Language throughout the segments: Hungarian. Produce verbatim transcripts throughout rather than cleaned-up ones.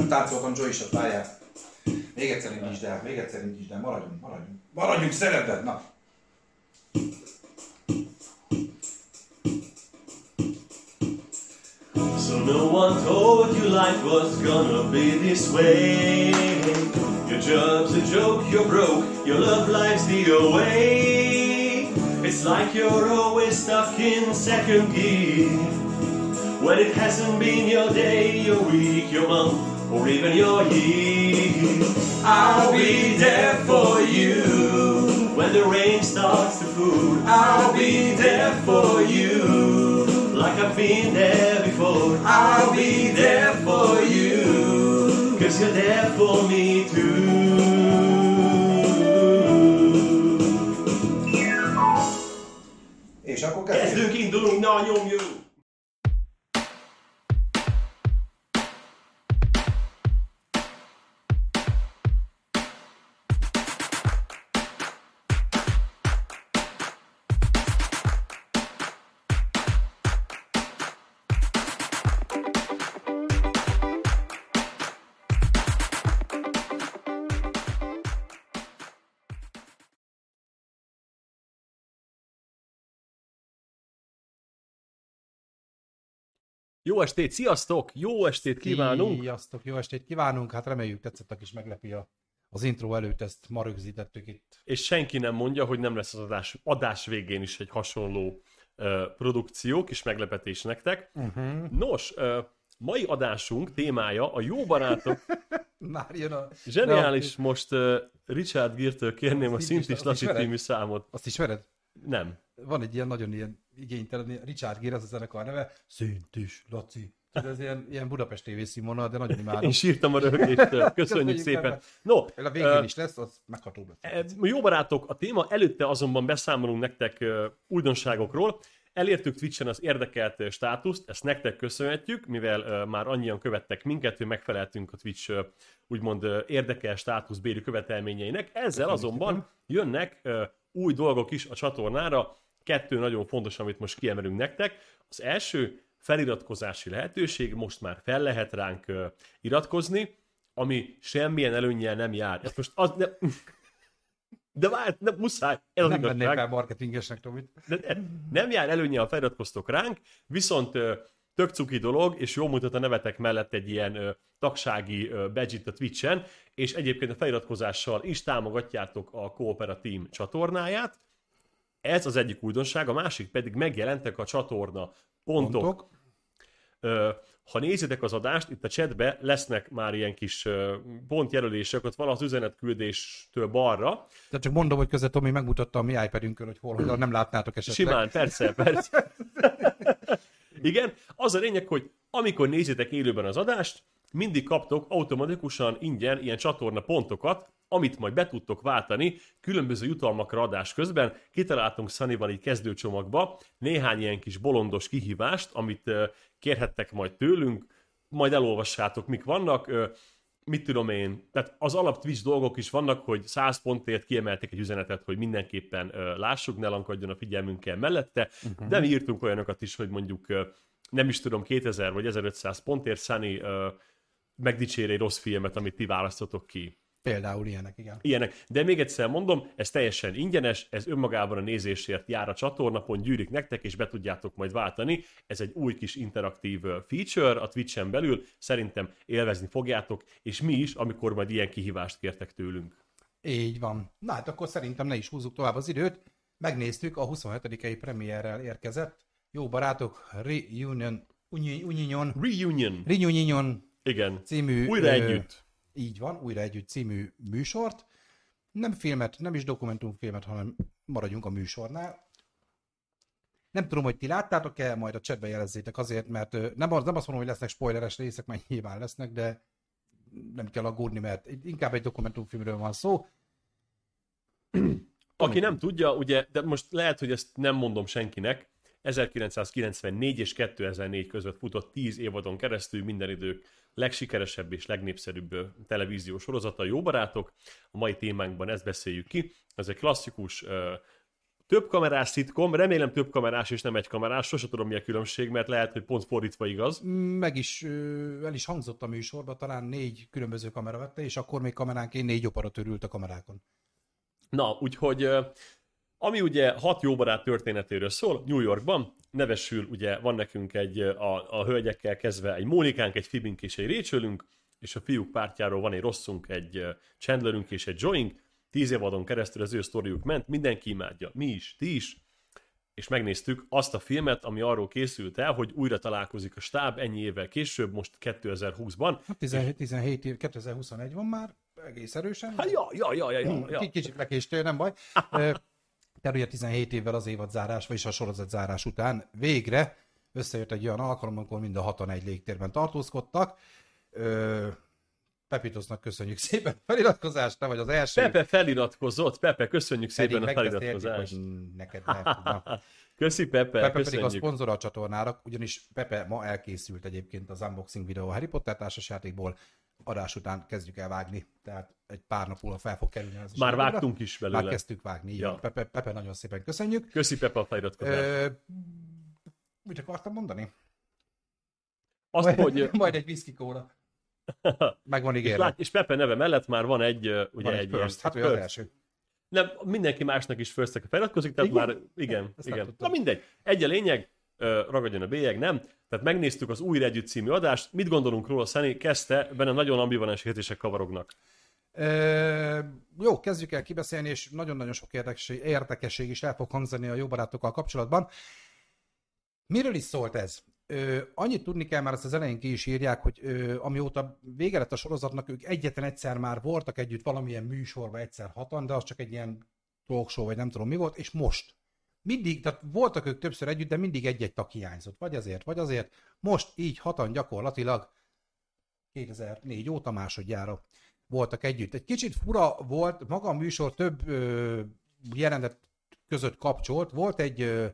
táncoltam Joey-sat, várjál. Még egyszer indítsd el, még egyszer indítsd el, maradjunk, maradjunk. Maradjunk szereted, na! So no one told you life was gonna be this way. Your job's a joke, you're broke, your love life's the away. It's like you're always stuck in second gear, when it hasn't been your day, your week, your month, or even your year. I'll be there for you when the rain starts to fall. I'll be there for you like I've been there before. I'll be there for you, cause you're there for me too. És akkor kezdjük. Kezdünk, indulunk, na nyomjuk! Jó estét, sziasztok! Jó estét kívánunk! Sziasztok, jó estét kívánunk! Hát reméljük tetszett a kis meglepi a, az intro előtt, ezt ma rögzítettük itt. És senki nem mondja, hogy nem lesz az adás, adás végén is egy hasonló uh, produkció, kis meglepetés nektek. Uh-huh. Nos, uh, mai adásunk témája a jó barátok. Már jön a... Zseniális, most uh, Richard Gere-től kérném azt a Szint is Laci című számot. Azt ismered? Nem. Van egy ilyen nagyon ilyen igénytelen, Richard Gere az a zenekar neve, Szint is Laci. Ez ilyen, ilyen Budapest té vé színvonal, de nagyon imádom. Én sírtam a röhögéstől. Köszönjük szépen. No, a végén uh, is lesz, az meghatóbb lesz. Jó barátok, a téma előtte azonban beszámolunk nektek uh, újdonságokról. Elértük Twitchen az érdekelt státuszt, ezt nektek köszönhetjük, mivel uh, már annyian követtek minket, hogy megfeleltünk a Twitch uh, úgymond uh, érdekelt státuszbéli követelményeinek. Ezzel azonban jönnek uh, új dolgok is a csatornára. Kettő nagyon fontos, amit most kiemelünk nektek. Az első, feliratkozási lehetőség, most már fel lehet ránk uh, iratkozni, ami semmilyen előnnyel nem jár. Ezt most az... Ne... De várj, nem muszáj. Ez nem lennék fel marketingesnek, Tomit. De nem jár előnnyel, ha feliratkoztok ránk, viszont uh, tök cuki dolog, és jól mutat a nevetek mellett egy ilyen uh, tagsági uh, badge-it a Twitchen, és egyébként a feliratkozással is támogatjátok a Coopera Team csatornáját. Ez az egyik újdonság, a másik pedig megjelentek a csatorna pontok. pontok. Uh, ha nézitek az adást, itt a chatbe lesznek már ilyen kis uh, pontjelölések, ott van az üzenetküldéstől balra. Tehát csak mondom, hogy közben Tomi megmutatta a mi iPadünkön, hogy hol, hogy nem látnátok esetleg. Simán, persze, persze. Igen, az a lényeg, hogy amikor nézitek élőben az adást, mindig kaptok automatikusan ingyen ilyen csatorna pontokat, amit majd be tudtok váltani különböző jutalmakra adás közben. Kitaláltunk Sunnyval egy kezdőcsomagba néhány ilyen kis bolondos kihívást, amit uh, kérhettek majd tőlünk, majd elolvassátok, mik vannak. Uh, mit tudom én, tehát az alap Twitch dolgok is vannak, hogy száz pontért kiemeltek egy üzenetet, hogy mindenképpen uh, lássuk, ne lankadjon a figyelmünkkel mellette, uh-huh. De mi írtunk olyanokat is, hogy mondjuk uh, nem is tudom, kétezer vagy ezerötszáz pontért Sunny uh, megdicsér egy rossz filmet, amit ti választotok ki. Például ilyenek, igen. Ilyenek. De még egyszer mondom, ez teljesen ingyenes, ez önmagában a nézésért jár a csatornapon, gyűrik nektek, és be tudjátok majd váltani. Ez egy új kis interaktív feature a Twitchen belül, szerintem élvezni fogjátok, és mi is, amikor majd ilyen kihívást kértek tőlünk. Így van. Na hát akkor szerintem ne is húzzuk tovább az időt. Megnéztük, a huszonhetedikei premierrel érkezett. Jó barátok, Reunion, Union, Reunion, Reunion igen, című... Újra együtt. Így van, Újra együtt című műsort. Nem filmet, nem is dokumentumfilmet, hanem maradjunk a műsornál. Nem tudom, hogy ti láttátok-e, majd a chatbe jelezzétek azért, mert nem, nem azt mondom, hogy lesznek spoileres részek, mert nyilván lesznek, de nem kell aggódni, mert inkább egy dokumentumfilmről van szó. Aki nem tudja, ugye, de most lehet, hogy ezt nem mondom senkinek, ezerkilencszázkilencvennégy és kétezer-négy között futott tíz évadon keresztül minden idők legsikeresebb és legnépszerűbb televíziós sorozata, Jó barátok. A mai témánkban ezt beszéljük ki. Ez egy klasszikus uh, több kamerás szitkom, remélem több kamerás és nem egy kamerás, sose tudom mi a különbség, mert lehet, hogy pont fordítva igaz. Meg is, el is hangzott a műsorban, talán négy különböző kamera vette, és akkor még kameránként négy operatőr ült a kamerákon. Na, úgyhogy ami ugye hat jó barát történetéről szól, New Yorkban, nevesül, ugye van nekünk egy, a, a hölgyekkel kezdve egy Mónikánk, egy Phoebink és egy Rachelünk, és a fiúk pártjáról van egy Rosszunk, egy Chandlerünk és egy Joeyink. Tíz évadon keresztül az ő sztoriuk ment, mindenki imádja, mi is, ti is, és megnéztük azt a filmet, ami arról készült el, hogy újra találkozik a stáb ennyi évvel később, most kétezer-húszban. Hát tizenhét, tizenhét év, kétezer-huszonegy van már, egész erősen. Hát ja, ja, ja, ja, ja, ja. Kicsit lekéstől, nem baj. Tehát ugye tizenhét évvel az évad zárás, vagyis a sorozat zárás után végre összejött egy olyan alkalom, amikor mind a hatan egy légtérben tartózkodtak. Ö, Pepitosnak köszönjük szépen a feliratkozást, te vagy az első. Pepe feliratkozott, Pepe, köszönjük szépen a feliratkozást. Hogy neked lehet, Köszi Pepe, Pepe köszönjük. pedig a szponzora a csatornának, ugyanis Pepe ma elkészült egyébként az unboxing videó a Harry Potter társasjátékból, adás után kezdjük el vágni, tehát egy pár nap múlva fel fog kerülni. Az Már is vágtunk is belőle. Már kezdtük vágni, ja. Pepe, Pepe, nagyon szépen köszönjük. Köszi Pepe a feliratkozást. Ö, mit akartam mondani? Azt, majd, hogy... majd egy whisky kóla. Meg van ígérve. És, lát, és Pepe neve mellett már van egy, ugye van egy, egy first. Hát ő first. az első. Nem, mindenki másnak is first-ekre feliratkozik, tehát Igen? már igen, Ezt igen. Na mindegy. Egy a lényeg, ragadjon a bélyeg, nem? Tehát megnéztük az Újra együtt című adást. Mit gondolunk róla, Szeni? Kezdte, benne nagyon ambivalens érzések kavarognak. Ö, jó, kezdjük el kibeszélni, és nagyon-nagyon sok érdekesség, érdekesség is el fog hangzani a jó barátokkal kapcsolatban. Miről is szólt ez? Ö, annyit tudni kell, már ezt az elején ki is írják, hogy ö, amióta vége lett a sorozatnak, ők egyetlen egyszer már voltak együtt valamilyen műsorban, egyszer hatan, de az csak egy ilyen talk show, vagy nem tudom mi volt, és most. Mindig, tehát voltak ők többször együtt, de mindig egy-egy tag hiányzott. Vagy azért, vagy azért. Most így hatan gyakorlatilag kétezer-négy óta másodjára voltak együtt. Egy kicsit fura volt, maga a műsor több ö, jelenet között kapcsolt. Volt egy ö,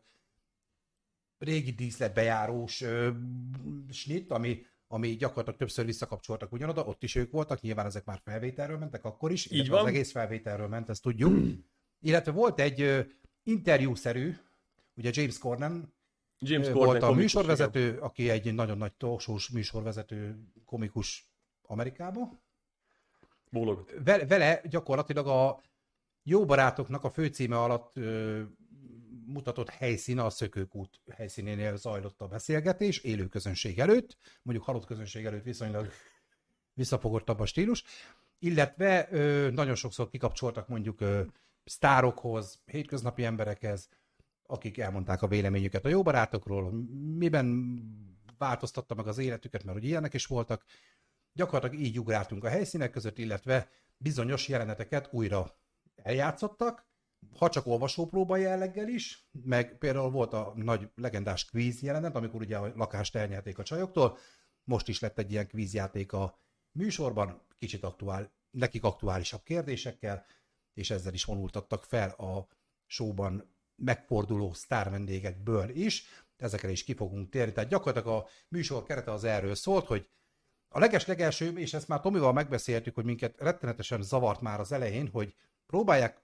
régi díszletbejárós ö, snit, ami, ami gyakorlatilag többször visszakapcsoltak ugyanoda, ott is ők voltak, nyilván ezek már felvételről mentek akkor is, így van. Az egész felvételről ment, ezt tudjuk. Illetve volt egy ö, interjúszerű, ugye James Corden, James ö, Corden volt a komikus, műsorvezető, igen. aki egy nagyon nagy talkshows műsorvezető, komikus Amerikában. Bólogott. Vele, vele gyakorlatilag a Jó barátoknak a főcíme alatt ö, mutatott helyszín, a Szökőkút helyszínénél zajlott a beszélgetés, élő közönség előtt, mondjuk halott közönség előtt viszonylag visszafogottabb a stílus, illetve ö, nagyon sokszor kikapcsoltak mondjuk ö, sztárokhoz, hétköznapi emberekhez, akik elmondták a véleményüket a jó barátokról, miben változtatta meg az életüket, mert ugye ilyenek is voltak. Gyakorlatilag így ugráltunk a helyszínek között, illetve bizonyos jeleneteket újra eljátszottak, ha csak olvasópróba jelleggel is, meg például volt a nagy legendás kvíz jelenet, amikor ugye a lakást elnyerték a csajoktól, most is lett egy ilyen kvízjáték a műsorban, kicsit aktuál, nekik aktuálisabb kérdésekkel, és ezzel is vonultattak fel a showban megforduló sztárvendégekből is, ezekre is ki fogunk térni. Tehát gyakorlatilag a műsor kerete az erről szólt, hogy a leges-legelső, és ezt már Tomival megbeszéltük, hogy minket rettenetesen zavart már az elején, hogy próbálják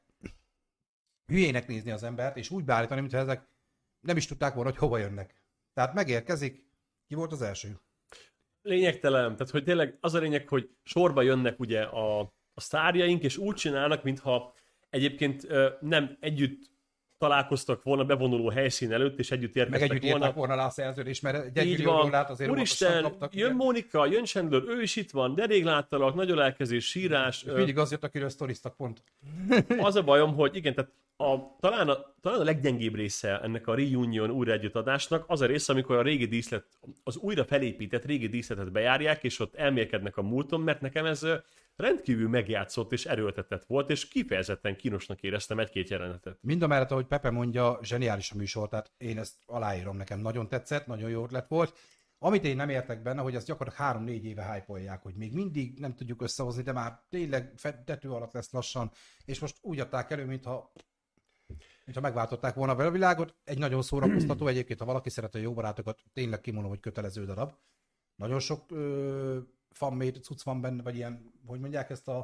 hülyének nézni az embert, és úgy beállítani, mintha ezek nem is tudták volna, hogy hova jönnek. Tehát megérkezik, ki volt az első? Lényegtelen, tehát hogy tényleg az a lényeg, hogy sorba jönnek ugye a, a sztárjaink, és úgy csinálnak, mintha egyébként nem együtt találkoztak volna bevonuló helyszín előtt, és együtt érkeztek Meg együtt volna. írták volna rá a szerződést, mert egy Így millió van. dollárt azért Úristen, kaptak. jön Mónika, jön Chandler, ő is itt van, de rég láttalak, nagy ölelkezés, sírás. És mindig az jött, akiről sztoriztak pont. Az a bajom, hogy igen, tehát a, talán, a, talán a leggyengébb része ennek a reunion újra együttadásnak az a része, amikor a régi díszlet, az újra felépített régi díszletet bejárják, és ott elmélkednek a múlton, mert nekem ez rendkívül megjátszott és erőltetett volt, és kifejezetten kínosnak éreztem egy-két jelenetet. Mindamellett, ahogy Pepe mondja, zseniális a műsor, tehát én ezt aláírom, nekem nagyon tetszett, nagyon jó ötlet volt. Amit én nem értek benne, hogy ezt gyakorlatilag három-négy éve hype-olják, hogy még mindig nem tudjuk összehozni, de már tényleg tető alatt lesz lassan, és most úgy adták elő, mintha, mintha megváltották volna vele a világot. Egy nagyon szórakoztató, egyébként, ha valaki szereti a jó barátokat, tényleg kimondom, hogy kötelező darab. Nagyon sok ö, fan-made cucc van benne, vagy ilyen, hogy mondják ezt a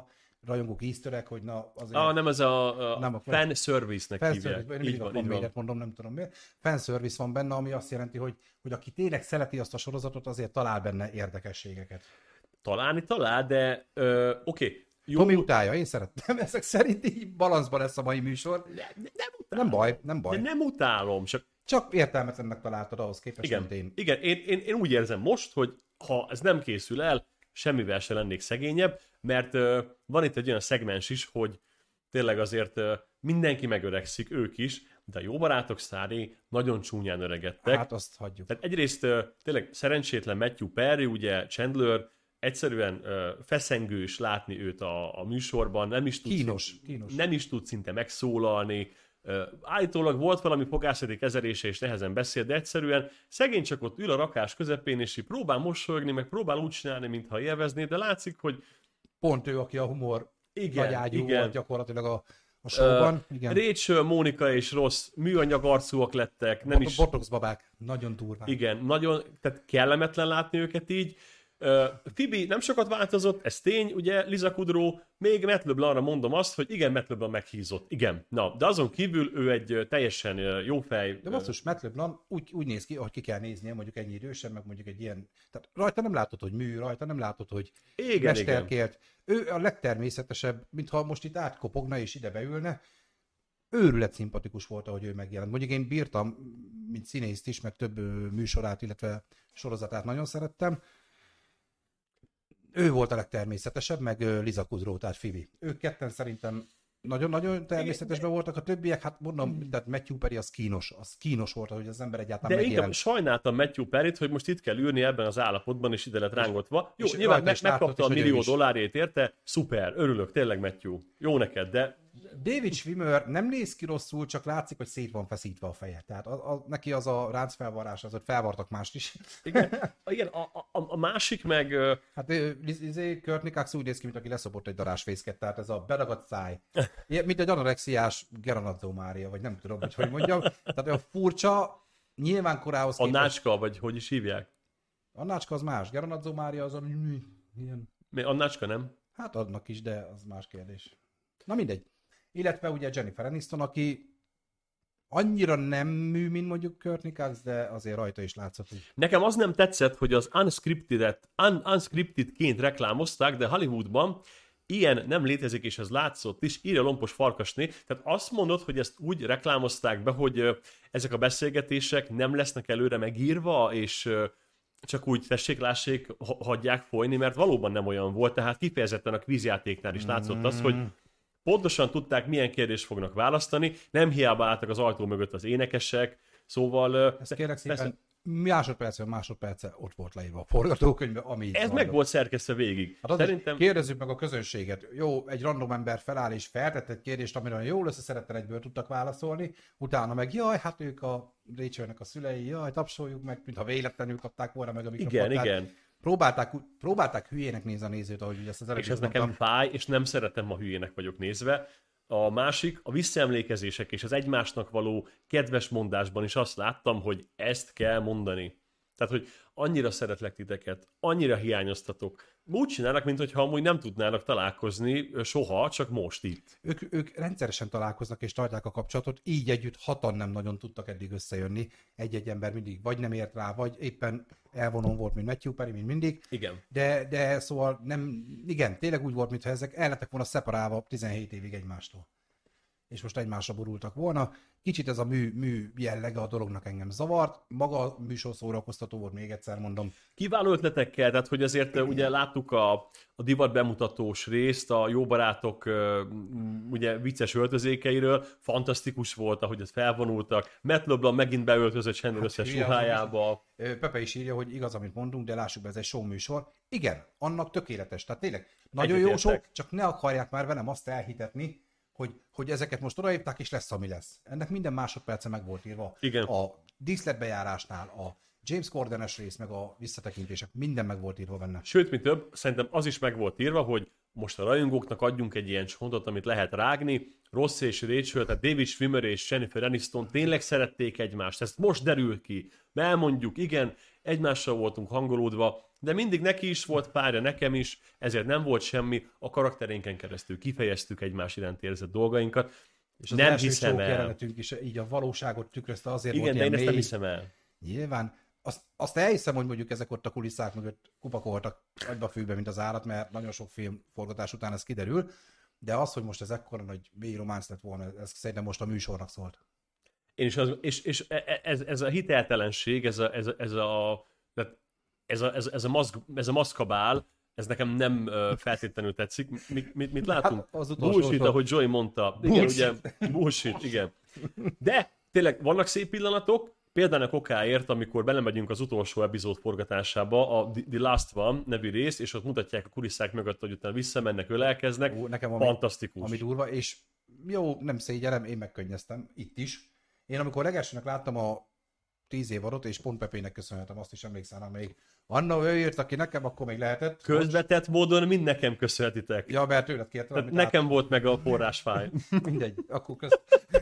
rajongók easter, hogy na azért... Ah, nem ez a, a Nem, akkor- fan service-nek Fan hívják. service, Így így van, van, így van. van. mondom, nem tudom miért. Fan service van benne, ami azt jelenti, hogy, hogy aki tényleg szereti azt a sorozatot, azért talál benne érdekességeket. Találni talál, de ö, oké. Okay. Jó, Tomi utálja, én szeretem, ezek szerint így balanszban lesz a mai műsor. ne, ne, nem utálom. Nem baj, nem baj. De nem utálom, csak Csak értelmetlennek találtad ahhoz képest, igen, mint én. igen én, én, én úgy érzem most, hogy ha ez nem készül el, semmivel se lennék szegényebb, mert ö, van itt egy olyan szegmens is, hogy tényleg azért ö, mindenki megöregszik, ők is, de a jó barátok sztáré nagyon csúnyán öregedtek. Hát azt hagyjuk. Tehát egyrészt ö, tényleg szerencsétlen Matthew Perry, ugye Chandler, egyszerűen ö, feszengős látni őt a, a műsorban, nem is tud, Kínos, kínos. nem is tud szinte megszólalni. Ö, állítólag volt valami fogászati kezelése, és nehezen beszél, de egyszerűen szegény csak ott ül a rakás közepén, és így próbál mosolyogni, meg próbál úgy csinálni, mintha élvezné, de látszik, hogy Pont ő, aki a humor igen, nagyágyú igen. volt gyakorlatilag a, a showban. Igen. Rachel, Mónika és Ross műanyag arcúak lettek, nem Bot- is... Botox babák, nagyon durván. Igen, nagyon, tehát kellemetlen látni őket így. Uh, Phoebe nem sokat változott, ez tény, ugye, Liza Kudrow, még Matt LeBlancra mondom azt, hogy igen, Matt LeBlanc meghízott, igen. Na, de azon kívül ő egy uh, teljesen uh, jó fej. De basszus, Matt LeBlanc úgy, úgy néz ki, hogy ki kell néznie mondjuk ennyi idősen, meg mondjuk egy ilyen... Tehát rajta nem látod, hogy mű, rajta nem látod, hogy Igen, igen. mesterkélt. Ő a legtermészetesebb, mintha most itt átkopogna és ide beülne. Őrület szimpatikus volt, ahogy ő megjelent. Mondjuk én bírtam, mint színészt is, meg több ö, műsorát, illetve sorozatát nagyon szerettem. Ő volt a legtermészetesebb, meg ö, Liza Kudrow, tehát Phoebe. Ők ketten szerintem nagyon-nagyon természetesben voltak, a többiek, hát mondom, tehát Matthew Perry az kínos, az kínos volt, hogy az ember egyáltalán De inkább megjelent. sajnáltam Matthew Perryt, hogy most itt kell ülni ebben az állapotban, és ide lett rángotva. Jó, és nyilván rajta meg, is látszott megkapta a is, hogy ő millió is. dollárét érte, szuper, örülök, tényleg Matthew. Jó neked, de David Schwimmer nem néz ki rosszul, csak látszik, hogy szét van feszítve a feje. Tehát a, a, neki az a ráncfelvarrás, az, hogy felvartak mást is. igen, igen a, a, a másik meg... ö, Hát izé, Courtney Cox úgy néz ki, mint aki leszopott egy darásfészket, tehát ez a beragadt száj. Ilyen, mint egy anorexiás Geronadzó Mária, vagy nem tudom, hogy hogy mondjam. Tehát olyan furcsa, nyilván korához a képest. nácska, vagy hogy is hívják? Annácska az más, Geronadzó Mária az, ami ilyen. Mi, a nácska nem? Hát adnak is, de az más kérdés. Na mindegy. Illetve ugye Jennifer Aniston, aki annyira nem mű, mint mondjuk Courtney Cox, de azért rajta is látszott. Hogy... Nekem az nem tetszett, hogy az unscripted-et un, unscripted-ként reklámozták, de Hollywoodban ilyen nem létezik, és ez látszott is, írja lompos farkasné. Tehát azt mondod, hogy ezt úgy reklámozták be, hogy ö, ezek a beszélgetések nem lesznek előre megírva, és ö, csak úgy tessék, lássék, ha- hagyják folyni, mert valóban nem olyan volt, tehát kifejezetten a kvízjátéknál is látszott az, hogy pontosan tudták, milyen kérdést fognak választani, nem hiába álltak az ajtó mögött az énekesek, szóval... ö, Ezt kérlek szépen, persze- másodpercen másodperce ott volt leírva a forgatókönyvben, ami így Ez van. meg volt szerkesztve végig. Hát az Szerintem... Kérdezzük meg a közönséget. Jó, egy random ember feláll és feltett egy kérdést, amire jól összeszeretten egyből tudtak válaszolni, utána meg jaj, hát ők a Rachelnek a szülei, jaj, tapsoljuk meg, mintha véletlenül kapták volna meg a mikrofont. Igen, Tehát igen. Próbálták, próbálták hülyének nézni a nézőt, ahogy ugye ezt az előbb És ez is nekem mondtam. fáj, és nem szeretem, ha hülyének vagyok nézve. A másik, a visszaemlékezések és az egymásnak való kedves mondásban is azt láttam, hogy ezt kell mondani. Tehát, hogy annyira szeretlek titeket, annyira hiányoztatok. Úgy csinálnak, mintha amúgy nem tudnának találkozni soha, csak most itt. Ők, ők rendszeresen találkoznak és tartják a kapcsolatot, így együtt hatan nem nagyon tudtak eddig összejönni. Egy-egy ember mindig vagy nem ért rá, vagy éppen elvonon volt, mint Matthew Perry, mint mindig. Igen. De, de szóval nem, igen, tényleg úgy volt, mintha ezek el lettek volna szeparálva tizenhét évig egymástól. És most egymásra borultak volna. Kicsit ez a mű, mű jellege a dolognak engem zavart. Maga a műsor szórakoztató volt, még egyszer mondom. Kiváló ötletekkel, tehát hogy azért uh, ugye láttuk a, a divat bemutatós részt, a jó barátok uh, ugye vicces öltözékeiről, fantasztikus volt, ahogy ezt felvonultak. Matt LeBlanc megint beöltözött Chandler Hát, összes hülye az ruhájába. Ö, Pepe is írja, hogy igaz, amit mondunk, de lássuk be, ez egy show műsor. Igen, annak tökéletes. Tehát tényleg nagyon jó show, Egyetértek. csak ne akarják már velem azt elhitetni, hogy, hogy ezeket most odaírták, és lesz, ami lesz. Ennek minden másodperce meg volt írva. Igen. A díszletbejárásnál, a James Corden-es rész, meg a visszatekintések, minden meg volt írva benne. Sőt, mi több, szerintem az is meg volt írva, hogy most a rajongóknak adjunk egy ilyen csontot, amit lehet rágni. Ross és Rachel, tehát David Schwimmer és Jennifer Aniston tényleg szerették egymást. Ezt most derül ki. Elmondjuk, igen, egymással voltunk hangolódva, de mindig neki is volt párja, nekem is, ezért nem volt semmi. A karakterénken keresztül kifejeztük egymás iránt érzett dolgainkat. És az nem első hiszem el. jelenetünk is így a valóságot tükrözte, azért Igen, volt de én ilyen ezt nem mély. hiszem el. Nyilván. Azt, azt elhiszem, hogy mondjuk ezek ott a kulisszák mögött kupakoltak agyba fűbe, mint az állat, mert nagyon sok film forgatás után ez kiderül, de az, hogy most ez ekkora nagy mély románc lett volna, ez szerintem most a műsornak szólt. Én is az, és, és ez, ez a hiteltelenség, ez a, ez a, ez a, ez a, ez a, ez a, maszk, ez a maszkabál, ez nekem nem uh, feltétlenül tetszik. Mit, mit, mit látunk? Hát az utolsó Bullshit, sor. ahogy Joey mondta. Igen, Bullshit. ugye, bullshit, igen. De tényleg vannak szép pillanatok, például okáért, amikor belemegyünk az utolsó epizód forgatásába, a The Last One nevű rész, és ott mutatják a kulisszák mögött, hogy utána visszamennek, ölelkeznek. Ó, nekem ami, fantasztikus. ami durva, és jó, nem szégyellem, én megkönnyeztem, itt is. Én amikor legelsőnek láttam a tíz év adott, és pont Pepének köszönhetem, azt is emlékszem rá, még Anna, ő írt, aki nekem, akkor még lehetett. Közvetett módon mind nekem köszönhetitek. Ja, mert tőled kértem. Tehát nekem át... volt meg a forrásfáj. Mindegy, akkor kösz.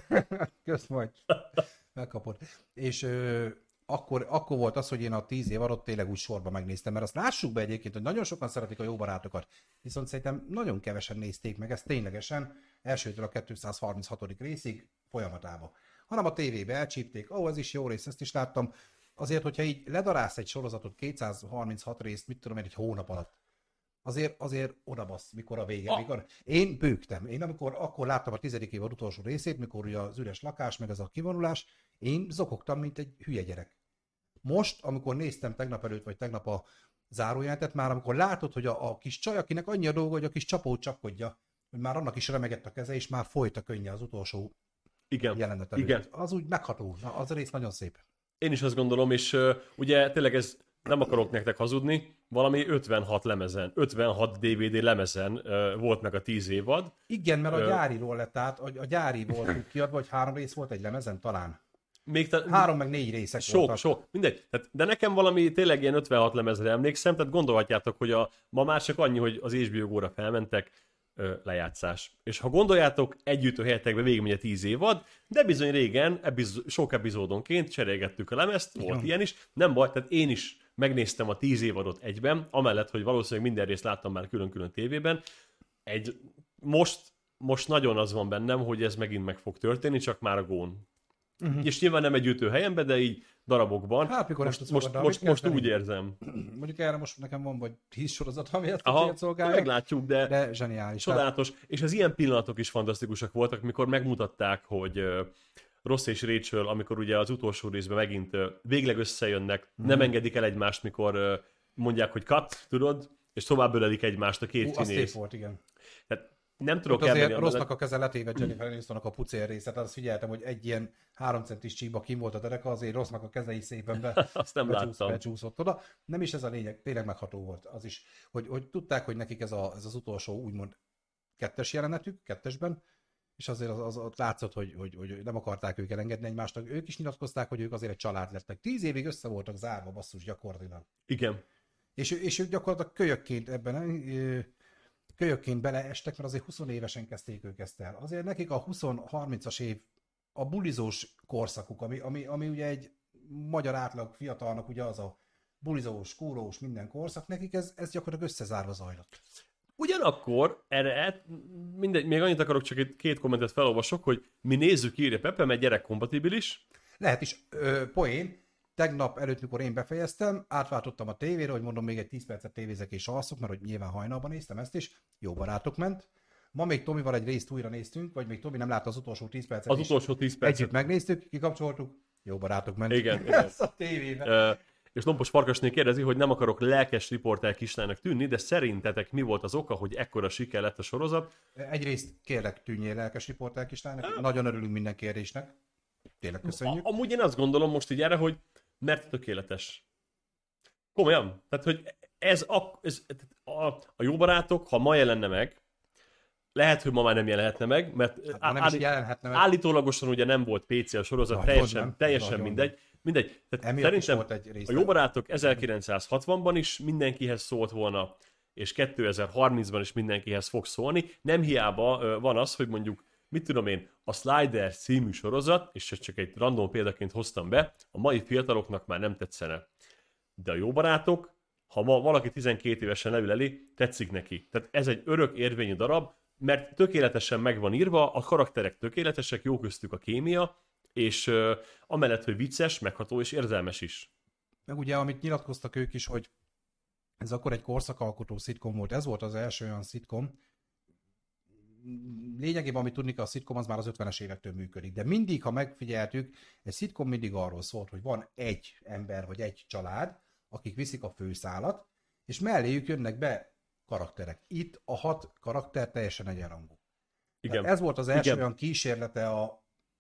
Kösz majd. Megkapod. És ö, akkor, akkor volt az, hogy én a tíz év alatt tényleg úgy sorba megnéztem, mert azt lássuk be egyébként, hogy nagyon sokan szeretik a Jó barátokat, viszont szerintem nagyon kevesen nézték meg ezt ténylegesen elsőtől a kétszázharminchatodik részig folyamatában. Hanem a tévébe elcsípték, ó, oh, ez is jó rész, ezt is láttam. Azért, hogyha így ledarálsz egy sorozatot kétszázharminchat részt, mit tudom én, egy hónap alatt, azért, azért odabasz, mikor a vége. Ah. Mikor... Én bőgtem. Én amikor akkor láttam a tizedik évad utolsó részét, mikor ugye az üres lakás, meg ez a kivonulás, én zokogtam, mint egy hülye gyerek. Most, amikor néztem tegnap előtt, vagy tegnap a zárójelentet, már amikor látod, hogy a, a kis csaj, akinek annyi a dolga, hogy a kis csapót csapkodja, hogy már annak is remegett a keze, és már folyt a könnye az utolsó Igen. jelenet előtt. Igen. Az úgy megható. Na, az a rész nagyon szép. Én is azt gondolom, és uh, ugye tényleg ez, nem akarok nektek hazudni, valami ötvenhat lemezen, ötvenhat dé vé dé lemezen uh, volt meg a tíz évad. Igen, mert a Ö... gyáriról lett át, a, a gyári volt kiadva, hogy három rész volt egy lemezen talán. Még te... Három meg négy részek sok, voltak. Sok, mindegy. Tehát, de nekem valami tényleg ilyen ötvenhat lemezre emlékszem, tehát gondolhatjátok, hogy a, ma már csak annyi, hogy az há bé ó-ra felmentek, ö, lejátszás. És ha gondoljátok, együttő helyetekbe végigmegy a tíz évad, de bizony régen, epiz- sok epizódonként cserélgettük a lemezt, volt Igen. ilyen is, nem baj, tehát én is megnéztem a tíz évadot egyben, amellett, hogy valószínűleg minden részt láttam már külön-külön tévében. Egy, most, most nagyon az van bennem, hogy ez megint meg fog történni, csak már a gón. Uh-huh. És nyilván nem egy ütőhelyemben, de így darabokban. Hát, mikor most, ezt most, szolgáltam, most, mit most kezdeni? úgy érzem. Mondjuk erre most nekem van vagy tíz sorozat, ami ezt a Aha, célt szolgálja. meglátjuk, de, De zseniális. csodálatos. És az ilyen pillanatok is fantasztikusak voltak, mikor megmutatták, hogy uh, Ross és Rachel, amikor ugye az utolsó részben megint uh, végleg összejönnek, mm. nem engedik el egymást, mikor uh, mondják, hogy cut, tudod, és tovább ölelik egymást a két Ú, az szép színész. volt, igen. Tehát nem tudok Ott azért elmenni. rossznak a keze letéve Jennifer Anistonnak a pucér részét, azt figyeltem, hogy egy ilyen három centis csíkba kim volt a dereka, azért rossznak a kezei szépen be, Azt nem becsúsz, láttam. becsúszott oda. Nem is ez a lényeg, tényleg megható volt az is, hogy, hogy tudták, hogy nekik ez, a, ez az utolsó úgymond kettes jelenetük, kettesben, és azért az, az, az látszott, hogy, hogy, hogy nem akarták ők elengedni egymásnak. Ők is nyilatkozták, hogy ők azért egy család lettek. Tíz évig össze voltak zárva, basszus, gyakorlatilag. Igen. És, és ők gyakorlatilag kölyökként ebben, ö, kölyökként beleestek, mert azért húsz évesen kezdték ők ezt el. Azért nekik a húsz-harmincas év a bulizós korszakuk, ami, ami, ami ugye egy magyar átlag fiatalnak ugye az a bulizós, kúrós, minden korszak, nekik ez, ez gyakorlatilag összezárva zajlott. Ugyanakkor erre, mindegy, még annyit akarok, csak itt két kommentet felolvasok, hogy mi nézzük, írja Pepe, mert gyerekkompatibilis. Lehet is ö, poén. Tegnap előtt, mikor én befejeztem, átváltottam a tévére, hogy mondom, még egy tíz percet tévézek és alszok, mert hogy nyilván hajnalban néztem ezt is. Jó barátok ment. Ma még Tomival egy részt újra néztünk, vagy még Tomi nem látta az utolsó tíz percet Az is. utolsó tíz percet. Együtt megnéztük, kikapcsoltuk. Jó barátok ment. Igen, igen. Ez a tévében. Uh, és Lompos Farkasné kérdezi, hogy nem akarok lelkes riporter kislánynak tűnni, de szerintetek mi volt az oka, hogy ekkora siker lett a sorozat? Egyrészt kérlek, tűnjél lelkes riporter kislánynak. Nagyon örülünk minden kérdésnek. Tényleg köszönjük. A, amúgy én azt gondolom most így erre, hogy mert tökéletes. Komolyan. Tehát, hogy ez a, ez, a, a Jó barátok, ha ma jelenne meg, lehet, hogy ma már nem jelenhetne meg, mert Hát ma nem is jelenhetne meg. állítólagosan ugye nem volt pé cé a sorozat, Nagyon teljesen, nem. teljesen Nagyon mindegy. mindegy. Tehát Emiatt is szerintem volt egy rész. a Jó barátok ezerkilencszázhatvanban is mindenkihez szólt volna, és kétezer-harmincban is mindenkihez fog szólni. Nem hiába ö, van az, hogy mondjuk, mit tudom én, a Sliders című sorozat, és ezt csak egy random példaként hoztam be, a mai fiataloknak már nem tetszene. De a Jó barátok, ha ma valaki tizenkét évesen leül elé, tetszik neki. Tehát ez egy örök érvényű darab, mert tökéletesen meg van írva, a karakterek tökéletesek, jó köztük a kémia, és uh, amellett, hogy vicces, megható és érzelmes is. Meg ugye, amit nyilatkoztak ők is, hogy ez akkor egy korszakalkotó szitkom volt, ez volt az első olyan szitkom. Lényegében, amit tudni kell, a szitkom az már az ötvenes évektől működik, de mindig, ha megfigyeltük, egy szitkom mindig arról szólt, hogy van egy ember vagy egy család, akik viszik a főszálat, és melléjük jönnek be karakterek. Itt a hat karakter teljesen egyenrangú. Igen. Ez volt az első Igen. olyan kísérlete a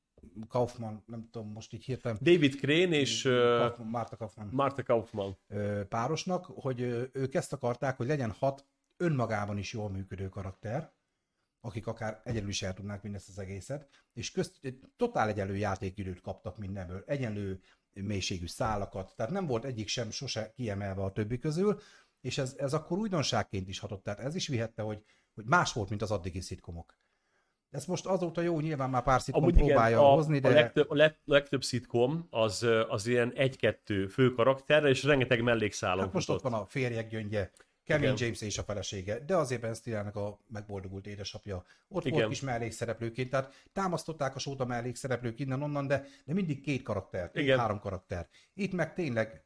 Kaufman, nem tudom, most így hirtelen. David Crane és Kaufman, Martha Kaufman. Martha Kaufman párosnak, hogy ők ezt akarták, hogy legyen hat önmagában is jól működő karakter, akik akár egyedül is el tudnák mindezt az egészet, és közt, totál egyenlő játékidőt kaptak mindenből, egyenlő mélységű szálakat, tehát nem volt egyik sem sose kiemelve a többi közül, és ez, ez akkor újdonságként is hatott, tehát ez is vihette, hogy, hogy más volt, mint az addigi szitkomok. Ez most azóta jó, nyilván már pár szitkom Amúgy próbálja igen, a, hozni, de... A legtöbb, a leg, legtöbb szitkom az, az ilyen egy-kettő fő karakterre, és rengeteg mellékszálon hát most futott. ott van a férjek gyöngye, Kevin James és a felesége, de azért Ben Stillernek a megboldogult édesapja. Ott Igen. volt kis mellékszereplőként, tehát támasztották a sót a mellékszereplők innen-onnan, de, de mindig két karakter, két, három karakter. Itt meg tényleg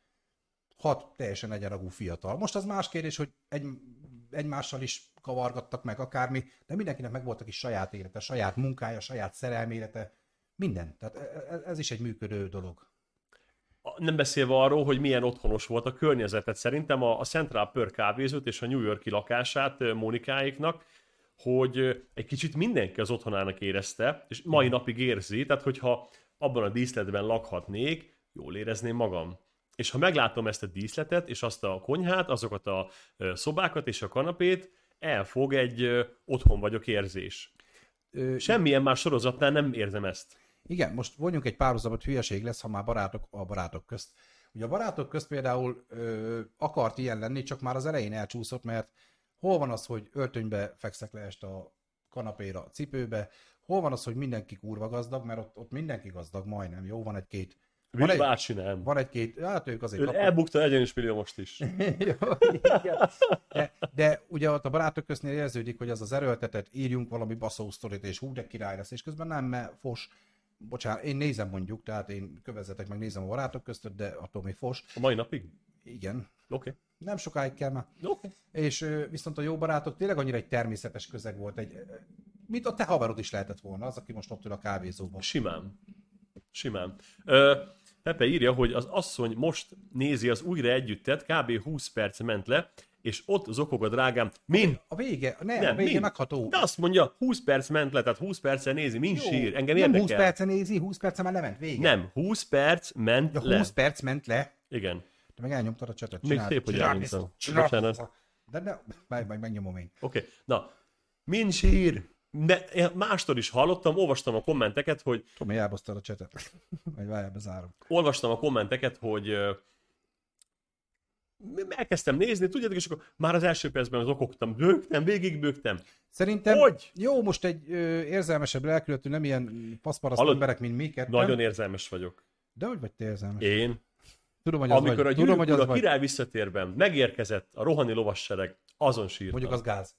hat teljesen egyenragú fiatal. Most az más kérdés, hogy egy, egymással is kavargattak meg akármi, de mindenkinek megvoltak is saját élete, saját munkája, saját szerelmélete, minden. Tehát ez is egy működő dolog. Nem beszélve arról, hogy milyen otthonos volt a környezetet. Szerintem a Central Perk kávézót és a New York-i lakását Mónikáéknak, hogy egy kicsit mindenki az otthonának érezte, és mai napig érzi, tehát hogyha abban a díszletben lakhatnék, jól érezném magam. És ha meglátom ezt a díszletet, és azt a konyhát, azokat a szobákat és a kanapét, elfog egy otthon vagyok érzés. Semmilyen más sorozatnál nem érzem ezt. Igen, most vonjunk egy párhuzamot, hülyeség lesz, ha már barátok a barátok közt. Ugye a barátok közt például ö, akart ilyen lenni, csak már az elején elcsúszott, mert hol van az, hogy öltönybe fekszek le este a kanapéra, a cipőbe, hol van az, hogy mindenki kurva gazdag, mert ott, ott mindenki gazdag, majdnem, jó, van egy-két... Van egy, bácsi nem. Van egy-két, hát ők azért... Ő kapott... elbukta egyenes millió most is. Jó, de, de ugye ott a barátok köztnél érződik, hogy az az erőltetett, írjunk valami baszó sztorit, és hú, de király lesz, és közben nem, mert fos. Bocsánat, én nézem mondjuk, tehát én kövezzetek meg, nézem a barátok között, de attól még fos. A mai napig? Igen. Oké. Okay. Nem sokáig kell már. Oké. Okay. És viszont a jó barátok tényleg annyira egy természetes közeg volt, egy, mint a te haverod is lehetett volna, az, aki most ott ül a kávézóban. Simán. Simán. Ö, Pepe írja, hogy az asszony most nézi az újra együttet, kb. húsz perc ment le, és ott zokog a drágám. Min? A vége, ne, nem, a vége min? Megható. De azt mondja, húsz perc ment le, tehát húsz perccel nézi, min jó, sír, engem nem érdekel. húsz perccel nézi, húsz perccel már lement, vége. Nem, húsz perc ment ja, le. húsz perc ment le? Igen. Te meg elnyomtad a csatot. Még szép, hogy elnyomtam. Bocsánat. De ne, meg, meg megnyomom én. Oké, okay. Na, min sír? De én mástól is hallottam, olvastam a kommenteket, hogy... Tudom, hogy elbasztad a csatot. Vagy várjál, bezárom. Olvastam a kommenteket, hogy elkezdtem nézni, tudjátok, és akkor már az első percben az okogtam, bőgtem, végigbőgtem. Szerintem hogy? Jó, most egy ö, érzelmesebb lelkületű, nem ilyen paszparaszt emberek, mint mi ketten. Nagyon érzelmes vagyok. De hogy vagy te érzelmes? Én? Tudom, hogy az Amikor vagy. a Tudom, hogy az a vagy. király visszatérben megérkezett a rohani lovassereg, azon sírtam. Mondjuk az gáz.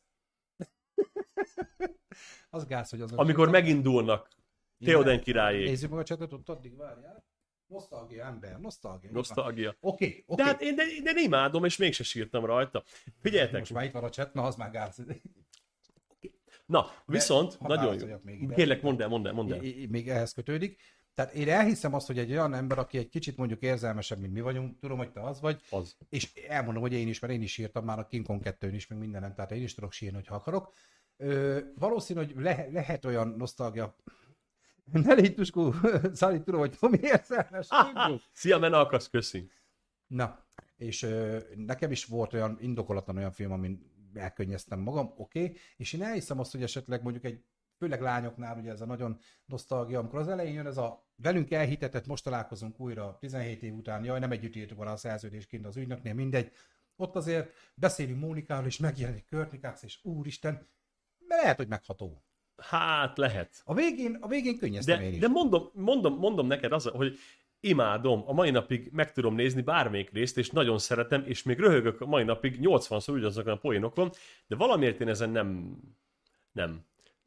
Az gáz, hogy az... Amikor megindulnak Théoden királyé. Nézzük meg a csatot, ott addig várjál. Nosztalgia, ember, nosztalgia. Nosztalgia. Oké, okay, oké. Okay. De hát én, de, de nem imádom, és mégse sírtam rajta. Figyeljetek. Most már itt van a chat, na az már gáz. Na, viszont, de, nagyon jó. Kérlek, mondd el, mondd el, mondd el. Még ehhez kötődik. Tehát én elhiszem azt, hogy egy olyan ember, aki egy kicsit mondjuk érzelmesebb, mint mi vagyunk, tudom, hogy te az vagy, az. És elmondom, hogy én is, mert én is írtam már a King Kong kettőn is, meg mindenem, tehát én is tudok sírni, hogyha akarok. Ö, valószínű, hogy le, lehet olyan nosztalgia. Ne légy tuskú, Szali, tudom, hogy Tomi érzelmes. Szia, Menalkasz, köszi. Na, és ö, nekem is volt olyan indokolatlan olyan film, amin elkönnyeztem magam, oké, okay. És én elhiszem azt, hogy esetleg mondjuk egy, főleg lányoknál, ugye ez a nagyon nosztalgia, amikor az elején jön ez a velünk elhitetett, most találkozunk újra tizenhét év után, jaj, nem együtt írtuk volna a szerződést kint az ügynöknél, mindegy, Ott azért beszélünk Mónikáról, és megjelenik Courtney Cox, és úristen, mert lehet, hogy megható. Hát lehet. A végén, a végén könnyeztem én De, is. de mondom, mondom, mondom neked az, hogy imádom, a mai napig meg tudom nézni bármelyik részt, és nagyon szeretem, és még röhögök a mai napig nyolcvanszor ugyanazokon a poénokon, de valamiért én ezen nem... nem.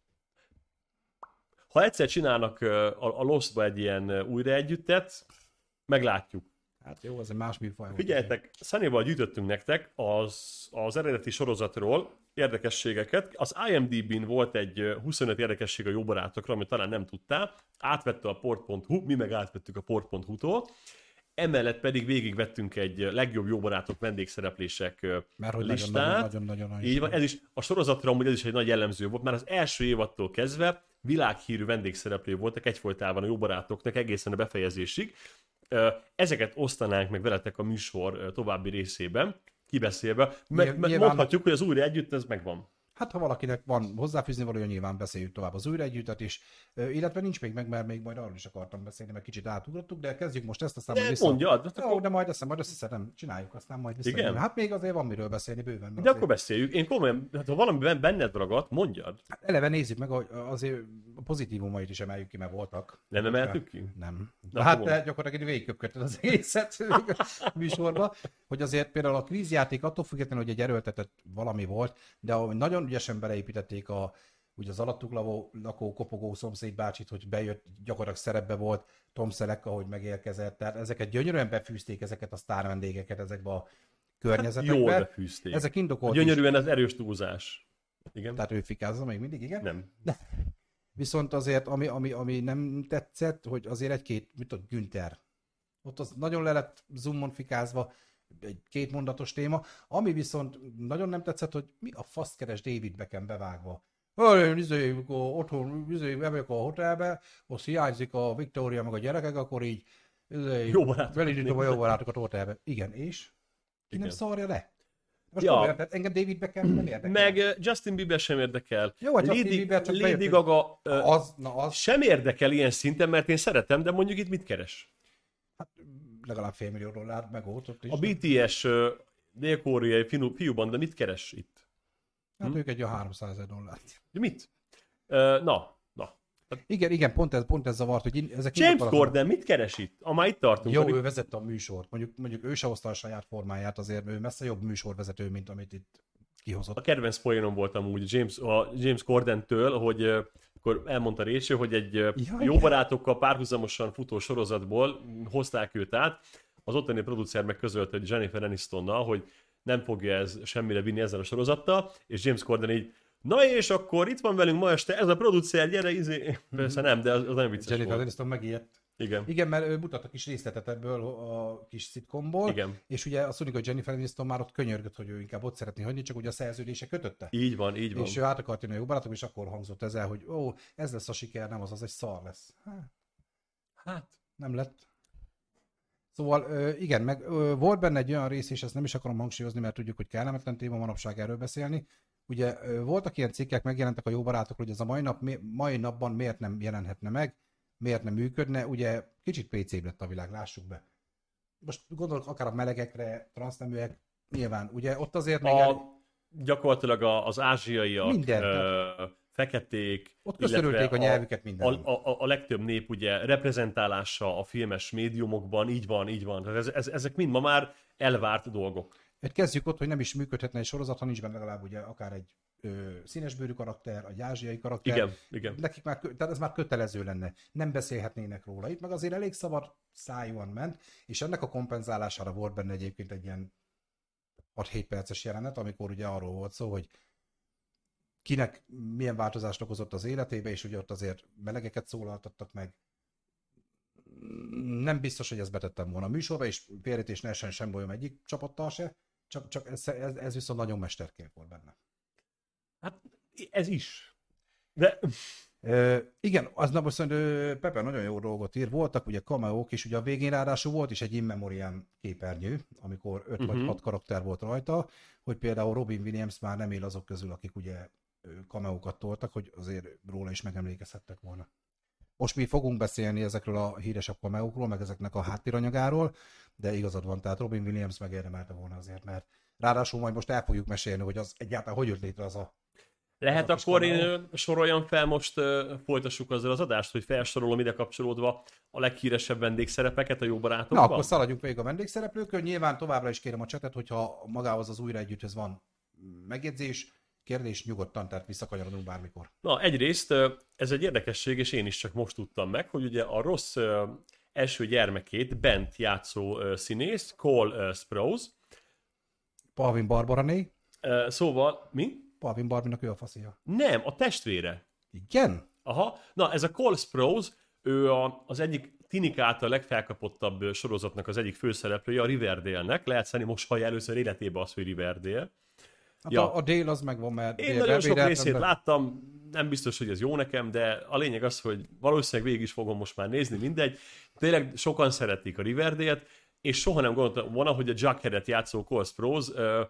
Ha egyszer csinálnak a, a Lost-ba egy ilyen újra együttet, meglátjuk. Hát jó, az egy más műfaj. volt. Figyeljetek, Sunnyval gyűjtöttünk nektek az, az eredeti sorozatról érdekességeket. Az I M D B-n volt egy huszonöt érdekesség a jó barátokra, amit talán nem tudtál. Átvette a port pont hu, mi meg átvettük a port pont hu-tól. Emellett pedig végigvettünk egy legjobb jó barátok vendégszereplések Mert hogy listát. nagyon-nagyon Így van, ez is, a sorozatra amúgy ez is egy nagy jellemző volt. Már az első évadtól kezdve világhírű vendégszereplő voltak egyfolytában a jó barátoknak egészen a befejezésig. Ezeket osztanánk meg veletek a műsor további részében, kibeszélve. Me- me- Nyilván- mondhatjuk, hogy az újra együtt ez megvan. Hát ha valakinek van hozzáfűzni valója, nyilván beszéljük tovább az újra együttet is. Ö, Illetve nincs még meg, mert még majd arról is akartam beszélni, mert kicsit átugrottuk, de kezdjük most ezt, aztán De majd vissza. mondjad, de Jó, akkor, de majd ezt, majd összeszedem, csináljuk, aztán majd vissza. Igen? Hát még azért van miről beszélni bőven. mert de azért- akkor beszéljük. Én komolyan, hát ha valami benned ragadt, mondjad. Hát eleve nézzük meg, hogy azért a pozitívumait is emeljük ki, mert voltak. Nem emeltük ki? Nem. Na, Na, hát akkor te gyakorlatilag végigköpködted az egészet a műsorba, hogy azért például a kvízjáték attól függetlenül, hogy egy erőltetett valami volt, de ahogy nagyon ügyesen beleépítették a, ugye az alattuk lakó, lakó kopogó szomszéd bácsit, hogy bejött, gyakorlatilag szerepbe volt, Tom Selleck, ahogy megérkezett, tehát ezeket gyönyörűen befűzték, ezeket a sztár vendégeket ezekbe a környezetekbe. Jól befűzték. Ezek indokolt Gyönyörűen az erős túlzás. Igen? is. Tehát ő fikázza még mindig, igen? Nem. Viszont azért, ami, ami, ami nem tetszett, hogy azért egy-két, mit tudom, Günther. Ott az nagyon le lett zoomon fikázva, egy két mondatos téma. Ami viszont nagyon nem tetszett, hogy mi a fasz keres David Beckham bevágva. Én izé, amikor otthon izé, bemegyek a hotelbe, ott hiányzik a Victoria meg a gyerekek, akkor így izé, Jó barátokat belindítom a jó nézni. barátokat a hotelbe. Igen, és? Ki nem Igen. szarja le? Most Ja. komolyan, tehát engem David Beckham nem érdekel. Meg uh, Justin Bieber sem érdekel. Jó, hát Justin Lady, Bieber csak Lady bejött, hogy- Gaga uh, az, na az, sem érdekel ilyen szinten, mert én szeretem, de mondjuk itt mit keres? hát legalább fél millió dollár meg volt ott is. A bé té es uh, dél-koreai fiú- fiúbanda mit keres itt? Hát Hm? ők egy olyan háromszázezer dollárt. De mit? Uh, na, na. Igen, igen, pont ez, pont ez zavart, hogy in, ezek James indokolatlan- Corden mit keres itt? Amár itt tartunk. Jó, pedig- ő vezette a műsort. Mondjuk, mondjuk ő se hozta a saját formáját, azért ő messze jobb műsorvezető, mint amit itt kihozott. A kedvenc poénom volt amúgy James, a James Corden-től, hogy uh, akkor elmondta Rachel, hogy egy uh, Jaj, jó igen. barátokkal párhuzamosan futó sorozatból hozták őt át. Az ottani producer meg közölte, hogy Jennifer Anistonnal, hogy nem fogja ez semmire vinni ezzel a sorozattal, és James Corden így, na és akkor itt van velünk ma este ez a producer, gyere, izé. Persze nem, de az, az nagyon vicces Jennifer volt. Aniston megijedt. Igen. Igen, mert ő mutatott kis részletet ebből a kis szitkomból, Igen. és ugye azt mondjuk, hogy Jennifer Aniston már ott könyörgött, hogy ő inkább ott szeretné hagyni, csak ugye a szerződése kötötte. Így van, így van. És ő át akart jönni a jó barátok, és akkor hangzott ezzel, hogy ó, ez lesz a siker, nem az, az egy szar lesz. Hát, Hát, nem lett. Szóval ö, igen, meg ö, volt benne egy olyan rész, és ezt nem is akarom hangsúlyozni, mert tudjuk, hogy kellemetlen téma manapság erről beszélni. Ugye ö, voltak ilyen cikkek, megjelentek a jó barátok, hogy ez a mai, nap, mi, mai napban miért nem jelenhetne meg, miért nem működne. Ugye kicsit pé cébb lett a világ, lássuk be. Most gondolok akár a melegekre, transzneműek, nyilván, ugye ott azért még... a, El... gyakorlatilag a- az ázsiaiak, Minden, ö, feketék, Ott köszörülték illetve a nyelvüket, minden. A, a, a legtöbb nép ugye reprezentálása a filmes médiumokban, így van, így van. Tehát ez, ez, ezek mind ma már elvárt dolgok. Hát kezdjük ott, hogy nem is működhetne egy sorozat, ha nincs benne legalább ugye akár egy ö, színesbőrű karakter, egy ázsiai karakter. Igen, igen. Nekik már, kö- tehát ez már kötelező lenne. Nem beszélhetnének róla. Itt meg azért elég szabad szájúan ment, és ennek a kompenzálására volt benne egyébként egy ilyen hat-hét perces jelenet, amikor ugye arról volt szó, hogy kinek milyen változást okozott az életébe, és ugye ott azért melegeket szólaltattak meg. Nem biztos, hogy ezt betettem volna a műsorba, és félretés ne essen sem bolyom egyik csapattal se, csak, csak ez, ez, ez viszont nagyon mesterkélt volt benne. Hát ez is. De Ö, igen, aznap viszont ö, Pepe nagyon jó dolgot ír. Voltak ugye cameók, és ugye a végén ráadásul volt is egy in memoriam képernyő, amikor öt Mhm. vagy hat karakter volt rajta, hogy például Robin Williams már nem él azok közül, akik ugye ö, cameókat toltak, hogy azért róla is megemlékezhettek volna. Most mi fogunk beszélni ezekről a híresebb cameókról, meg ezeknek a háttéranyagáról, de igazad van, tehát Robin Williams megérdemelte volna azért, mert Ráadásul majd most el fogjuk mesélni, hogy az egyáltalán hogy jött létre az a... Lehet az a akkor kis én soroljam fel most, uh, folytassuk azzal az adást, hogy felsorolom ide kapcsolódva a leghíresebb vendégszerepeket a jó barátokban? Na, akkor szaladjunk végig a vendégszereplőkön. Nyilván továbbra is kérem a csetet, hogyha magához az újra együtthez van megjegyzés, kérdés, nyugodtan, tehát visszakanyarodunk bármikor. Na, egyrészt ez egy érdekesség, és én is csak most tudtam meg, hogy ugye a Ross uh, első gyermekét bent játszó uh, színész, Cole uh, Sprouse. Palvin Barbarané. Uh, szóval, mi? Palvin Barbinak ő a faszia. Nem, a testvére. Igen? Aha, na ez a Cole Sprouse, ő a, az egyik tinik által legfelkapottabb sorozatnak az egyik főszereplője, a Riverdale-nek. Lehet szerintem most hallja először életében az, hogy Riverdale. Hát Ja. a, a dél az megvan, mert... Én délbe nagyon sok védeltem, részét de- láttam, nem biztos, hogy ez jó nekem, de a lényeg az, hogy valószínűleg végig is fogom most már nézni, mindegy. Tényleg sokan szeretik a Riverdale-t, és soha nem gondoltam volna, hogy a Jughead-et játszó Cole Sprouse ö,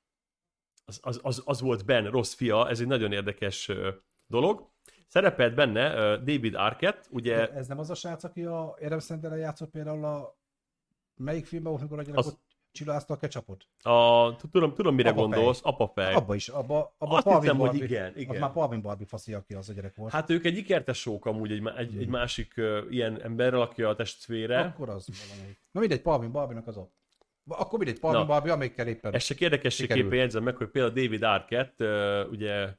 az, az, az, az volt Ben, Ross fia, ez egy nagyon érdekes ö, dolog. Szerepelt benne ö, David Arquette, ugye... De ez nem az a srác, aki a Adam Sandler játszott például a... Melyik filmben volt, amikor a gyerek Az- ott csilázta a ketchupot? A, tudom, tudom, mire Apafej. gondolsz, apafej. Abba is, abba, abba Azt Palvin hittem, hogy Barbie- igen, Az igen. már Palvin Barbie faszi, aki az a gyerek volt. Hát ők egy ikertesók amúgy egy, egy, Hmm. egy másik uh, ilyen emberrel, aki a testvére. Akkor az valamelyik. Na mindegy, Palvin Barbie-nak az a... Akkor mindegy, Palvin Na. Barbie, amelyikkel éppen... Ezt csak érdekességképpen Sikerült. jegyzem meg, hogy például David Arquette, uh, ugye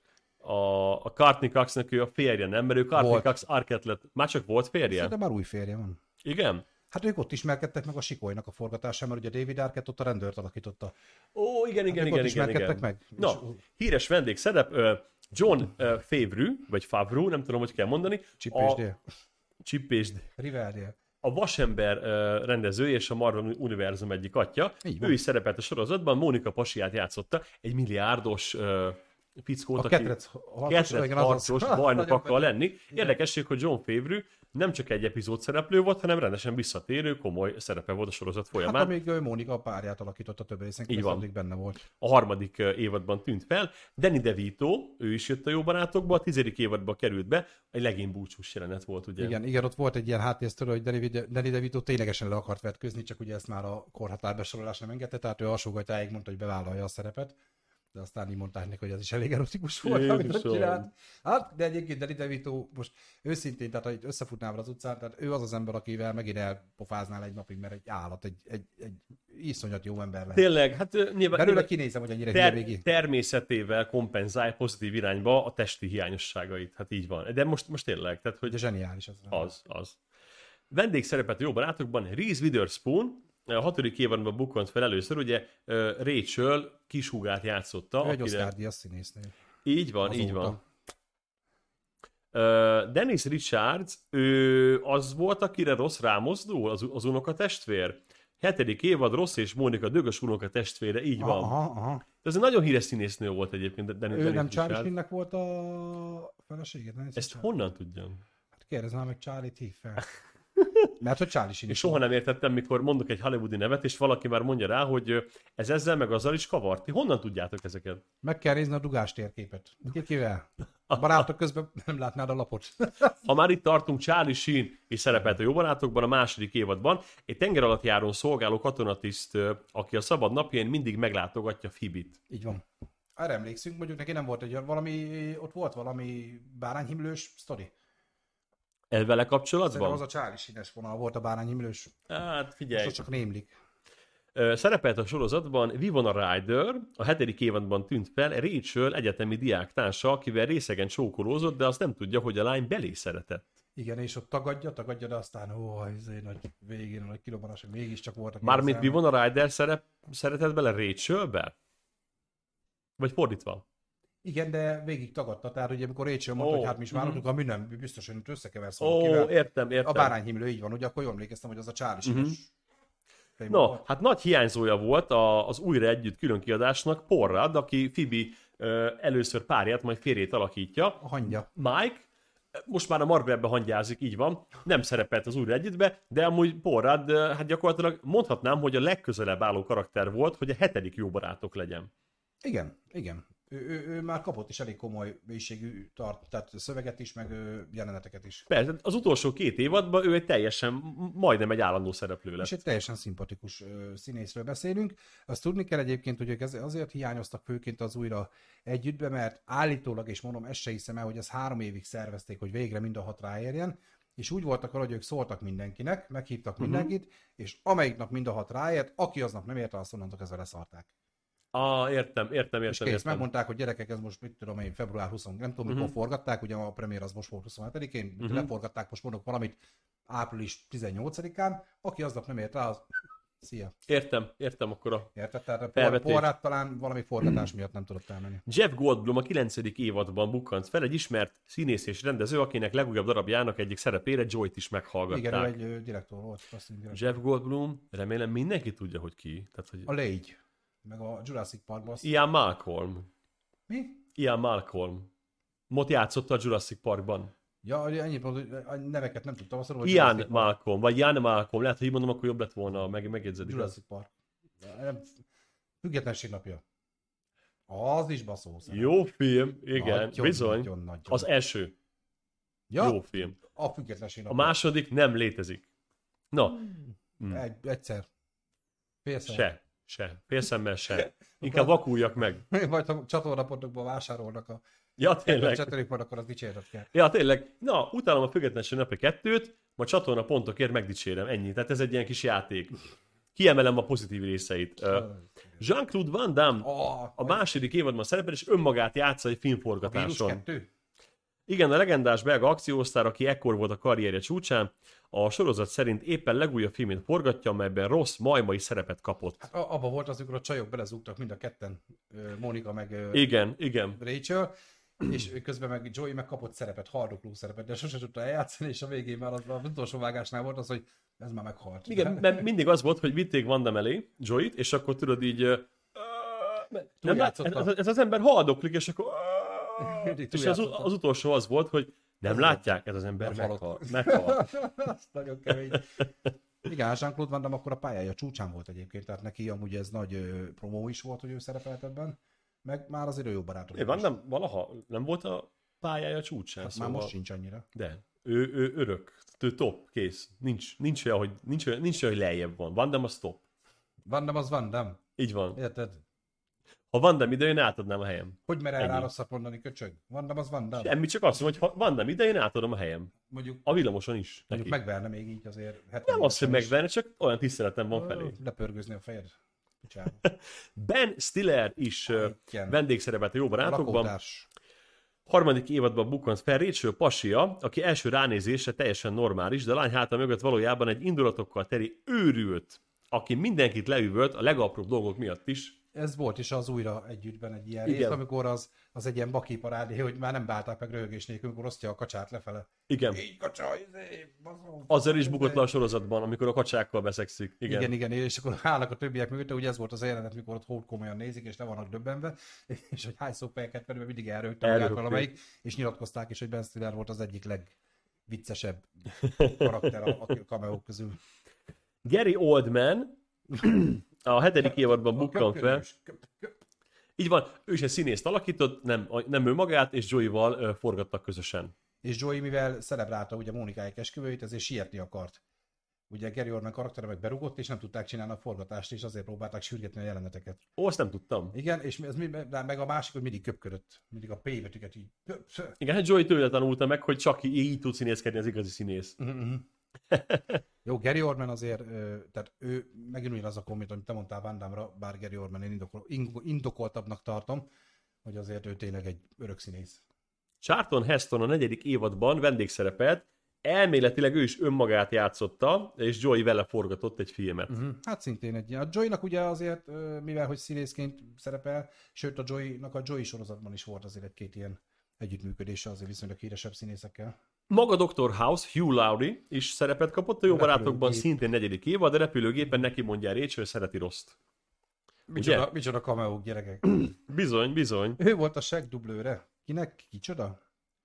a, a Courtney Coxnak ő a férje, nem? Mert ő Courtney Volt. Cox Arquette lett. Már csak volt férje? Szerintem már új férje van. Igen? Hát ők ott ismerkedtek meg a Sikolynak a forgatásán, mert ugye David Arquette ott a rendőrt alakította. Ó, igen, igen, ők ott igen, igen, ismerkedtek igen. meg. Na, És- híres vendégszerep, uh, John uh, Favreau, vagy Favreau, nem tudom, hogy kell mondani. Csipésdél. Csipésd. Riverdale. A Vasember uh, rendezője és a Marvel Univerzum egyik atya. Így van. Ő is szerepelt a sorozatban, Mónika Pasiát játszotta, egy milliárdos uh, fickót, A aki ketrec harcos, ketrec igen, az az. harcos Ha, bajnok nagyon akar lenni. Érdekesség, hogy John Favreau nem csak egy epizód szereplő volt, hanem rendesen visszatérő, komoly szerepe volt a sorozat Hát folyamán. amíg ő Mónika a párját alakította több részen, Így keresztül, van. addig benne volt. A harmadik uh, évadban tűnt fel. Danny DeVito, ő is jött a Jó Barátokba, a tizedik évadban került be, egy legény búcsús jelenet volt, ugye? Igen, igen, ott volt egy ilyen háttérsztori, hogy Danny De- Danny DeVito ténylegesen le akart vetkőzni, csak ugye ezt már a korhatárbesorolás nem engedte, tehát ő alsógatyáig mondta, hogy bevállalja a szerepet. De aztán így mondták neki, hogy ez is elég erotikus volt, amit ott Jézusom. csinált. Hát, de egyébként Danny DeVito most őszintén, tehát hogy összefutnál vele az utcán, tehát ő az az ember, akivel megint elpofáznál egy napig, mert egy állat, egy, egy, egy iszonyat jó ember lehet. Tényleg, hát uh, nyilván, Belőle nyilván kinézem, hogy ennyire ter- hülye végig. természetével kompenzál pozitív irányba a testi hiányosságait. Hát így van. De most, most tényleg, tehát hogy De zseniális ez. az, az. Vendégszerepet a Jó Barátokban Reese Witherspoon, a hatodik évadban bukkant fel először, ugye uh, Rachel kishúgát játszotta. Ő egy akire- Oscar-díjas színésznő. Így van, így Azóta. van. Uh, Dennis Richards, ő az volt, akire Ross rámozdul, az, az unoka testvér. Hetedik évad, Ross és Mónika dögös unoka testvére, így van. Aha, aha. Ez egy nagyon híres színésznő volt egyébként, Dennis, Ő Dennis nem Richards. Charlie Sheennek volt a felesége? Nem Ezt Charlie? honnan tudjam? Hát kérdezz már meg Charlie-t hív fel. Mert hogy Charlie Sheen Én is soha volt. nem értettem, mikor mondok egy hollywoodi nevet, és valaki már mondja rá, hogy ö, ez ezzel meg azzal is kavart. Ti honnan tudjátok ezeket? Meg kell nézni a dugás térképet. Ki kivel? A barátok közben nem látnád a lapot. Ha már itt tartunk, Charlie Sheen is szerepelt a Jó Barátokban a második évadban. Egy tenger alatt járón szolgáló katonatiszt, ö, aki a szabad napjain mindig meglátogatja Phoebe-t. Így van. Arra emlékszünk, mondjuk neki nem volt egy olyan valami, ott volt valami bárányhimlős sztori. El vele kapcsolatban? Szerintem az a Charlie Sheen-es vonal volt a bárányhimlős. Hát És figyelj. az csak rémlik. Ö, Szerepelt a sorozatban Winona Ryder, a hetedik évadban tűnt fel Rachel egyetemi diáktársa, akivel részegen csókolózott, de azt nem tudja, hogy a lány belé szeretett. Igen, és ott tagadja, tagadja, de aztán ó, ez egy nagy végén, a nagy kilobbanás, hogy mégiscsak voltak. Mármint érzelmek. Winona Ryder szerep, szeretett bele Rachelbe? Vagy fordítva? Igen, de végig tagadta, tehát ugye amikor Rachel mondta, Ó, hogy hát mi is mhm. várhatunk, ami nem, biztosan itt összekeversz Ó, valakivel. értem, értem. A bárányhimlő így van, ugye akkor jól emlékeztem, hogy az a Charlie Sheen-es téma No, volt. hát nagy hiányzója volt a, az újra együtt különkiadásnak Paul Rudd, aki Phoebe ö, először párját, majd férjét alakítja. A hangya. Mike, most már a Marvelbe hangyázik, így van, nem szerepelt az újra együttbe, de amúgy Paul Rudd, ö, hát gyakorlatilag mondhatnám, hogy a legközelebb álló karakter volt, hogy a hetedik Jó Barátok legyen. Igen, igen. ő, ő, ő már kapott is elég komoly mélységű tart, tehát szöveget is, meg ö, jeleneteket is. Persze, az utolsó két évadban ő egy teljesen, majdnem egy állandó szereplő lett. És egy teljesen szimpatikus ö, színészről beszélünk. Azt tudni kell egyébként, hogy ők ez- azért hiányoztak főként az újra együttbe, mert állítólag, és mondom, ezt se hiszem el, hogy ez három évig szervezték, hogy végre mind a hat ráérjen, és úgy voltak arra, hogy ők szóltak mindenkinek, meghívtak mindenkit, uh-huh. és amelyik nap mind a hat ráért, aki aznap nem érte, azt onnantól kezdve leszarták. Ah, értem, értem, És értem, kész, értem. megmondták, hogy gyerekek, ez most mit tudom én, február huszadika, nem tudom, mikor Mhm. forgatták, ugye a premier az most volt huszonhetedikén, Mhm. leforgatták, most mondok valamit április tizennyolcadikán, aki aznap nem ért rá, az szia. Értem, értem akkor a... Érted? Tehát a Felvetés. porrát talán valami forgatás miatt nem tudott elmenni. Jeff Goldblum a kilencedik évadban bukkant fel, egy ismert színész és rendező, akinek legújabb darabjának egyik szerepére Joyt is meghallgatták. Igen, ő egy ö, direktor volt. Azt hiszem, direktor. Jeff Goldblum, remélem mindenki tudja, hogy ki. Tehát, hogy A Légy, meg a Jurassic Parkban. Azt... Ian Malcolm. Mi? Ian Malcolm. Mot játszotta a Jurassic Parkban. Ja, ennyit mondom, hogy a neveket nem tudtam. Azt mondom, hogy Ian Jurassic Park. Malcolm, vagy Ian Malcolm. Lehet, hogy így mondom, akkor jobb lett volna, meg, megjegyzed. igaz? Jurassic Park. Nem, Függetlenség napja. Az is baszó. szerep. Jó film, igen, Nagyon, bizony. Nagyon, nagyon. Az első. Ja, Jó film. a függetlenség A napja. második nem létezik. Na, Hmm. Egy, egyszer. Félszer. se, se. Félszemmel se. Inkább vakuljak meg. Majd ha csatornapontokban vásárolnak a Ja, tényleg. csatornák, majd akkor az dicséretet kell. Ja, tényleg. Na, utálom a függetlenség napja kettőt, majd csatorna pontokért megdicsérem. Ennyi. Tehát ez egy ilyen kis játék. Kiemelem a pozitív részeit. Ö, Jean-Claude Van Damme A, a második évadban szerepel, és önmagát játsza egy vírus filmforgatáson. kettő? Igen, a legendás belga akciósztár, aki ekkor volt a karrierje csúcsán, a sorozat szerint éppen legújabb filmét forgatja, amelyben rossz majmai szerepet kapott. Hát a- abba volt az, amikor a csajok belezúgtak mind a ketten, ö, Monika meg ö, Igen, igen. Rachel, és közben meg Joey meg kapott szerepet, haldokló szerepet, de sose tudta eljátszani, és a végén már az, az utolsó vágásnál volt az, hogy ez már meghalt. Igen, mert mindig az volt, hogy vitték Van Damme elé, Joey-t, és akkor tudod így... ö, nem lát, Túljátszotta. ez, ez az ember haldoklik, és akkor... Mindig És az, túljátszotta. az utolsó az volt, hogy nem látják, ez az ember Meghalott. meghal. meghal. Az nagyon kemény. Igen, Jean-Claude Van Damme akkor a pályája csúcsán volt egyébként, tehát neki amúgy ez nagy ö, promó is volt, hogy ő szerepelt ebben, meg már azért ő jó barátok. É, Van Damme valaha nem volt a pályája csúcsán, Hát szóval... már most sincs annyira. De, ő, ő örök, ő top, kész. Nincs, nincs olyan, hogy, nincs olyan, nincs olyan, hogy lejjebb van. Van Damme az top. Van Damme az Van Damme. Így van. Érted? Ha Van Damme idején átadnám a helyem. Hogy mer el Ennyi. rá rosszat mondani, köcsög? Van Damme az Van Damme. Semmi, csak azt mondom, hogy ha Van Damme idején átadom a helyem. Mondjuk, A villamoson is. Neki. mondjuk megverne még így azért. Nem az, hogy megverne, csak olyan tiszteletem van felé. Lepörgözni a fejed. Csávó. Ben Stiller is ö, Igen. vendégszerepelt a Jó Barátokban. Lakótárs. Harmadik évadban bukkant fel Rachel pasia, aki első ránézésre teljesen normális, de a lány háta mögött valójában egy indulatokkal teli őrült, aki mindenkit leüvölt a legapróbb dolgok miatt is. Ez volt is az újra együttben egy ilyen Igen. rész, amikor az, az egy ilyen baki parádé, hogy már nem bálták meg röhögés nélkül, amikor osztja a kacsát lefele. Igen. Így kacsa, izé, bazó. Azzal is bukott le a sorozatban, amikor a kacsákkal beszekszik. Igen. Igen, igen, és akkor állnak a többiek mögött, ugye ez volt az a jelenet, mikor ott hód komolyan nézik, és le vannak döbbenve, és hogy hány szófejeket pedig mindig elrögte magát Elrögték. valamelyik, és nyilatkozták is, hogy Ben Stiller volt az egyik legviccesebb karakter a, a cameók közül. Gary Oldman a hetedik évadban bukkant fel. Köpködős, köp- köp- Így van, ő is egy színészt alakított, nem, nem ő magát, és Joey-val ö, forgattak közösen. És Joey, mivel celebrálta ugye Mónikáik esküvőjét, ezért sietni akart. Ugye Gary Oldman karaktere meg berugott, és nem tudták csinálni a forgatást, és azért próbálták sürgetni a jeleneteket. Ó, azt nem tudtam. Igen, és ez, mi- meg a másik, hogy mindig köpködött. Mindig a P betűket így. Igen, hát Joey tőle tanulta meg, hogy csak így tud színészkedni az igazi színész. Mhm. Jó, Gary Oldman azért, ö, tehát ő megint ugyanaz a komment, amit te mondtál Van Damme-ra, bár Gary Oldman én indokol, ind- indokoltabbnak tartom, hogy azért ő tényleg egy örök színész. Charlton Heston a negyedik évadban vendégszerepelt, elméletileg ő is önmagát játszotta, és Joey vele forgatott egy filmet. Uh-huh. Hát szintén egy ilyen. A Joey-nak ugye azért, ö, mivel hogy színészként szerepel, sőt a Joey-nak a Joey sorozatban is volt azért egy-két ilyen együttműködése azért viszonylag híresebb színészekkel. Maga doktor House, Hugh Laurie is szerepet kapott a Jó Repülőgép. Barátokban, szintén negyedik évad, de repülőgépen neki mondja Rachel, szereti Rost. Micsoda, Ugye? micsoda cameók, gyerekek. Bizony, bizony. Ő volt a Shaq dublőre. Kinek? Kicsoda?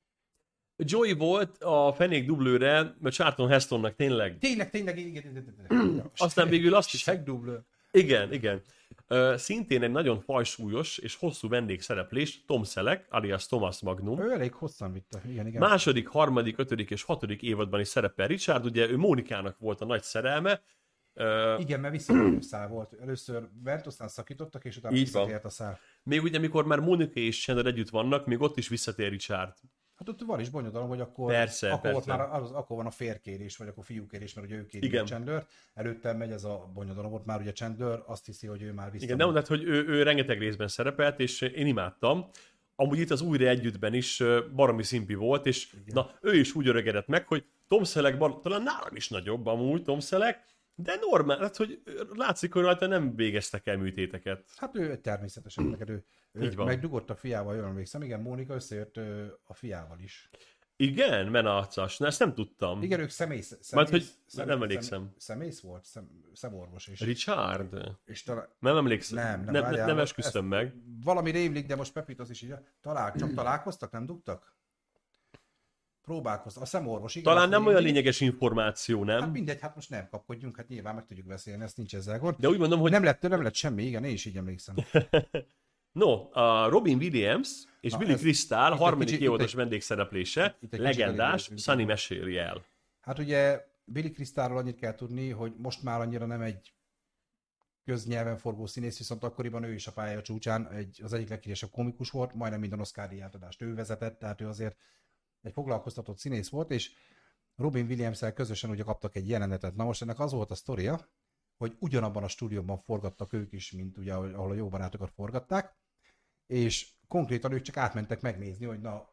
Joey volt a fenék dublőre, mert Charlton Hestonnak tényleg. Tényleg, tényleg, igen, igen, igen, igen. Aztán végül azt is- Shaq dublőr. Igen, igen. Uh, szintén egy nagyon fajsúlyos és hosszú vendégszereplés, Tom Selleck, alias Thomas Magnum. Ő elég hosszan vitte, igen, igen. Második, harmadik, ötödik és hatodik évadban is szerepel Richard, ugye ő Mónikának volt a nagy szerelme. Uh, Igen, mert visszatérő szál volt. Először bent, aztán szakítottak, és utána Így visszatért van. a szál. még ugye, amikor már Monika és Chandler együtt vannak, még ott is visszatér Richard. Hát ott van is bonyodalom, hogy akkor, Persze, akkor, persze. Ott már az, akkor van a férkérés, vagy akkor fiúkérés, mert ugye ő kéri Igen. a Chandler. Előtte megy ez a bonyodalom, ott már ugye Chandler azt hiszi, hogy ő már vissza. Igen, de mondod, hogy ő, ő rengeteg részben szerepelt, és én imádtam. Amúgy itt az újra együttben is ö, baromi szimpi volt, és Igen. na, ő is úgy öregedett meg, hogy Tom Selleck, bar- talán nálam is nagyobb amúgy Tom Selleck, de normál, hát, hogy látszik, hogy rajta nem végeztek el műtéteket. Hát ő természetesen, neked ő, ő Így van. megdugott a fiával, jól emlékszem. Igen, Mónika összejött ö, a fiával is. Igen, menarcas, na ezt nem tudtam. Igen, ők szemész, szemész, Majd, hogy szemész, nem emlékszem. Szemész volt, szem, szemorvos is. Richard? És talán, Nem emlékszem. Nem, nem, nem, várjál, nem esküszöm ezt- meg. valami rémlik, de most Pepit az is így, talál, csak találkoztak, nem dugtak? Próbálkoztak. A szemorvos, igen. Talán az nem olyan rémlik. lényeges információ, nem? Hát mindegy, hát most nem kapkodjunk, hát nyilván meg tudjuk beszélni, ezt nincs ezzel gond. De úgy mondom, hogy Nem lett, nem lett semmi, igen, én is így emlékszem. no, a Robin Williams és Na, Billy ez- Crystal itt egy harmadik kicsi- évados itt egy- vendégszereplése, itt egy kicsit legendás, elégültünk. Sunny meséli el. Hát ugye Billy Crystalról annyit kell tudni, hogy most már annyira nem egy köznyelven forgó színész, viszont akkoriban ő is a pálya csúcsán egy, az egyik leghíresebb komikus volt, majdnem minden Oscar-díj átadást ő vezetett, tehát ő azért egy foglalkoztatott színész volt, és Robin Williams-el közösen ugye kaptak egy jelenetet. Na most ennek az volt a sztoria, hogy ugyanabban a stúdióban forgattak ők is, mint ugye, ahol a Jó barátokat forgatták, és konkrétan ők csak átmentek megnézni, hogy na,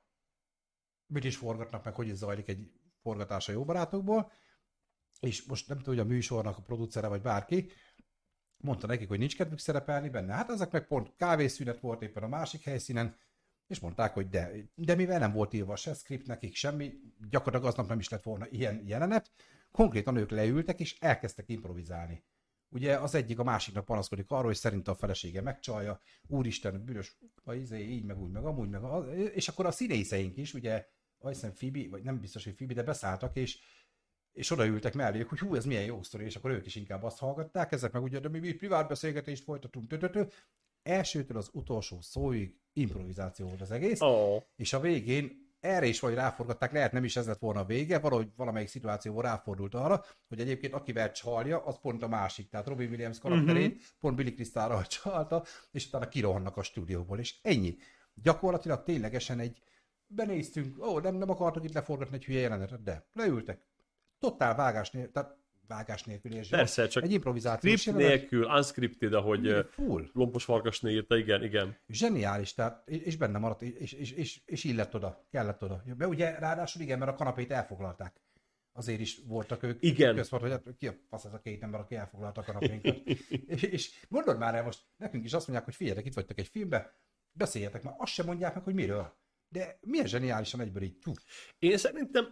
mit is forgatnak meg, hogy is zajlik egy forgatás a Jó barátokból, és most nem tudom, hogy a műsornak a producere vagy bárki, mondta nekik, hogy nincs kedvük szerepelni benne. Hát ezek meg pont kávészünet volt éppen a másik helyszínen, és mondták, hogy de, de mivel nem volt írva se script nekik, semmi, gyakorlatilag aznap nem is lett volna ilyen jelenet, konkrétan ők leültek és elkezdtek improvizálni. Ugye az egyik a másiknak panaszkodik arról, hogy szerint a felesége megcsalja, úristen, bűnös, vagy izé, így, meg úgy, meg amúgy, meg az, és akkor a színészeink is, ugye, azt hiszem Phoebe, vagy nem biztos, hogy Phoebe, de beszálltak, és és odaültek melléjük, hogy hú, ez milyen jó sztori, és akkor ők is inkább azt hallgatták, ezek meg ugye, de mi, mi privát beszélgetést folytatunk, tötötö. Elsőtől az utolsó szóig improvizáció volt az egész, Oh. és a végén erre is vagy ráforgatták, lehet nem is ez lett volna a vége, valahogy valamelyik szituációból ráfordult arra, hogy egyébként akivel csalja, az pont a másik, tehát Robin Williams karakterét uh-huh. pont Billy Crystalral csalta, és utána kirohannak a stúdióból, és ennyi. Gyakorlatilag ténylegesen egy, benéztünk, ó, nem, nem akartok itt leforgatni egy hülye jelenetet, de leültek. Totál vágás nélkül, tehát vágás nélkül és Persze, csak egy improvizációs script jelenet. nélkül, unscripted, ahogy ö, Full. Lompos Farkasné írta, igen, igen. Zseniális, tehát, és benne maradt, és, és, és, és illett oda, kellett oda. De ugye ráadásul igen, mert a kanapét elfoglalták. Azért is voltak ők Igen. központ, hogy hát ki a fasz ez a két ember, aki elfoglalta a kanapénkat. és, és gondold már el most, nekünk is azt mondják, hogy figyeljetek, itt vagytok egy filmbe, beszéljetek már, azt sem mondják meg, hogy miről. De milyen zseniálisan egyből így. Hú. Én szerintem,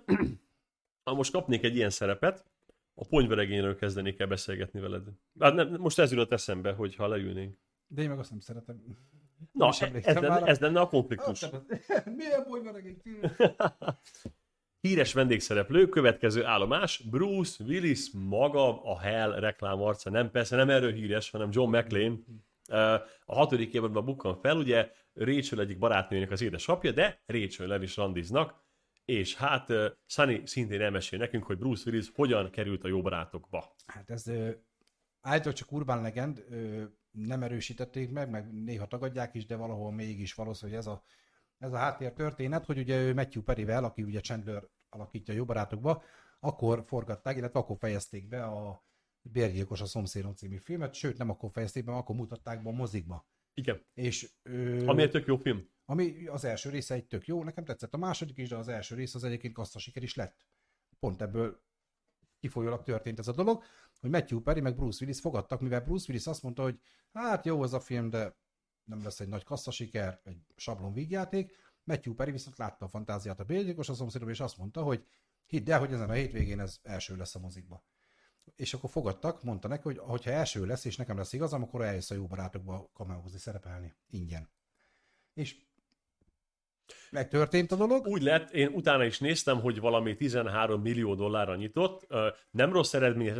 ha most kapnék egy ilyen szerepet, a ponyveregényről kezdenék el beszélgetni veled. Hát nem, most ez jutott eszembe, hogy ha leülnénk. De én meg azt nem szeretem. Na, is ez emlékszem lenne, már. ez lenne a konfliktus. Milyen bolyvaregény? Híres vendégszereplő, következő állomás, Bruce Willis maga, a Hell reklám arca, nem persze, nem erről híres, hanem John McClane. A hatodik évadban bukkan fel, ugye Rachel egyik barátnőjének az édesapja, de Rachel-el is randiznak, és hát uh, Sunny szintén elmesél nekünk, hogy Bruce Willis hogyan került a Jó barátokba. Hát ez ö, állítólag csak urban legend, ö, nem erősítették meg, meg néha tagadják is, de valahol mégis valószínű, hogy ez a, ez a háttér történet, hogy ugye ő Matthew Perryvel, aki ugye Chandler alakítja a Jó barátokba, akkor forgatták, illetve akkor fejezték be a Bérgyilkos a szomszédom című filmet, sőt nem akkor fejezték be, akkor mutatták be a mozikba. Igen. És, ö, Ami tök jó film. Ami az első része egy tök jó, nekem tetszett a második is, de az első rész az egyébként kassza siker is lett. Pont ebből kifolyólag történt ez a dolog, hogy Matthew Perry meg Bruce Willis fogadtak, mivel Bruce Willis azt mondta, hogy hát jó ez a film, de nem lesz egy nagy kassza siker, egy sablon vígjáték. Matthew Perry viszont látta a fantáziát a Bérgyilkos a szomszédom, és azt mondta, hogy hidd el, hogy ezen a hétvégén ez első lesz a mozikba. És akkor fogadtak, mondta neki, hogy ha első lesz, és nekem lesz igazam, akkor eljössz a Jó barátokba kameózni, szerepelni ingyen. És megtörtént a dolog. Úgy lett, én utána is néztem, hogy valami tizenhárom millió dollárra nyitott. Nem rossz eredmény,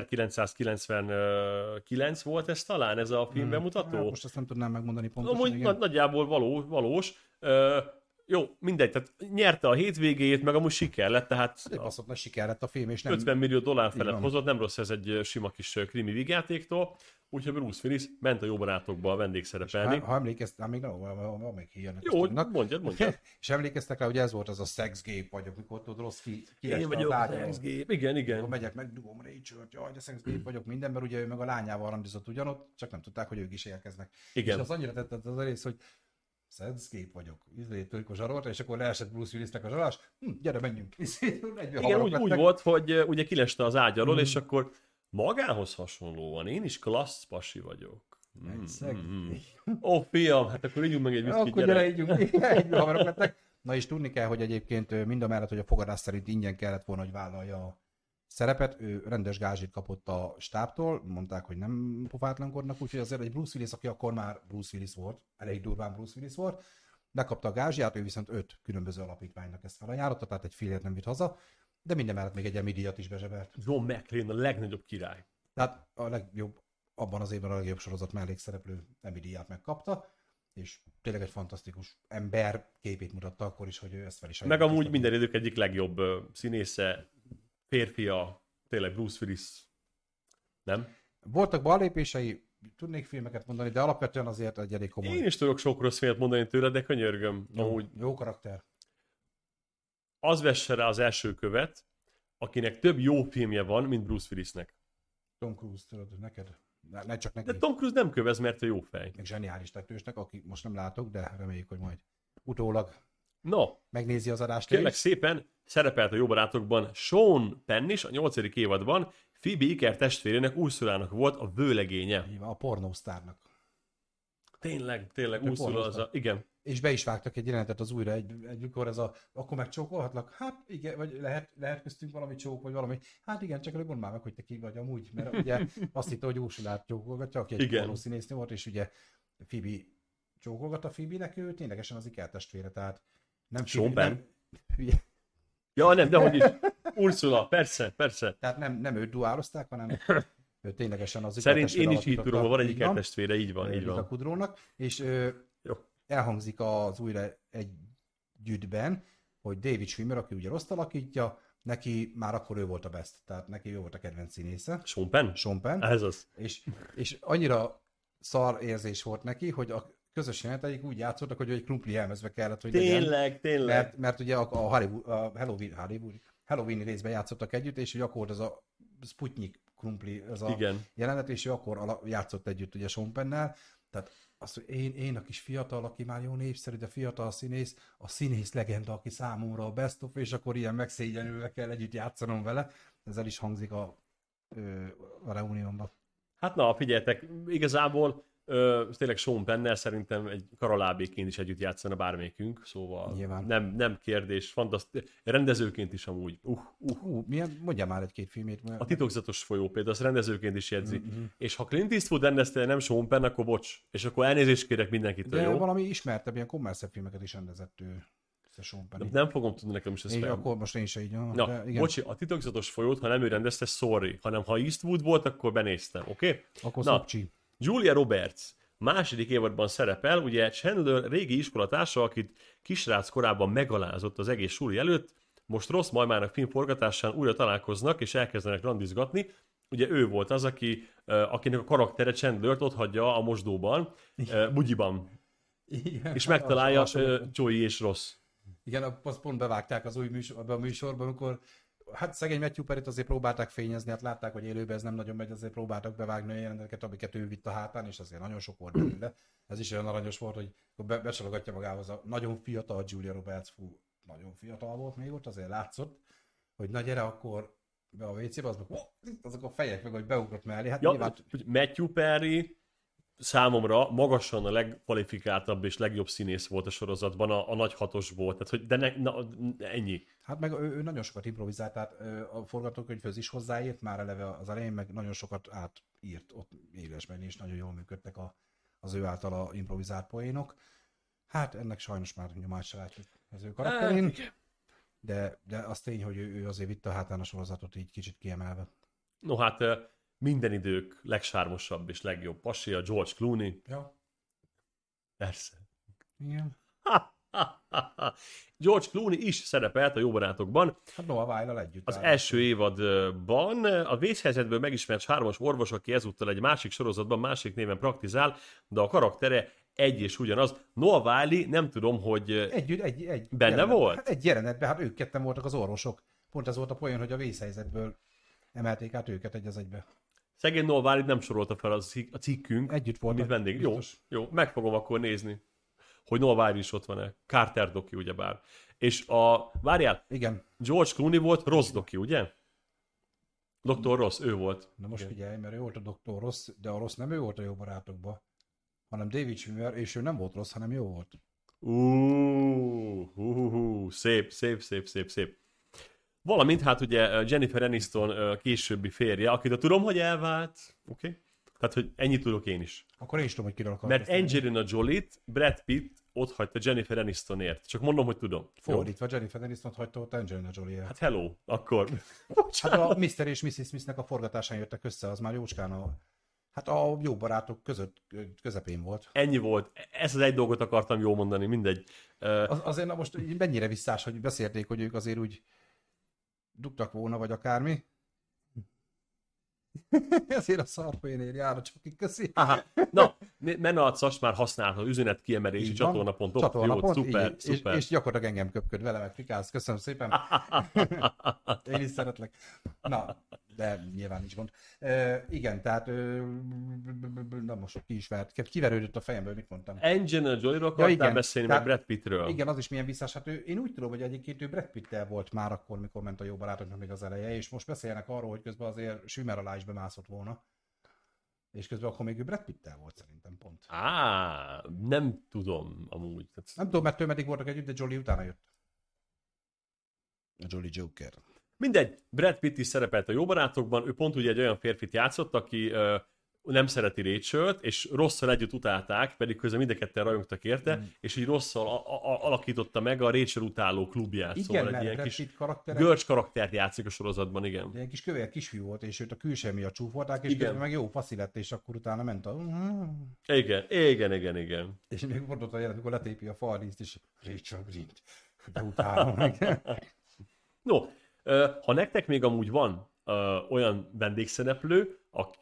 ezerkilencszázkilencvenkilenc volt ez talán, ez a film bemutató? Hát most ezt nem tudnám megmondani Na, pontosan. mondj, Igen. na- nagyjából való, valós. Ö, jó, mindegy, tehát nyerte a hétvégét, meg amúgy siker lett, tehát Egy baszott nagy siker lett a film, és nem... ötven millió dollár Így felett van. hozott, nem rossz ez egy sima kis krimi vígjátéktól, úgyhogy Bruce Willis ment a Jó barátokba Ha, vendégszerepelni. ha emlékeztek, még nem, van, van még hírnek. Jó, mondjad, mondjad. És emlékeztek rá, hogy ez volt az a szexgép, vagy amikor tudod, rossz ki, Én vagyok a szexgép. Igen, Akkor igen. megyek, megdugom Rachel-t, jaj, de szexgép vagyok minden, mert ugye ő meg a lányával randizott ugyanott, csak nem tudták, hogy ők is érkeznek. Igen. És az annyira tetszett az a rész, hogy szexgép vagyok, izé, törik a zsarolta, és akkor leesett Bruce Willisnek a zsarolás, hm, gyere, menjünk. Igen, úgy, úgy volt, hogy uh, ugye kileste az ágy Hmm. alól, és akkor magához hasonlóan én is klassz pasi vagyok. Mm, Szeg- mm, mm. Ó, fiam, hát akkor ígyunk meg egy viszkit, Akkor gyere. gyere, ígyunk, egy haverok lettek. Na és tudni kell, hogy egyébként mind a mellett, hogy a fogadás szerint ingyen kellett volna, hogy vállalja a szerepet, ő rendes gázsit kapott a stábtól, mondták, hogy nem pofátlankodnak, úgyhogy azért egy Bruce Willis, aki akkor már Bruce Willis volt, elég durván Bruce Willis volt, bekapta a gázsját, ő viszont öt különböző alapítványnak ezt felajánlotta, tehát egy fillért nem vitt haza, de minden mellett még egy Emmy díjat is bezsebelt. John McClane a legnagyobb király. Tehát a legjobb, abban az évben a legjobb sorozat mellékszereplő Emmy díját megkapta, és tényleg egy fantasztikus ember képét mutatta akkor is, hogy ő ezt fel is Meg ajánlotta. amúgy minden idők egyik legjobb ö, színésze, férfia, tényleg Bruce Willis. Nem? Voltak ballépései, tudnék filmeket mondani, de alapvetően azért egy elég komoly. Én is tudok sok rossz filmet mondani tőle, de könyörgöm. jó, Amúgy jó karakter. az vesse rá az első követ, akinek több jó filmje van, mint Bruce Willisnek. Tom Cruise, tudod, neked? Ne, ne csak neki. De Tom Cruise nem kövez, mert ő jó fej. Meg zseniális tetősnek, aki most nem látok, de reméljük, hogy majd utólag No, megnézi az adást. ő kérlek is. szépen, szerepelt a Jó barátokban Sean Penn is, a nyolcadik évadban, Phoebe Iker testvérének, Ursulának volt a vőlegénye. Így van, a pornósztárnak. Tényleg, tényleg, Ő Ursula az pornózta. a... Igen. És be is vágtak egy jelenetet az újra, egy, egykor ez a, akkor megcsókolhatlak? Hát igen, vagy lehet, lehet köztünk valami csók, vagy valami. Hát igen, csak mondd már meg, hogy te ki vagy amúgy, mert ugye azt hitte, hogy Ursulát csókolgatja, aki egy Igen. pornószínésznő volt, és ugye Phoebe csókolgatta Phoebe-nek, ő ténylegesen az Iker testvére, tehát nem Sean Phoebe- Penn? nem, hülye. Ja, nem, dehogy is. Ursula, persze, persze. Tehát nem, nem őt duálozták, hanem ő ténylegesen az Iker Szerint testvére én is így alapította. tudom, hogy van egy Így Iker testvére, így van, így Rita van. Kudrónak, és ö, Jó. elhangzik az újra együttben, hogy David Schwimmer, aki ugye Rost alakítja, neki már akkor ő volt a best, tehát neki ő volt a kedvenc színésze, Sean Penn? Sean Penn, Ez az. és, és annyira szar érzés volt neki, hogy a közös jeleneteik úgy játszottak, hogy ő egy krumpli elmezve kellett, hogy legyen. Tényleg, tényleg. Mert, mert ugye a, a, Hollywood, a Halloween, Hollywood, Halloween részben játszottak együtt, és hogy akkor volt az a Sputnik krumpli, ez a Igen. jelenet, és ő akkor ala, játszott együtt ugye Sean Pennnel, tehát azt, hogy én, én a kis fiatal, aki már jó népszerű, de fiatal színész, a színész legenda, aki számomra a best of, és akkor ilyen megszégyenülve kell együtt játszanom vele, ez el is hangzik a, ö, a reuniónban. Hát na, figyeljetek, igazából ö, tényleg Sean Pennel szerintem egy karalábéként is együtt játszana bármelyikünk, szóval Nyilván. nem, nem kérdés, fantasztikus. Rendezőként is amúgy. Uh, uh. Hú, milyen, mondjál már egy-két filmét. Mert... A titokzatos folyó például, azt rendezőként is jegyzi. Mhm. Mm-hmm. És ha Clint Eastwood rendezte, nem Sean Penn, akkor bocs. És akkor elnézést kérek mindenkitől, De jó? valami ismertebb, ilyen kommerszebb filmeket is rendezett ő, ez Sean Penn. Nem fogom tudni nekem is ezt Én, fel. akkor most én se így. Ja, Na, de igen. bocsi, a titokzatos folyót, ha nem ő rendezte, sorry. Hanem ha Eastwood volt, akkor benéztem, oké? Okay? Akkor Na. Szopcsi. Julia Roberts második évadban szerepel, ugye Chandler régi iskolatársa, akit kisrác korában megalázott az egész suli előtt, most Ross majmának filmforgatásán újra találkoznak, és elkezdenek randizgatni. Ugye ő volt az, aki, uh, akinek a karaktere Chandlert ott hagyja a mosdóban, uh, bugyiban, Igen, és megtalálja az- az- uh, Joey és Ross. Igen, azt pont bevágták az új műsor, abba a műsorban, amikor hát szegény Matthew Perryt azért próbálták fényezni, hát látták, hogy élőben ez nem nagyon megy, azért próbáltak bevágni a jeleneteket, amiket ő vitt a hátán, és azért nagyon sok volt belőle. Ez is olyan aranyos volt, hogy be, becsalogatja magához a nagyon fiatal Julia Roberts, fú, nagyon fiatal volt még ott, azért látszott, hogy na gyere, akkor be a vé cébe, az meg, oh, azok a fejek meg, hogy beugrott mellé. Hát Ja, nyilván, hogy Matthew Perry számomra magasan a legkvalifikáltabb és legjobb színész volt a sorozatban, a, a nagy hatosból, tehát hogy de ne, na, ennyi. hát meg ő, ő nagyon sokat improvizált, tehát ö, a forgatókönyvhöz is hozzáírt, már eleve az elején, meg nagyon sokat átírt ott élesben, és nagyon jól működtek a, az ő általa improvizált poénok. Hát ennek sajnos már nyomát se látjuk. az ő karakterén. De, de az tény, hogy ő, ő azért vitte a hátán a sorozatot így kicsit kiemelve. No hát minden idők legsármosabb és legjobb pasi, a George Clooney. Ja. Persze. Igen. George Clooney is szerepelt a Jó Barátokban. Hát Noah Wyle-al együtt. Az áll. első évadban a vészhelyzetből megismert sármos orvos, aki ezúttal egy másik sorozatban másik néven praktizál, de a karaktere egy és ugyanaz. Noah Wyle, nem tudom, hogy Együtt, egy, egy benne jelenet, volt? Hát egy jelenetben, hát ők ketten voltak az orvosok. Pont ez volt a poén, hogy a vészhelyzetből emelték át őket egy az egybe. Szegény Noah Wyle nem sorolta fel az, a cikkünk, Együtt voltak. amit vendég. Jó, biztos. jó, meg fogom akkor nézni, hogy Noah Wyle is ott van-e. Carter doki, ugyebár. És a, várjál, Igen. George Clooney volt Ross doki, ugye? doktor Ross, ő volt. Na most figyelj, mert ő volt a doktor Ross, de a Ross nem ő volt a Jó Barátokban, hanem David Schwimmer, és ő nem volt rossz, hanem jó volt. Uh, uh, uh, uh, szép, szép, szép, szép, szép. Valamint hát ugye Jennifer Aniston későbbi férje, akit tudom, hogy elvált, oké? Okay? Tehát, hogy ennyit tudok én is. Akkor én is tudom, hogy kiről akar Mert beszélni. Angelina Jolie-t Brad Pitt ott hagyta Jennifer Anistonért. Csak mondom, hogy tudom. Jó? Fordítva, Jennifer Aniston hagyta ott Angelina Jolie-el. Hát hello, akkor. Hát a miszter és missziz Smithnek a forgatásán jöttek össze, az már jócskán a... Hát a Jó Barátok között, közepén volt. Ennyi volt. Ezt az egy dolgot akartam jól mondani, mindegy. Uh, Az, azért na most így mennyire visszás, hogy beszélték, hogy ők azért úgy dugtak volna, vagy akármi. Ezért a szarpoénér jár a csokik, köszi. Aha. Na, Menarcas már használta az üzenet kiemelési Így van. csatornapont. Jó, Csatornapont, szuper, így, szuper. És, és gyakorlatilag engem köpköd vele, meg fikálsz. Köszönöm szépen. Én is szeretlek. Na, de nyilván nincs gond. E, igen, tehát e, na most ki is vert. Kiverődött a fejemből, mit mondtam. Angelina Jolie-ról akartál Ja, igen. beszélni, Tehát- meg Brad Pittről. Igen, az is milyen visszás. Hát ő, én úgy tudom, hogy egyébként ő Brad Pitt-tel volt már akkor, mikor ment a Jó Barátoknak még az eleje, és most beszélnek arról, hogy közben azért Schwimmer alá is bemászott volna. És közben akkor még ő Brad Pitt-tel volt szerintem pont. Á, nem tudom amúgy. Tehát... Nem tudom, mert ő meddig voltak együtt, de Jolie utána jött. A Jolly Joker. Mindegy, Brad Pitt is szerepelt a Jó Barátokban, ő pont ugye egy olyan férfit játszott, aki ö, nem szereti Rachelt, és Rosszal együtt utálták, pedig közben mind a ketten rajongtak érte, mm. és így Rosszal a- a- alakította meg a Rachel utáló klubját. Igen, szóval egy mert ilyen Brad kis Pitt karaktere, görcs karaktert játszik a sorozatban, igen. ilyen kis kövér kisfiú volt, és őt a külső miatt csúfolták, és Igen. közben meg jó faszi lett, és akkor utána ment a... Igen, igen, igen, igen. És még volt ott a jelenet, amikor letépi a falrízt, és Rachel Green-t. De utálom meg. No, ö, ha nektek még amúgy van ö, olyan vendégszereplő,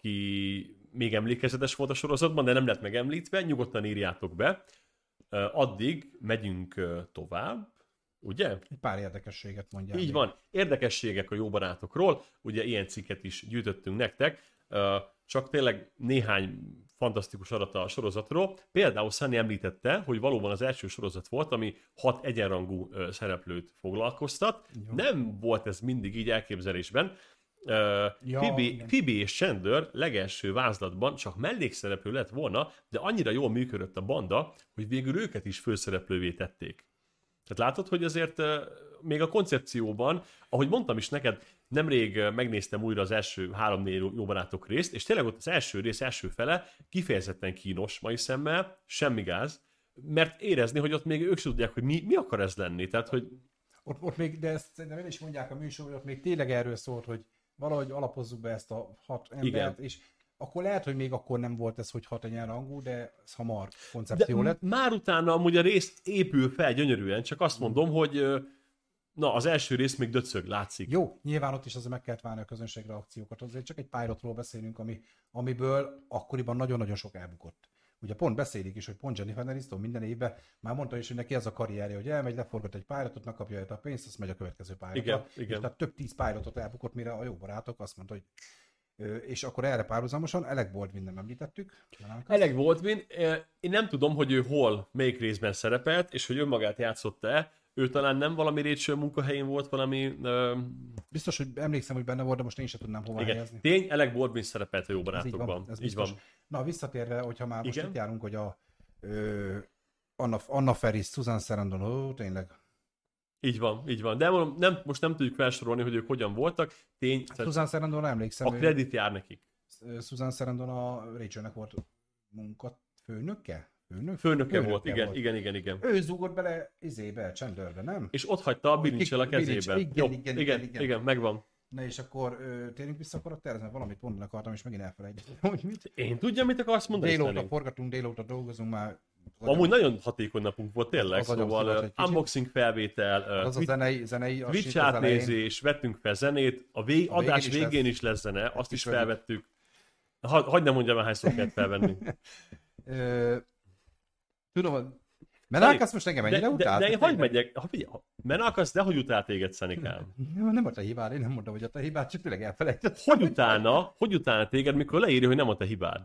aki még emlékezetes volt a sorozatban, de nem lett megemlítve, nyugodtan írjátok be. Ö, addig megyünk ö, tovább, ugye? Egy pár érdekességet mondjál. Így még. van. Érdekességek a Jó Barátokról, ugye ilyen cikket is gyűjtöttünk nektek, Ö, csak tényleg néhány fantasztikus adata a sorozatról. Például Sunny említette, hogy valóban az első sorozat volt, ami hat egyenrangú ö, szereplőt foglalkoztat. Jó. Nem volt ez mindig így elképzelésben. Uh, Ja, Phoebe, igen. Phoebe és Chandler legelső vázlatban csak mellékszereplő lett volna, de annyira jól működött a banda, hogy végül őket is főszereplővé tették. Tehát látod, hogy azért uh, még a koncepcióban, ahogy mondtam is neked, nemrég uh, megnéztem újra az első három-négy Jó Barátok részt, és tényleg ott az első rész első fele kifejezetten kínos mai szemmel, semmi gáz, mert érezni, hogy ott még ők sem tudják, hogy mi, mi akar ez lenni. Tehát, hogy Ott, ott még, de ezt szerintem el is mondják a műsor, hogy ott még tényleg erről szólt, hogy valahogy alapozzuk be ezt a hat embert, Igen. és akkor lehet, hogy még akkor nem volt ez, hogy hat egyenrangú, de ez hamar koncepció de lett. már utána amúgy a rész épül fel gyönyörűen, csak azt mondom, hogy ö, na, az első rész még döcög, látszik. Jó, nyilván ott is azért meg kellett várni a közönség reakciókat, azért csak egy pilotról beszélünk, ami, amiből akkoriban nagyon-nagyon sok elbukott. Ugye pont beszélik is, hogy pont Jennifer Aniston minden évben már mondta is, hogy neki ez a karrierje, hogy elmegy, leforgat egy pilotot, megkapja el a pénzt, azt megy a következő pilotra. Igen, És igen. tehát több tíz pilotot elbukott, mire a Jó Barátok azt mondta, hogy ö, és akkor erre párhuzamosan Alec Baldwin nem említettük. Alec Baldwin, eh, én nem tudom, hogy ő hol, melyik részben szerepelt, és hogy önmagát játszotta-e. Ő talán nem valami Rachel munkahelyén volt, valami... Uh, Biztos, hogy emlékszem, hogy benne volt, de most én sem tudnám hova igen. helyezni. Tény, Alec Baldwin szerepelt a Jó Ez így Barátokban. van, ez Így biztos. van. Na, visszatérve, hogyha már most Igen? itt járunk, hogy a ö, Anna, Anna Faris, Susan Sarandon, ó, tényleg. Így van, így van. De mondom, nem, most nem tudjuk felsorolni, hogy ők hogyan voltak. Tény, Susan Sarandon emlékszem, a ő- kredit jár nekik. Susan Sarandon a Rachelnek volt munkafőnöke? Főnök? Főnöke volt, igen, igen, igen, igen. Ő zúgott bele izébe, Chandlerbe, nem? És ott hagyta a bilincsel a Bilincs, kezébe. igen, Jó, igen, igen, igen, igen. igen, megvan. Na és akkor ö, térjünk vissza a karakterhez, mert valamit mondani akartam, és megint elfelejtettem, hogy mit. Én tudja, mit akarsz mondani? Délóta Stanley? forgatunk, délóta dolgozunk már. Amúgy nagyon hatékony napunk volt tényleg, Az- az agyam szóval szívat uh, egy kicsit. unboxing felvétel, uh, Az a zenei, zenei a Twitch shit az elején. átnézés, vettünk fel zenét, a, vég, A adás végén is végén lesz. is lesz zene, azt is is vegyük. felvettük. Ha, hagyd nem mondjam, hányszor kellett felvenni. Ö, tudom, Menálkasz most engem De, ennyire de, utált? de én hagyd megyek, ha figyelj, ha- Menálkasz, de hogy utált téged, Szenikám? Nem a te hibád, én nem mondtam, hogy a te hibád, csak tényleg elfelejtettem. Hogy utána, hogy utána téged, mikor leírja, hogy nem a te hibád?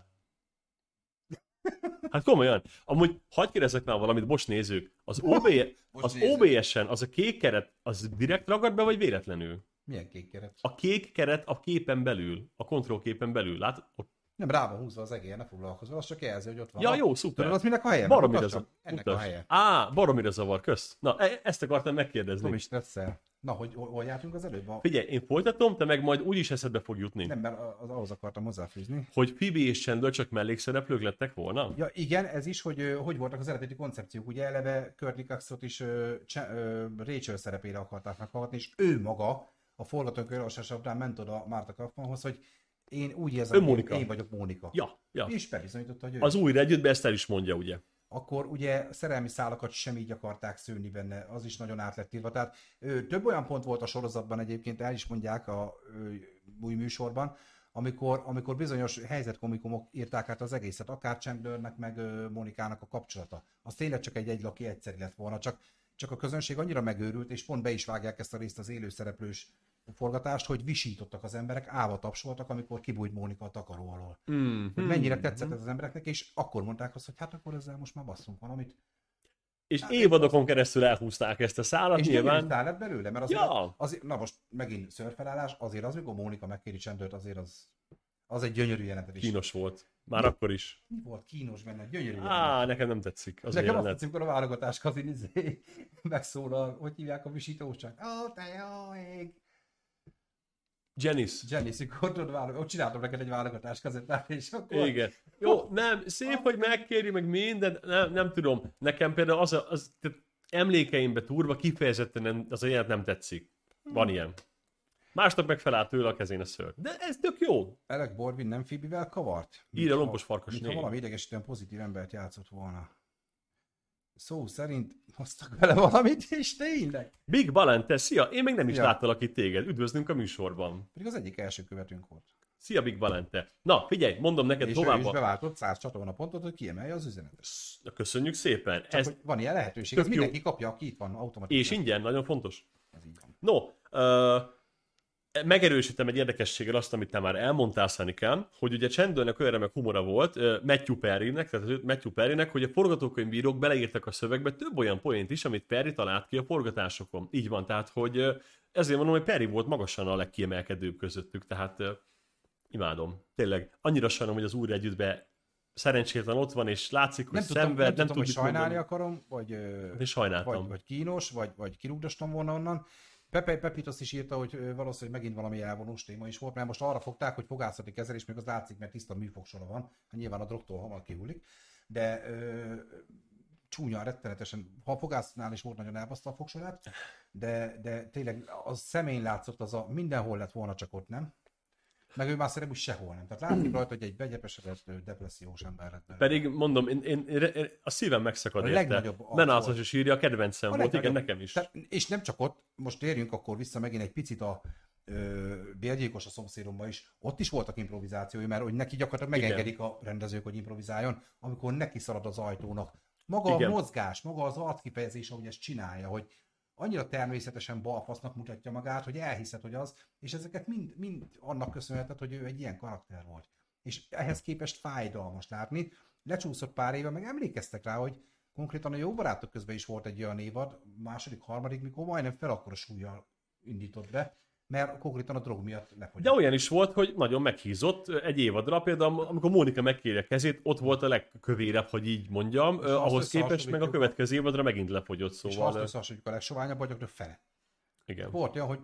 Hát komolyan. Amúgy, hagyd kérdezzek már valamit, bocs nézők. Az, o bé az nézők. o bé es-en az a kék keret, az direkt ragad be, vagy véletlenül? Milyen kék keret? A kék keret a képen belül, a kontrollképen belül. Látod? Ott- Nem, rá van húzva az egér, ne foglalkozz, az csak jelzi, hogy ott van. Ja, jó, szuper. Tudod, az minek a helye? Baromira Mutassam. zavar. Ennek a helye. Á, baromira zavar, kösz. Na, e- ezt akartam megkérdezni. Tudom is stresszel. Na, hogy hol hol jártunk az előbb? A... Figyelj, én folytatom, te meg majd úgyis eszedbe fog jutni. Nem, mert az, ahhoz akartam hozzáfűzni. Hogy Phoebe és Chandler csak mellékszereplők lettek volna? Ja, igen, ez is, hogy ö, hogy voltak az eredeti koncepciók. Ugye eleve Courtney Coxot is ö, Csa- ö, Rachel szerepére akarták meghallgatni, és ő maga a forgatókönyv olvasása után ment oda Martha Kaufmanhoz, hogy én úgy érzem, Ő hogy én, Mónika. én vagyok Mónika. Ja, ja. És bebizonyította, hogy ő. Az újra együttben ezt el is mondja, ugye? Akkor ugye szerelmi szálakat sem így akarták szőni benne, az is nagyon át lett írva. Tehát ö, több olyan pont volt a sorozatban egyébként, el is mondják a ö, új műsorban, amikor, amikor bizonyos helyzetkomikumok írták át az egészet, akár Chandlernek, meg ö, Monikának a kapcsolata. Az tényleg csak egy egylaki egyszeri lett volna, csak, csak a közönség annyira megőrült, és pont be is vágják ezt a részt az élőszereplős forgatást, hogy visítottak az emberek, állva tapsoltak, amikor kibújt Mónika a takaró alól. Mm, Hogy mennyire tetszett ez az embereknek, és akkor mondták azt, hogy hát akkor ezzel most már basszunk valamit. És évadokon keresztül elhúzták ezt a szállat, És nyilván. nyilván lett belőle, mert azért, Ja. azért, na most megint szörfelállás, azért az, mikor Mónika megkéri Chandlert, azért az, az egy gyönyörű jelenet is. Kínos volt. Már akkor is. Mi volt kínos benne? Gyönyörű jelenet. Á, nekem nem tetszik az a Nekem azt jelenet. tetszik, amikor a válogatás kazin izé, megszólal, hogy hívják a visítóság. Ó, te jó ég! Janice. Janice, akkor tudod, válogat, ott csináltam neked egy válogatás kazettát, és akkor... Igen. Jó, nem, szép, hogy megkéri, meg minden, nem, nem tudom. Nekem például az, a, az tehát emlékeimbe turva kifejezetten nem, az a jelenet nem tetszik. Van ilyen. Másnap meg felállt tőle a kezén a szőr. De ez tök jó. Alec Baldwin nem Phoebe-vel kavart? Így a lombos farkas Mintha név. valami idegesítően pozitív embert játszott volna. Szó szerint hoztak vele valamit, és tényleg. Big Balente, szia! Én még nem is Ja. láttalak itt téged. Üdvözlünk a műsorban. Pedig az egyik első követünk volt. Szia, Big Balente. Na, figyelj, mondom neked És ő tovább. is beváltott száz csatornapontot, hogy kiemelje az üzenetet. Köszönjük szépen. Csak Ez, hogy van ilyen lehetőség, tök ez jó. mindenki kapja, aki itt van automatikusan. és ingyen, nagyon fontos. Ez így van. No, uh, megerősítem egy érdekességgel azt, amit te már elmondtál, Szanikám, hogy ugye Chandlernek olyan remek humora volt, uh, Matthew Perrynek, tehát az Matthew Perrynek, hogy a forgatókönyvírók beleírtak a szövegbe több olyan poént is, amit Perry talált ki a forgatásokon. Így van, tehát, hogy uh, ezért mondom, hogy Perry volt magasan a legkiemelkedőbb közöttük, tehát uh, imádom. Tényleg, annyira sajnálom, hogy az újra együttbe szerencsétlen ott van, és látszik, hogy Nem tudom, szenved, nem, nem tudom, hogy tudjuk sajnálni mondani. akarom, vagy, ö, Én sajnáltam. vagy, vagy kínos, vagy, vagy kirúgdostam volna onnan. Pepe, Pepit azt is írta, hogy ö, valószínűleg megint valami elvonós téma is volt, mert most arra fogták, hogy fogászati kezelés, még az látszik, mert tiszta műfogsora van, hát nyilván a drogtól hamar kihullik, de ö, csúnya, rettenetesen, ha a fogászatnál is volt, nagyon elbaszta a fogsorát, de, de tényleg az személy látszott, az a mindenhol lett volna, csak ott nem. Meg ő már szerintem úgy sehol nem. Tehát látszik rajta, hogy egy begyepesedett, ö, depressziós ember lett belőle. Pedig mondom, én, én, én, én a szívem megszakad A érte. legnagyobb arc Menálszos volt. is írja, a kedvencem A volt, igen, legnagyobb- nekem is. Tehát, és nem csak ott, most térjünk akkor vissza megint egy picit a ö, Bélgyilkos a szomszédomba is. Ott is voltak improvizációi, mert hogy neki gyakorlatilag Igen. megengedik a rendezők, hogy improvizáljon, amikor neki szalad az ajtónak. Maga Igen. a mozgás, maga az arckifejezés, ahogy ezt csinálja, hogy annyira természetesen balfasznak mutatja magát, hogy elhiszed, hogy az, és ezeket mind, mind annak köszönheted, hogy ő egy ilyen karakter volt. És ehhez képest fájdalmas látni. Lecsúszott pár éve, meg emlékeztek rá, hogy konkrétan a Jó Barátok közben is volt egy olyan évad, második, harmadik, mikor majdnem fel akkora súlyjal indított be, mert konkrétan a drog miatt lefogyott. De olyan is volt, hogy nagyon meghízott egy évadra, például amikor Mónika megkéri a kezét, ott volt a legkövérebb, hogy így mondjam, ha eh, ahhoz azt képest meg a összehasonlítjuk- következő évadra megint lefogyott, és ha azt szóval. eh, összehasonlítjuk, a legsoványabb vagyok, de fele. Igen. Volt olyan, hogy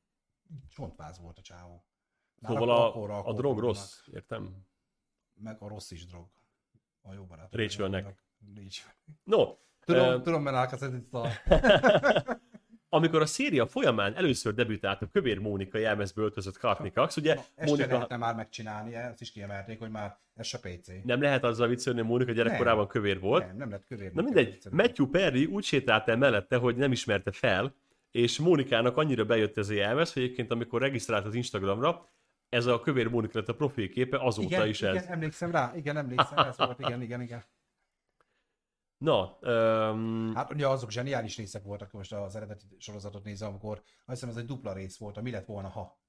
csontváz volt a csávó. Szóval Nála a, akkora a alkohol drog vannak. rossz, értem? Meg a rossz is drog. A Jó Barátok. Rachelnek. Nincs. No, Tudom, ö, tudom, mert elkezdett a... amikor a széria folyamán először debütált a Kövér Mónika jelmezbe öltözött Courtney Cox, ugye Ezt sem Mónika lehetne már megcsinálni, ezt is kiemelték, hogy már ez se pé cé. nem lehet azzal viccelni, hogy Mónika gyerekkorában Nem. kövér volt. Nem, nem lett kövér. Na mindegy, Matthew Perry úgy sétált el mellette, hogy nem ismerte fel, és Mónikának annyira bejött ez a jelmez, hogy egyébként amikor regisztrált az Instagramra, ez a Kövér Mónika lett a profilképe, azóta igen, is igen, ez. emlékszem rá, igen, emlékszem, ez volt, igen, igen, igen. Na, um, Hát ugye azok zseniális részek voltak, most az eredeti sorozatot nézem, amikor azt hiszem ez egy dupla rész volt, a Mi lett volna, ha.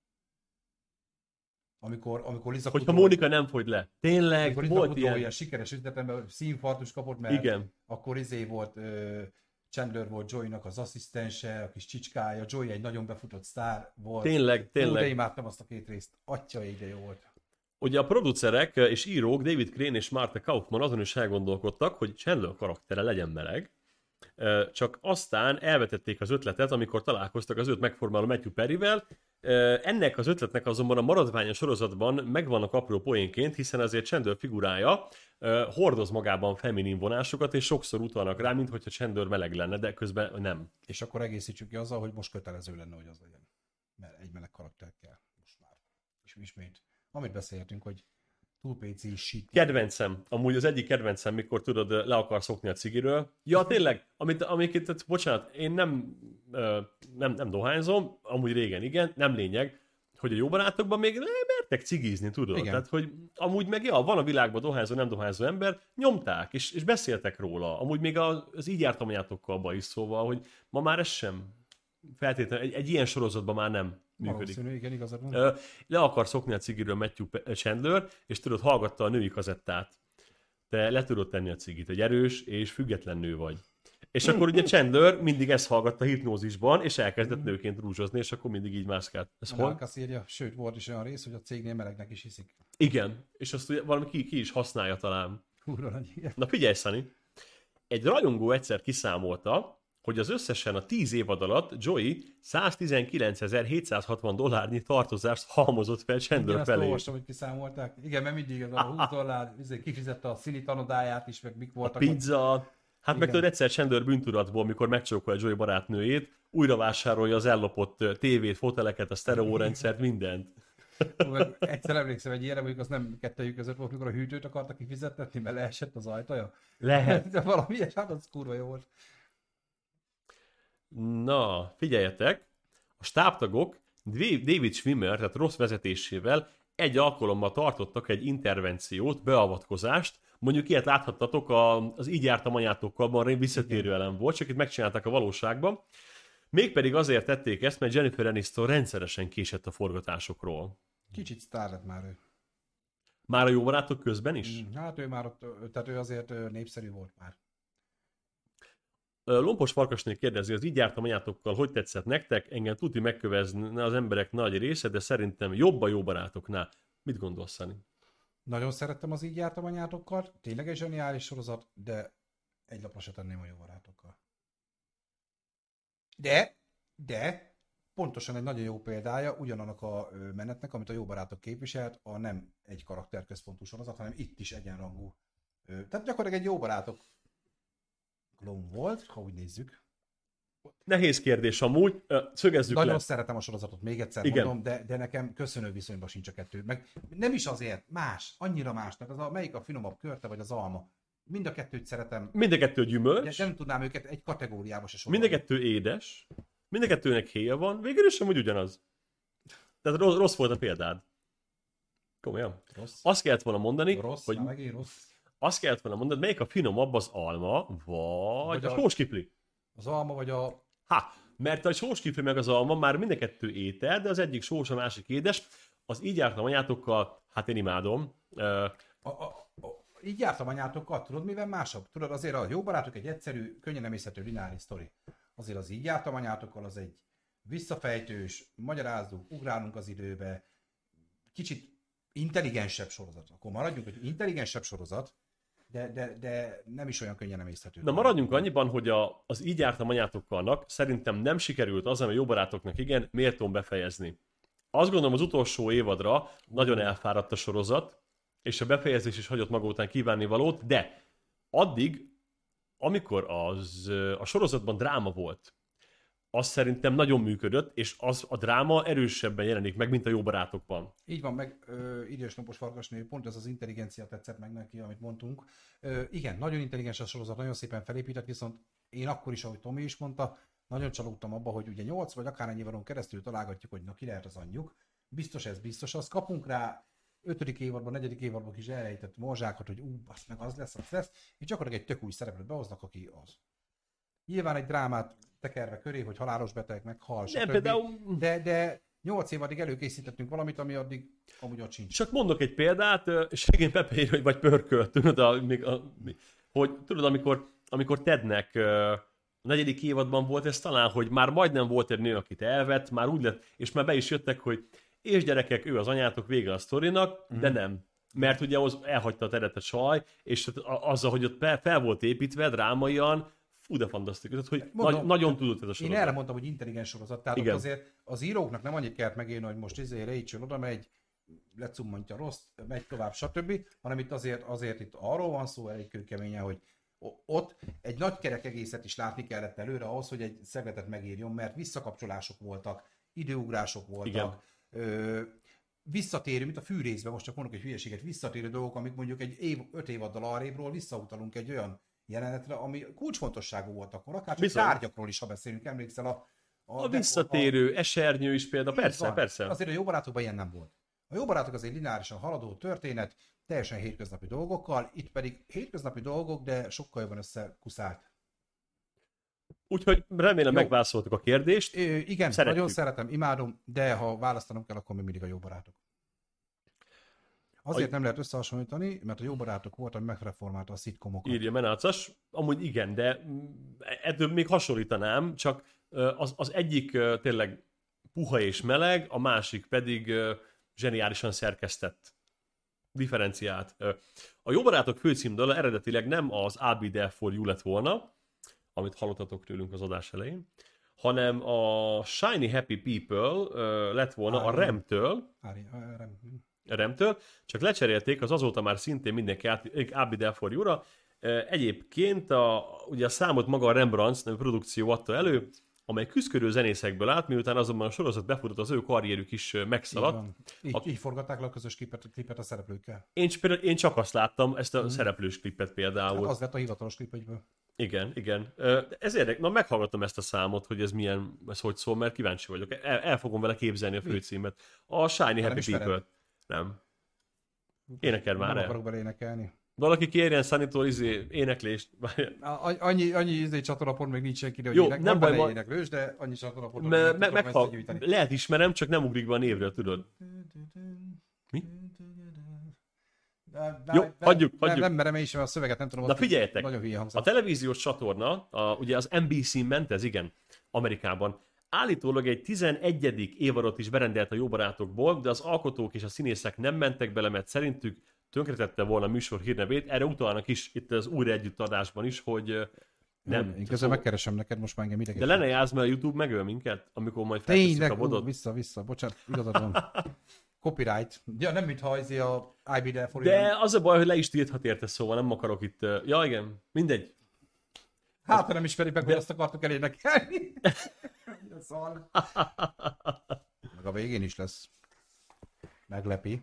Amikor, amikor Liza hogyha Kudrow- Mónika nem fogy le. Tényleg, amikor Liza volt Kudrow ilyen. ilyen sikeres üzletemben színfartus kapott, mert Igen. akkor izé volt, ö, Chandler volt Joey-nak az asszisztense, a kis csicskája, Joey egy nagyon befutott sztár volt. Tényleg, Hú, de tényleg. imádtam azt a két részt. Atya ide jó volt. Ugye a producerek és írók David Crane és Martha Kaufman azon is elgondolkodtak, hogy Chandler karaktere legyen meleg, csak aztán elvetették az ötletet, amikor találkoztak az őt megformáló Matthew Perryvel. Ennek az ötletnek azonban a maradvány a sorozatban megvannak apró poénként, hiszen azért Chandler figurája hordoz magában feminin vonásokat, és sokszor utalnak rá, mintha Chandler meleg lenne, de közben nem. És akkor egészítsük ki azzal, hogy most kötelező lenne, hogy az legyen. Mert egy meleg karakter kell most már. És ismét, amit beszéltünk, hogy túl pé cé shit. Kedvencem, amúgy az egyik kedvencem, mikor tudod, le akar szokni a cigiről. Ja, tényleg, amit, amiket, bocsánat, én nem, nem, nem dohányzom, amúgy régen igen, nem lényeg, hogy a jó barátokban még mertek cigizni, tudod? Igen. Tehát, hogy amúgy meg, ja, van a világban dohányzó, nem dohányzó ember, nyomták, és, és beszéltek róla. Amúgy még az, az így jártam anyátokkal abban is, szóval, hogy ma már ez sem feltétlenül, egy, egy ilyen sorozatban már nem működik. Valószínű, igen, igazad van. Ö, Le akar szokni a cigiről Matthew Chandler, és tudod, hallgatta a női kazettát. Te le tudod tenni a cigit, egy erős és független nő vagy. És akkor ugye Chandler mindig ezt hallgatta hipnózisban, és elkezdett nőként rúzsozni, és akkor mindig így mászkált. Ez hol? Alkasz írja, sőt, volt is olyan rész, hogy a cégnél melegnek is hiszik. Igen, és azt ugye valami ki, ki is használja talán. Húra nagy, igen. Na figyelj, Szani! Egy rajongó egyszer kiszámolta, hogy az összesen a tíz évad alatt Joey száztizenkilencezer-hétszázhatvan dollárnyi tartozást halmozott fel Igen, Chandler azt felé. olvastam, hogy kiszámolták. Igen, mert mindig ez a húsz dollár, izé, kifizette a színi tanodáját is, meg mik voltak. ott. Pizza. Hát meg Igen. tudod, egyszer Chandler bűntudatból, mikor megcsókolja Joey barátnőjét, újra vásárolja az ellopott tévét, foteleket, a sztereórendszert, mindent. Meg egyszer emlékszem egy ilyenre, mondjuk az nem kettőjük között volt, mikor a hűtőt akartak kifizettetni, mert leesett az ajtaja. Lehet. De valami ilyes, hát az kurva jó volt. Na, figyeljetek! A stábtagok David Schwimmer, tehát Ross vezetésével egy alkalommal tartottak egy intervenciót, beavatkozást. Mondjuk ilyet láthattatok, a, az Így jártam anyátokkal, van visszatérő elem volt, csak itt megcsinálták a valóságban. Mégpedig azért tették ezt, mert Jennifer Aniston rendszeresen késett a forgatásokról. Kicsit sztár lett már ő. Már a jó barátok közben is? Hát ő már ott, tehát ő azért ö, népszerű volt már. Lompos Farkasné kérdezi, az Így jártam anyátokkal, hogy tetszett nektek? Engem tuti megkövezni az emberek nagy része, de szerintem jobb a jó barátoknál. Mit gondolsz, Szani? Nagyon szerettem az Így jártam anyátokkal, tényleg egy zseniális sorozat, de egy lapra se tenném a jó barátokkal. De, de, pontosan egy nagyon jó példája ugyanannak a ö, menetnek, amit a jó barátok képviselt, a nem egy karakterközpontú sorozat, hanem itt is egyenrangú. Ö, tehát gyakorlatilag egy jó barátok klón volt, ha úgy nézzük. Nehéz kérdés amúgy, Ö, szögezzük Nagyon le. szeretem a sorozatot, még egyszer Igen. mondom, de, de nekem köszönő viszonyban sincs a kettő. Meg nem is azért, más, annyira más. Tehát az a, melyik a finomabb körte, vagy az alma. Mind a kettőt szeretem. Mind a kettő Ugye gyümölcs, nem tudnám őket egy kategóriába se mind sorolni. a kettő édes, mind a kettőnek héja van, végül is amúgy ugyanaz. Tehát rossz, rossz volt a példád. Komolyan. Rossz. Azt kellett volna mondani, Rossz, hogy már megint rossz. azt kellett volna mondani, melyik a finomabb, az alma, vagy, Vagy a a- sóskipli. Az alma vagy a... Ha, mert a sóskifli meg az alma már mind a kettő étel, de az egyik sós, a másik édes. Az Így jártam anyátokkal, hát én imádom. Ö, a, a, a így jártam anyátokkal, tudod mivel másabb? Tudod, azért a jó barátok egy egyszerű, könnyen emészhető lineáris sztori. Azért az Így jártam anyátokkal, az egy visszafejtős, magyarázzuk, ugrálunk az időbe, kicsit intelligensebb sorozat. Akkor maradjunk, hogy intelligensebb sorozat, de, de, de nem is olyan könnyen emészhető. Na maradjunk annyiban, hogy a, az Így jártam anyátokkalnak szerintem nem sikerült az, ami jó barátoknak igen, méltón befejezni. Azt gondolom az utolsó évadra nagyon elfáradt a sorozat, és a befejezés is hagyott maga után kívánni valót, de addig amikor az, a sorozatban dráma volt, az szerintem nagyon működött, és az a dráma erősebben jelenik meg, mint a Jó barátokban. Így van, meg ö, idős napos farkasnő, pont ez az intelligencia tetszett meg neki, amit mondtunk. Ö, igen, nagyon intelligens a sorozat, nagyon szépen felépített, viszont én akkor is, ahogy Tomi is mondta, nagyon csalódtam abba, hogy ugye nyolc vagy akárennyi varon keresztül találgatjuk, hogy na ki lehet az anyjuk. Biztos ez, biztos az. Kapunk rá ötödik évadban, negyedik évadban is elrejtett morzsákat, hogy ú, az meg az lesz, az lesz, és gyakorlatilag egy tök új szereplőt behoznak, aki az. Nyilván egy drámát tekerve köré, hogy halálos beteg meghal, stb. Például... De, de nyolc évadig előkészítettünk valamit, ami addig amúgy ott sincs. Csak mondok egy példát, és igen, Pepe ír, hogy vagy pörkölt, tudod, a, a, hogy tudod, amikor, amikor Tednek a negyedik évadban volt ez talán, hogy már majdnem volt egy nő, akit elvett, már úgy lett, és már be is jöttek, hogy és gyerekek, ő az anyátok, vége a sztorinak, mm. de nem. Mert ugye az elhagyta a teret a csaj, és azzal, hogy ott fel volt építve drámaian, fú, de fantasztikus, hogy Mondom, nagy, nagyon tudott ez a sorozat. Én erre mondtam, hogy intelligens sorozat, tehát ott azért az íróknak nem annyit kellett megírni, hogy most izé Rachel oda megy, lecummantja rossz, megy tovább, stb., hanem itt azért, azért itt arról van szó elég kőkeményen, hogy ott egy nagy kerek egészet is látni kellett előre ahhoz, hogy egy szegletet megírjon, mert visszakapcsolások voltak, időugrások voltak, ö, visszatérő, mint a fűrészben, most csak mondok egy hülyeséget, visszatérő dolgok, amik mondjuk egy év, öt évaddal arrébről visszautalunk egy olyan jelenetre, ami kulcsfontosságú volt akkor, akár csak tárgyakról is, ha beszélünk, emlékszel a... A, a visszatérő, a... esernyő is például, persze, van. persze. Azért a Jó barátokban ilyen nem volt. A Jó barátok az egy lineárisan haladó történet, teljesen hétköznapi dolgokkal, itt pedig hétköznapi dolgok, de sokkal jobban összekuszált. Úgyhogy remélem Jó. megválaszoltuk a kérdést. Ö, igen, Szeretjük. Nagyon szeretem, imádom, de ha választanom kell, akkor még mindig a Jó barátok. Azért a... nem lehet összehasonlítani, mert a Jó barátok volt, ami megreformálta a szitkomokat. Írja Menácas, amúgy igen, de ettől még hasonlítanám, csak az, az egyik tényleg puha és meleg, a másik pedig zseniálisan szerkesztett, differenciált. A Jó barátok főcímdala eredetileg nem az I'll Be There For You lett volna, amit hallottatok tőlünk az adás elején, hanem a Shiny Happy People uh, lett volna Ári. a Remtől, Ári, Rem. Remtől, csak lecserélték az azóta már szintén mindenki át, I'll Be There For You-ra. Uh, egyébként a, ugye a számot maga a Rembrandt nevű produkció adta elő, amely küszködő zenészekből állt, miután azonban a sorozat befutott, az ő karrierük is megszaladt. Így, így, a... így forgatták le a közös klipet, klipet a szereplőkkel. Én, én csak azt láttam, ezt a mm. szereplős klipet például. Hát az lett a hivatalos klip egyből. Igen, igen. Ez érdekes. Na, meghallgattam ezt a számot, hogy ez milyen, ez hogy szól, mert kíváncsi vagyok. El, el fogom vele képzelni a főcímet. A Shiny Happy People. Nem. Énekel már el. Nem akarok bele énekelni. Valaki kérjen Sunnytól izé, éneklést. Annyi, annyi izé csatornapon még nincs senki, hogy Jó, ének. nem baj, baj, éneklős, de annyi csatornapon me, me, meghal... Lehet ismerem, csak nem ugrik be a névről, tudod. Mi? De, de, Jó, de, hagyjuk, de, hagyjuk. Nem merem én is, mert a szöveget nem tudom. Na figyeljetek, nagyon hülye hangzik. a televíziós csatorna, a, ugye az en bé cén ment ez, igen, Amerikában. Állítólag egy tizenegyedik évadot is berendelt a Jó barátokból, de az alkotók és a színészek nem mentek bele, mert szerintük tönkretette volna a műsor hírnevét. Erre utalnak is itt az újra együttadásban is, hogy nem. Én közben megkeresem neked, most már engem ideges. De le ne játsz, mert a YouTube megöl minket, amikor majd feltesszük a vodot. vissza, vissza, bocsánat, igazad van. Copyright. Ja, nem mintha ez a I'll Be There For You. De az a baj, hogy le is tilthat érte, szóval nem akarok itt... Ja, igen, mindegy. Hát, ha nem ismerik meg, de... hogy azt akartuk elénekelni. Meg a végén is lesz. Meglepi.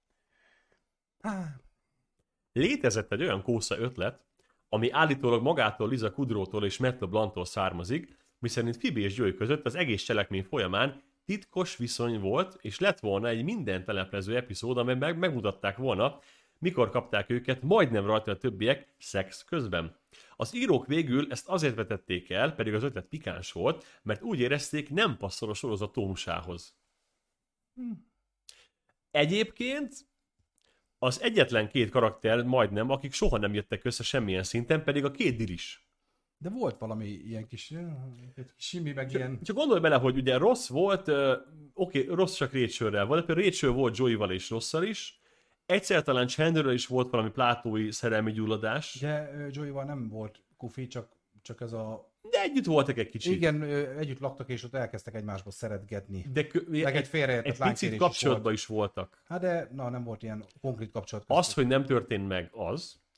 Létezett egy olyan kósza ötlet, ami állítólag magától Liza Kudrowtól és Matt LeBlanc-tól származik, miszerint Phoebe és Joey között az egész cselekmény folyamán titkos viszony volt, és lett volna egy minden teleplező epizód, amely meg megmutatták volna, mikor kapták őket majdnem rajta a többiek szex közben. Az írók végül ezt azért vetették el, pedig az ötlet pikáns volt, mert úgy érezték, nem passzol a sorozat tónusához. Hm. Egyébként az egyetlen két karakter majdnem, akik soha nem jöttek össze semmilyen szinten, pedig a két dilis. De volt valami ilyen kis, simi, meg csak, ilyen... Csak gondolj bele, hogy ugye Ross volt, uh, oké, okay, Ross csak Rachelrel volt, például Rachel volt Joey-val és Rosszal is, egyszer talán Chandlerrel is volt valami plátói szerelmi gyulladás. De uh, Joey-val nem volt kufi, csak, csak ez a... De együtt voltak egy kicsit. Igen, együtt laktak, és ott elkezdtek egymásba szeretgetni. De kö... meg egy félreértett egy picit kapcsolatban is, is voltak. Hát de na, nem volt ilyen konkrét kapcsolat. Az, hogy nem történt meg az,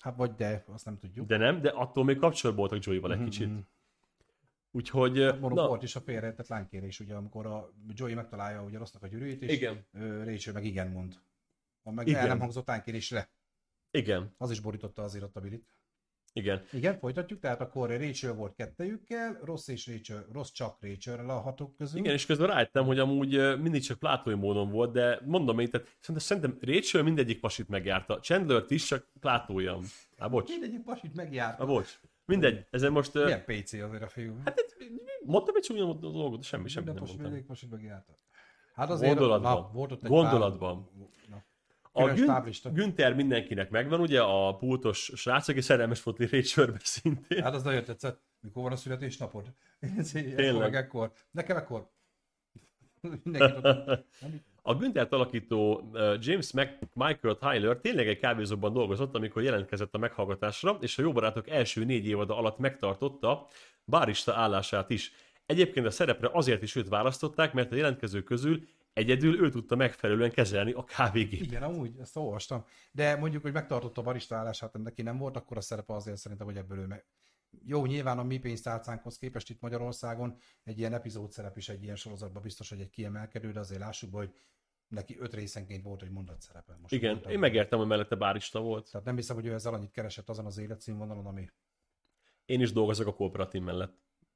Hát vagy de, azt nem tudjuk. De nem, de attól még kapcsolatban voltak Joey-val egy kicsit. Úgyhogy... Mondom, na, volt is a félreértett lánykérés, ugye, amikor a Joey megtalálja ugye rossznak a gyűrűjét, és Igen. ö, Rachel meg igen mond. A meg Igen. el nem hangzott lánykérésre. igen, Az is borította azért ott a bilit. igen. Igen, folytatjuk, tehát akkor Rachel volt kettejükkel, Ross és Rachel, Ross csak Rachel a hatók közül. Igen, és közben rájöttem, hogy amúgy ö, mindig csak plátói módon volt, de mondom én, tehát szerintem, szerintem Rachel mindegyik pasit megjárta. Chandlert is csak plátójam. Á, bocs. Mindegyik pasit megjárt. Á, bocs. Mindegy, ezen most... ö, Milyen pé cé azért a fiú. Hát ez- mondtam egy csúnya dolgot, de semmi, semmit Minden nem pasit, mondtam. mindegyik pasit megjárt. Hát azért, Gondolatban. na, volt ott egy Gondolatban. Pár, na, A külön Gün- stáblista. Günther mindenkinek megvan, ugye a pultos srác, aki szerelmes volt Rachelbe szintén. Hát az nagyon tetszett. Mikor van a születésnapod? Tényleg. Ekkor, meg ekkor. Nekem ekkor. Mindenki tudod. A Günthert alakító uh, James Mac- Michael Tyler tényleg egy kávézóban dolgozott, amikor jelentkezett a meghallgatásra, és a Jó Barátok első négy évada alatt megtartotta bárista állását is. Egyébként a szerepre azért is őt választották, mert a jelentkezők közül egyedül ő tudta megfelelően kezelni a kávégépet. Igen, amúgy, ezt olvastam. De mondjuk, hogy megtartotta a barista állását, neki nem volt, akkor a szerepe azért szerintem, hogy ebből ő meg... Jó, nyilván a mi pénztárcánkhoz képest itt Magyarországon egy ilyen epizód szerep is egy ilyen sorozatban biztos, hogy egy kiemelkedő, de azért lássuk be, hogy neki öt részenként volt egy mondatszerepe. Most Igen, mondtam. én megértem, hogy mellette bárista volt. Tehát nem hiszem, hogy ő ezzel annyit keresett azon az életszínvonalon, ami... Én is dolgozok a kooperatív mellett.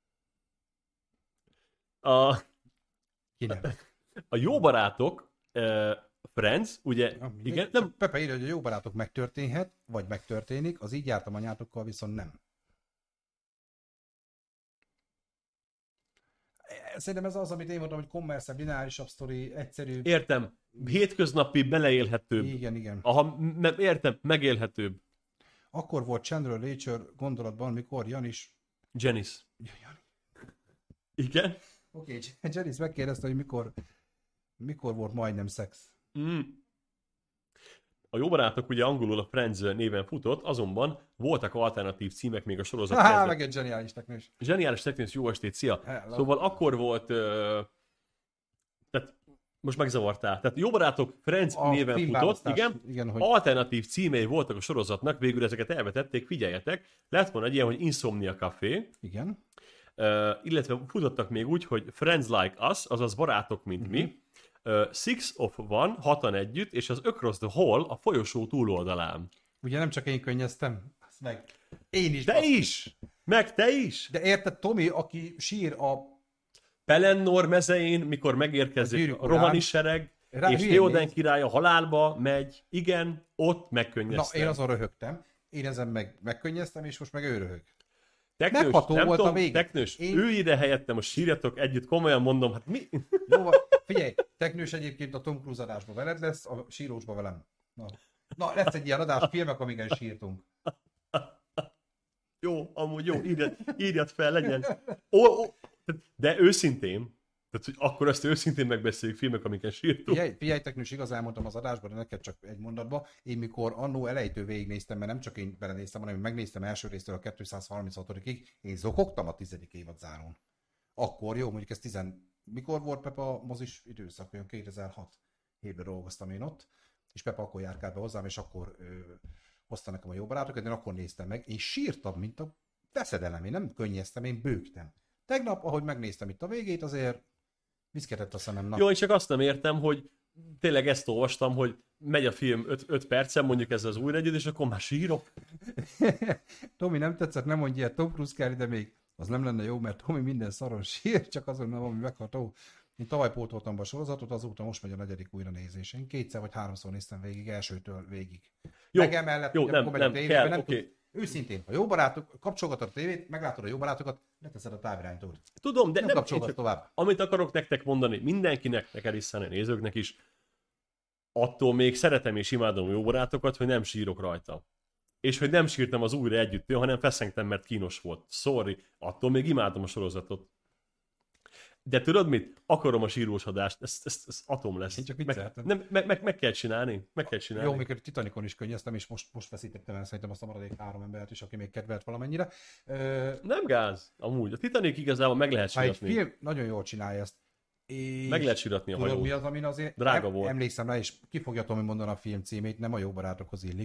A, Ki nem. a Jó Barátok, uh, Friends, ugye, Ja, mindegy. igen, Csak nem, Pepe írja, hogy a Jó Barátok megtörténhet, vagy megtörténik, az így jártam anyátokkal, viszont nem. Szerintem ez az, amit én mondtam, hogy kommerszebb, lineárisabb sztori, egyszerű. értem, hétköznapi, beleélhetőbb. Igen, igen. Aha, me- értem, megélhetőbb. Akkor volt Chandler Rachel gondolatban, mikor Janis... Janice. Igen? Oké, okay, Janis megkérdezte, hogy mikor, mikor volt majdnem szex. Mm. A Jó Barátok ugye angolul a Friends néven futott, azonban voltak alternatív címek még a sorozat Há, kezdet. meg egy zseniális teknős. Zseniális teknős, jó estét, szia! Hello. Szóval akkor volt, uh, tehát most megzavartál. Tehát Jó Barátok Friends A néven futott, címválasztás, igen. igen, hogy- Alternatív címei voltak a sorozatnak, végül ezeket elvetették, figyeljetek. Lett volna egy ilyen, hogy Insomnia Café, Igen. uh, illetve futottak még úgy, hogy Friends Like Us, azaz barátok, mint uh-huh. mi. Uh, Six of One, hatan együtt, és az Across the Hall a folyosó túloldalán. Ugye nem csak én könnyeztem, azt meg én is. Te basszus. is! Meg te is! De érted, Tomi, aki sír a... Pelennor mezején, mikor A megérkezik gyűrűk a rohani urán. sereg, Rá és hülyén Théoden néz. király a halálba megy, igen, ott Na, megkönnyeztem. én azon röhögtem. Én ezen meg megkönnyeztem, és most meg ő röhög. Teknős, megható nem volt a tudom, vége. Teknős, Én- ülj ide helyettem, most sírjatok együtt, komolyan mondom, hát mi? Jó, van. Figyelj, Teknős egyébként a Tom Cruise adásba veled lesz, a sírósba velem. Na. Na, lesz egy ilyen adás, filmek, amiken sírtunk. Jó, amúgy jó, írjad, írjad fel, legyen. Ó, ó, de őszintén, tehát, hogy akkor ezt őszintén megbeszéljük filmek, amiken sírtunk. Figyelj, figyelj Teknős, igaz elmondtam az adásban, de neked csak egy mondatba. Én mikor annó elejétől végignéztem, mert nem csak én belenéztem, hanem megnéztem első résztől a kétszázharminchatodikig, én zokogtam a tizedik évad zárón. Akkor jó, mondjuk ez tizen... Mikor volt Pepa a mozis időszak? Olyan kétezer-hat évben dolgoztam én ott, és Pepa akkor járkált be hozzám, és akkor ö, hozta nekem a Jó Barátokat, én akkor néztem meg. Én sírtam, mint a veszedelem, én nem könnyeztem, én bőgtem. Tegnap, ahogy megnéztem itt a végét, azért viszketett a szemem. Na. Jó, én csak azt nem értem, hogy tényleg ezt olvastam, hogy megy a film öt percen, mondjuk ez az újra együtt, és akkor már sírok. Tomi, nem tetszett, nem mondj ilyet, Tom Cruise kell ide még. Az nem lenne jó, mert Tomi minden szaron sír, csak azon nem, ami megható. Én tavaly pótoltam be a sorozatot, azóta most megy a negyedik újra nézés. Én kétszer vagy háromszor néztem végig, elsőtől végig. Jó, Meg emellett, jó, hogy nem, akkor nem, megy a tévében, kell, nem oké. tud- Őszintén, a Jó Barátok, kapcsolgatod a tévét, meglátod a Jó Barátokat, leteszed a távirányítót. Tudom, de Nem, nem, kapcsolgatod én csak- tovább. Amit akarok nektek mondani, mindenkinek, neked is, a nézőknek is, attól még szeretem és imádom Jó Barátokat, hogy nem sírok rajta. És hogy nem sírtam az újra együtt, hanem feszengtem, mert kínos volt. Sorry, attól még imádom a sorozatot. De tudod mit? Akarom a sírós adást, ez, ez, ez atom lesz. Én csak meg, vicceltem. nem, meg, meg, meg kell csinálni, meg kell csinálni. Jó, mikor Titanicon is könnyeztem, és most, most veszítettem el szerintem azt a maradék három embert is, aki még kedvelt valamennyire. Ö, Nem gáz, amúgy. A Titanic igazából meg lehet ha egy síratni. film nagyon jól csinálja ezt, és Meg lehet síratni a tudod, mi hajót. az, amin azért Drága em- volt. emlékszem rá, és ki fogja Tomi mondani a film címét, nem a Jó Barátokhoz illik.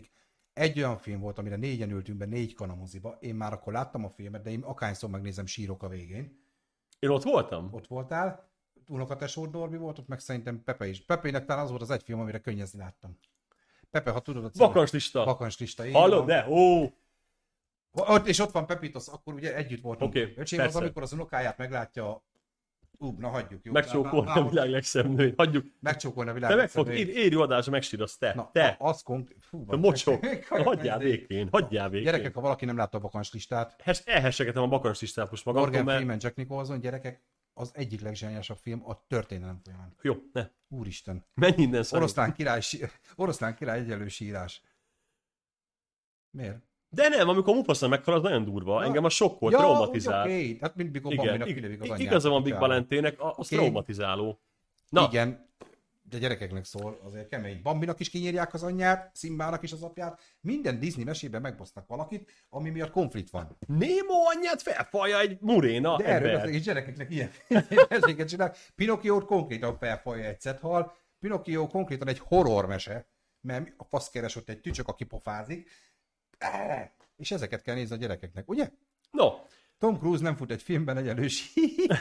Egy olyan film volt, amire négyen ültünk be, négy kanamoziba. Én már akkor láttam a filmet, de én akárszor megnézem, sírok a végén. Én ott voltam? Ott voltál. Unokatesó Dorbi volt, ott meg szerintem Pepe is. Pepének talán az volt az egy film, amire könnyezni láttam. Pepe, ha tudod a címet. Vakanslista. Vakanslista. Hallod, de? Ó! Ott, és ott van Pepitos, akkor ugye együtt voltunk. Oké, Öcsém persze. az, amikor az unokáját meglátja, ú, na hagyjuk, jó? Megcsókolni Na, na, a világ legszebb női. Hagyjuk. Megcsókolni a világ Te meg legszebb fogod, nőjét. ér, érj adásra, megsírasz, te. Na, te. a- az konkrét... Fú, Te mocsok. basszus. Hagyjál békén, hagyjál békén. Gyerekek, ha valaki nem látta a vakanslistát, Hes, elhessegetem a bakancslistát most magamtól, Morgan mert... Freeman, Jack Nicholson, gyerekek, az egyik legzseniásabb film a történelem folyamán. Jó, ne. Úristen. Menj innen, Szani. Oroszlán király, sí- oroszlán király egyelő sírás. Miért? De nem, amikor Mufasa meghal, az nagyon durva. Na, Engem a sokkolt, ja, traumatizált. Oké, okay. Hát mind mikor Igen, Bambinak ig- kilövik az ig- anyját. igaza van Big Utána. Valentének, az Oké. traumatizáló. Na, Igen, de gyerekeknek szól, azért kemény. Bambinak is kinyírják az anyját, Szimbának is az apját. Minden Disney mesében megbasznak valakit, ami miatt konflikt van. Nemo anyját felfalja egy muréna De erről ember. beszélek, és gyerekeknek ilyen meséket csinál. Pinocchiót konkrétan felfalja egy szethal. Pinocchio konkrétan egy horrormese, mert a fasz keres ott egy tücsök, aki pofázik. És ezeket kell nézni a gyerekeknek, ugye? No, Tom Cruise nem fut egy filmben egyenlős.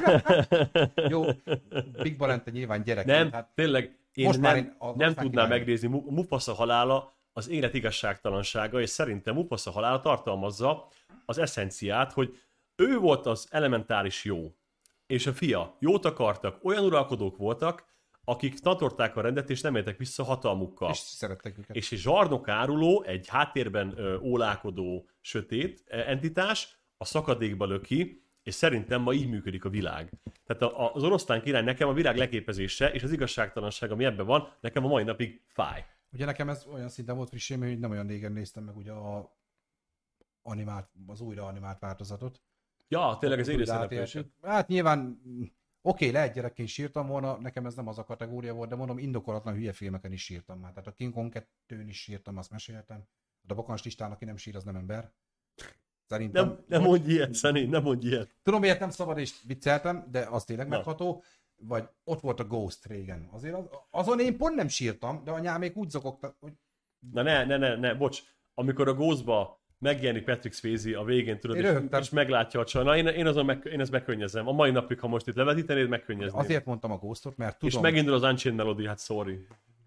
Jó, Big Valente nyilván gyerek. nem, Hát tényleg én most nem, már én a- nem aztán tudnám király. megnézni. Mu- Mufasa halála az élet igazságtalansága, és szerintem Mufasa halála tartalmazza az eszenciát, hogy ő volt az elementáris jó, és a fia jót akartak, olyan uralkodók voltak, akik tatorták a rendet, és nem éltek vissza hatalmukkal. és szerettek őket. És egy zsarnokáruló, egy háttérben ö, ólálkodó sötét ö, entitás a szakadékba löki, és szerintem ma így működik a világ. Tehát a, a, az oroszlán király nekem a világ leképezése, és az igazságtalanság, ami ebben van, nekem a mai napig fáj. Ugye nekem ez olyan szinten volt friss élmény, hogy nem olyan régen néztem meg ugye a animált, az újra animált változatot. Ja, tényleg az Újra élőszereplőség. átéltük. Hát nyilván, mm, oké, okay, lehet gyerekként sírtam volna, nekem ez nem az a kategória volt, de mondom, indokolatlan hülye filmeken is sírtam már. Tehát a King Kong kettőn is sírtam, azt meséltem. De a Bakanslistán, aki nem sír, az nem ember. Szerintem. Nem, nem mondj ilyet, Szani, nem mondj ilyet. Tudom, miért nem szabad, és vicceltem, de az tényleg Na. megható. Vagy ott volt a Ghost régen. Azért az, azon én pont nem sírtam, de anyámék úgy zokogtak, hogy Na ne, ne, ne, ne, bocs. Amikor a Ghostba megjelenik Patrick Swayze a végén, tudod, Én és, röhögtem. és meglátja a csaj. Na, én, én, azon meg, én ezt megkönnyezem. A mai napig, ha most itt levetítenéd, megkönnyezném. azért mondtam a Ghostot, mert tudom, És megindul az Unchained Melody, hát sorry.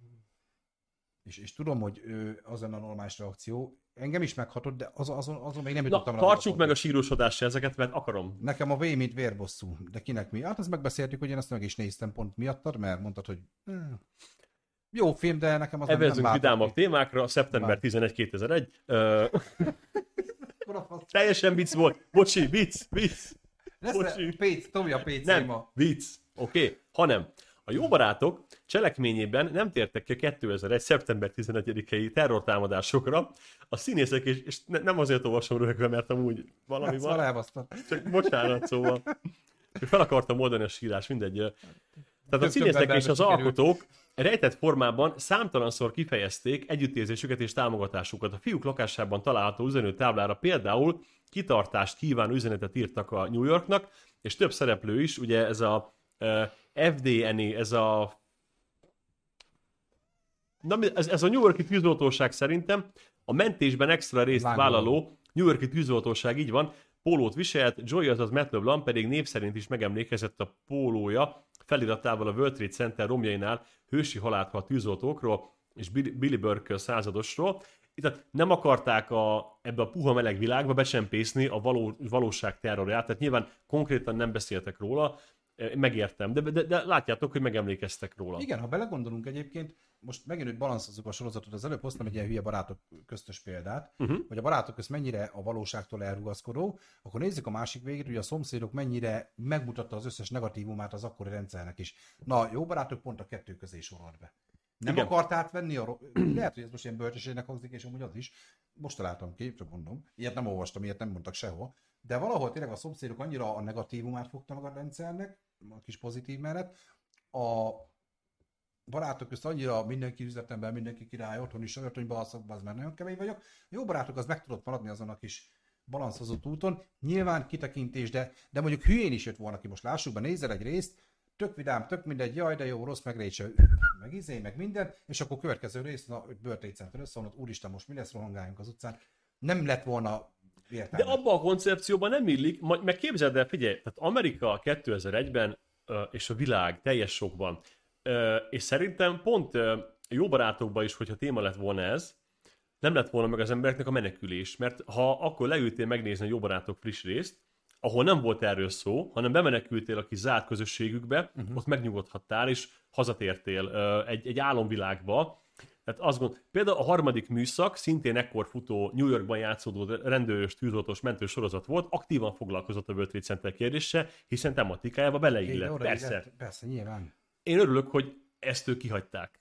és, és tudom, hogy ő, az lenne a normális reakció. Engem is meghatott, de az, azon, azon még nem Na, jutottam rá. tartsuk meg a sírósodásra ezeket, mert akarom. Nekem a V, mint vérbosszú. De kinek mi? Hát azt megbeszéltük, hogy én azt meg is néztem pont miattad, mert mondtad, hogy hm, jó film, de nekem az nem, nem Evezünk látott vidámabb ki. témákra, szeptember Már. tizenegy kétezer-egy. Ö, Akkor a fasz- teljesen vicc volt. Bocsi, vicc, vicc. Lesz Bocsi. Péc, Tomi a Péc Nem, téma. vicc. Oké, okay. hanem a jó barátok cselekményében nem tértek ki a kétezer-egy. szeptember tizenegyedikei terrortámadásokra. A színészek, és, és ne, nem azért olvasom röhögve, mert amúgy valami Szóval van. elbasztad. Csak bocsánat, szóval. Csak fel akartam oldani a sírás, mindegy. Tehát a Több színészek emberbe és az sikerült. alkotók rejtett formában számtalanszor kifejezték együttérzésüket és támogatásukat. A fiúk lakásában található üzenőtáblára például kitartást kívánó üzenetet írtak a New Yorknak, és több szereplő is, ugye ez a uh, F D N E, ez a Na, mi- ez, ez a New York-i tűzoltóság szerintem a mentésben extra részt Lángoló. vállaló New York-i tűzoltóság, így van, pólót viselt, Joy, azaz Matt LeBlanc pedig név szerint is megemlékezett a pólója feliratával a World Trade Center romjainál hősi halált halt tűzoltókról és Billy Billy Burke századosról. Tehát nem akarták a, ebbe a puha meleg világba becsempészni a való, valóság terrorját, tehát nyilván konkrétan nem beszéltek róla, eh, megértem, de, de, de látjátok, hogy megemlékeztek róla. Igen, ha belegondolunk egyébként, most megint, hogy balanszhozzuk a sorozatot, az előbb hoztam egy ilyen hülye barátok köztös példát, Uh-huh. hogy a barátok közt mennyire a valóságtól elrugaszkodó, akkor nézzük a másik végét, hogy a szomszédok mennyire megmutatta az összes negatívumát az akkori rendszernek is. Na, jó barátok pont a kettő közé sorolt be. Nem Igen. akart átvenni a... ro- Lehet, hogy ez most ilyen bölcsességnek hangzik, és amúgy az is. Most találtam ki, csak mondom. Ilyet nem olvastam, ilyet nem mondtak sehol. De valahol tényleg a szomszédok annyira a negatívumát fogta meg a rendszernek, a kis pozitív mellett, a barátok közt annyira mindenki üzletemben, mindenki király, otthon is olyat, hogy balszok, az már nagyon kemény vagyok. A jó barátok az meg tudott maradni azon a kis balanszozott úton. Nyilván kitekintés, de, de mondjuk hülyén is jött volna ki, most lássuk be, nézel egy részt, tök vidám, tök mindegy, jaj, de jó, rossz, meg Rachel, meg izé, meg minden, és akkor következő rész, na, World Trade Center összeomlott, úristen, most mi lesz, rohangáljunk az utcán. Nem lett volna értelme. De abban a koncepcióban nem illik, majd meg képzeld el, figyelj, tehát Amerika kétezer-egyben és a világ teljes sokban, és szerintem pont Jó barátokban is, hogyha téma lett volna ez, nem lett volna meg az embereknek a menekülés, mert ha akkor leültél megnézni a Jó barátok friss részt, ahol nem volt erről szó, hanem bemenekültél a kis zárt közösségükbe, uh-huh. ott megnyugodhattál, és hazatértél uh, egy, egy álomvilágba. Tehát azt gondolom, például a harmadik műszak, szintén ekkor futó, New Yorkban játszódó rendőrös, tűzoltós, mentős sorozat volt, aktívan foglalkozott a World Trade Center kérdéssel, hiszen tematikájába beleillett. Én, persze. Illett, persze, nyilván. Én örülök, hogy ezt ők kihagyták.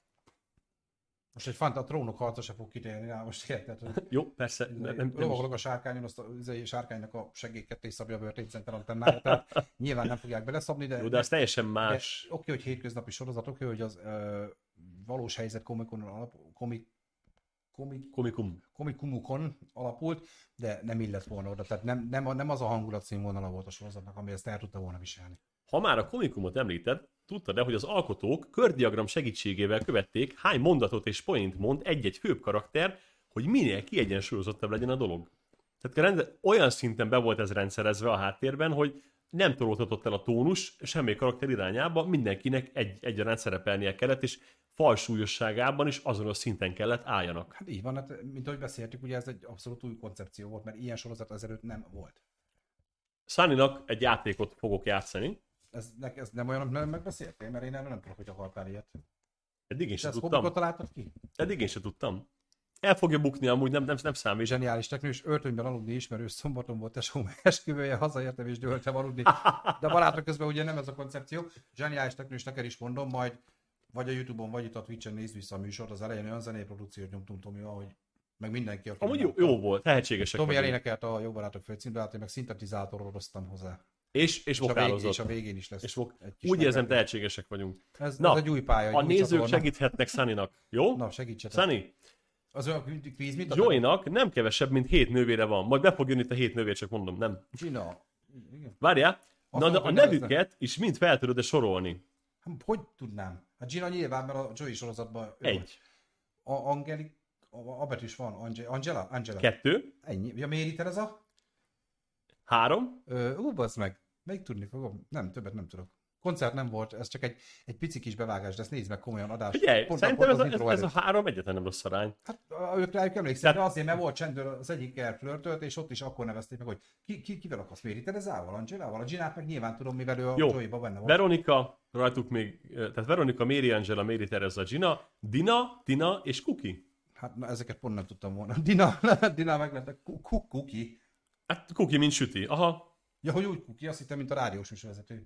Most egy fant a trónok harca se fog kitérni rá, most érted? Jó, persze. Nem, nem, lovagolok a sárkányon, azt a, a sárkánynak a segélyketté szabja a World Trade Center antennája, tehát nyilván nem fogják beleszabni, de... Jó, de az teljesen más. Oké, okay, hogy hétköznapi sorozat, oké, okay, hogy az ö, valós helyzet komikon alap, komik, komik, Komikum. komikumukon alapult, de nem illett volna oda, tehát nem, nem, nem az a hangulat színvonala volt a sorozatnak, ami ezt el tudta volna viselni. Ha már a komikumot említed, tudtad-e, hogy az alkotók kördiagram segítségével követték, hány mondatot és point mond egy-egy főbb karakter, hogy minél kiegyensúlyozottabb legyen a dolog. Tehát rende, olyan szinten be volt ez rendszerezve a háttérben, hogy nem tolódhatott el a tónus semmi karakter irányába, mindenkinek egy, egyaránt szerepelnie kellett, és falsúlyosságában is azonos szinten kellett álljanak. Hát így van, hát, mint ahogy beszéltük, ugye ez egy abszolút új koncepció volt, mert ilyen sorozat ezelőtt nem volt. Sunnynak egy játékot fogok játszani. Ez, ez nem olyan, nem megbeszéltél, mert én erről nem tudok, hogy akartál ilyet. Eddig én sem tudtam. tudtam. Találtad ki? Eddig én sem tudtam. El fogja bukni, amúgy nem, nem, nem számít. Zseniális teknős, öltönyben aludni ismerős, szombaton volt tesóm esküvője, hazaértem és dőltem aludni. De barátok közben ugye nem ez a koncepció. Zseniális teknős, neked is mondom, majd vagy a Youtube-on, vagy itt a Twitch-en nézd vissza a műsort, az elején olyan zenéprodukciót nyomtunk Tomival, hogy meg mindenki, aki... Amúgy jó, jó volt, tehetségesek Tomi vagyunk. elénekelt a Jó barátok főcímbe, hát én meg szintetizátoroztam hozzá. És, és, És a, végén, vokálozott. és a végén is lesz. És vok... egy kis Úgy érzem, meglepő. tehetségesek vagyunk. Ez, Na, ez egy új pálya. Egy A új nézők csatorna. segíthetnek Sunnynak, jó? Na, segítsetek. Sunny, Az olyan kvíz, mint a... Joey-nak nem kevesebb, mint hét nővére van. Majd be fog jönni itt a hét nővér, csak mondom, nem. Gina. Igen. Várjál, Azt na, de mondom, a hogy nevüket is mind fel tudod-e sorolni. Hát, hogy tudnám? Hát Gina nyilván, mert a Joey sorozatban... ő Egy. A Angeli... A, a betűs van. Ange, Angela? Angela. Kettő. Ennyi. Ja, Méri Tereza? Három. Ö, ú, bazd meg. Még tudni fogom. Nem, többet nem tudok. Koncert nem volt, ez csak egy, egy pici kis bevágás, de ezt nézd meg komolyan adás. Figyelj, Pont- szerintem pont ez, az a, ez, intro ez a előtt. három egyetlen nem rossz arány. Hát ők rájuk emlékszem, Tehát- de azért, mert volt csendőr, az egyikkel flörtölt, és ott is akkor nevezték meg, hogy ki, ki, kivel akarsz Méri Terezával, Angelával, a Ginát meg nyilván tudom, mivel ő a Jó. Joey-ba benne volt. Veronika, rajtuk még, tehát Veronika, Mary Angela, Mary Teresa, Gina, Dina, Tina és Kuki. Hát na, ezeket pont nem tudtam volna. Dina, Dina meg lett, Kuki. Hát Kuki, mint süti. Aha. Ja, hogy úgy Kuki, azt hittem, mint a rádiós műsorvezető.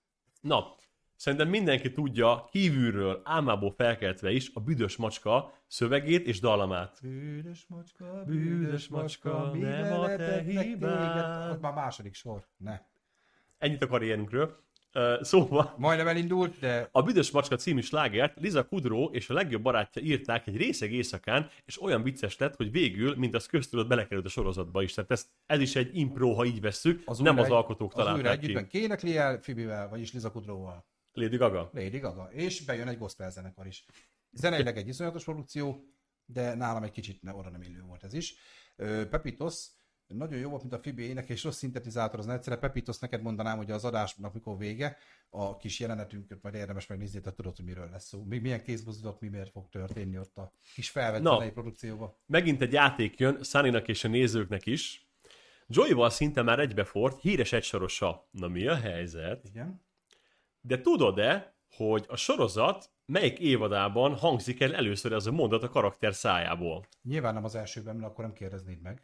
Na, szerintem mindenki tudja kívülről, álmából felkeltve is a Büdös macska szövegét és dallamát. Bűnös macska, Bűnös macska, nem a te hibád. Az már második sor. Ne. Ennyit a karrierünkről. Uh, szóval Majdnem elindult, de a Büdös macska című slágert Liza Kudrow és a legjobb barátja írták egy részeg éjszakán, és olyan vicces lett, hogy végül, mint az köztudott, belekerült a sorozatba is. Tehát ez, ez is egy impro, ha így vesszük, az nem az egy- alkotók az újra találták ki. együttben kénekli el Fibivel, vagyis Liza Kudrowval. Lady Gaga. Lady Gaga. És bejön egy gospel zenekar is. Zeneileg egy iszonyatos produkció, de nálam egy kicsit ne, oda nem illő volt ez is. Ö, Pepitos nagyon jó volt, mint a Fibi ének, és rossz szintetizátor az egyszerre. Pepitos, neked mondanám, hogy az adásnak mikor vége, a kis jelenetünket majd érdemes megnézni, tehát tudod, hogy miről lesz szó. Mi, milyen kézmozdulat, mi miért fog történni ott a kis felvett Na. zenei produkcióba. Megint egy játék jön Sunnynak és a nézőknek is. Joey-val szinte már egybefort, híres egysorosa. Na mi a helyzet? Igen. De tudod-e, hogy a sorozat melyik évadában hangzik el először ez a mondat a karakter szájából? Nyilván nem az elsőben, mert akkor nem kérdeznéd meg.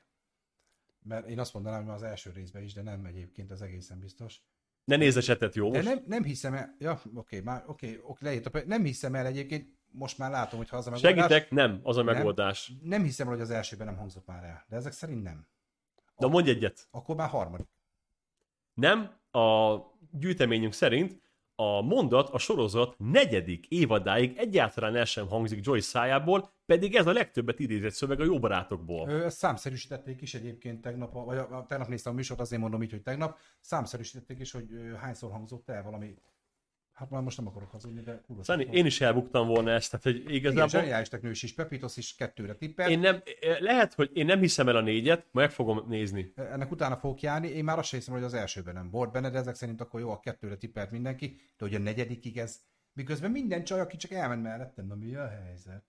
Mert én azt mondanám, hogy az első részben is, de nem egyébként, az egészen biztos. Ne nézz a csetet, jó? De Most? nem, nem hiszem el, ja, oké, már, oké, oké, leírtam, nem hiszem el egyébként, most már látom, hogy ha az a megoldás. Segítek? Nem, az a megoldás. Nem, nem hiszem el, hogy az elsőben nem hangzott már el, de ezek szerint nem. Na mondj egyet. Akkor már harmadik. Nem, a gyűjteményünk szerint a mondat a sorozat negyedik évadáig egyáltalán el sem hangzik Joy szájából, pedig ez a legtöbbet idézett szöveg a Jó barátokból. Ö, Ezt számszerűsítették is egyébként tegnap, vagy a, a, tegnap néztem a műsort, azért mondom így, hogy tegnap, számszerűsítették is, hogy ö, hányszor hangzott el valami Hát már most nem akarok hazudni, de kurva. Szani, én is elbuktam volna ezt, tehát hogy Igen, igazából... zseniális teknős is, Pepitos is kettőre tippel. Én nem, lehet, hogy én nem hiszem el a négyet, meg fogom nézni. Ennek utána fogok járni, én már azt sem hiszem, hogy az elsőben nem volt benne, de ezek szerint akkor jó, a kettőre tippelt mindenki, de hogy a negyedikig ez, miközben minden csaj, aki csak elment mellettem, na mi a helyzet?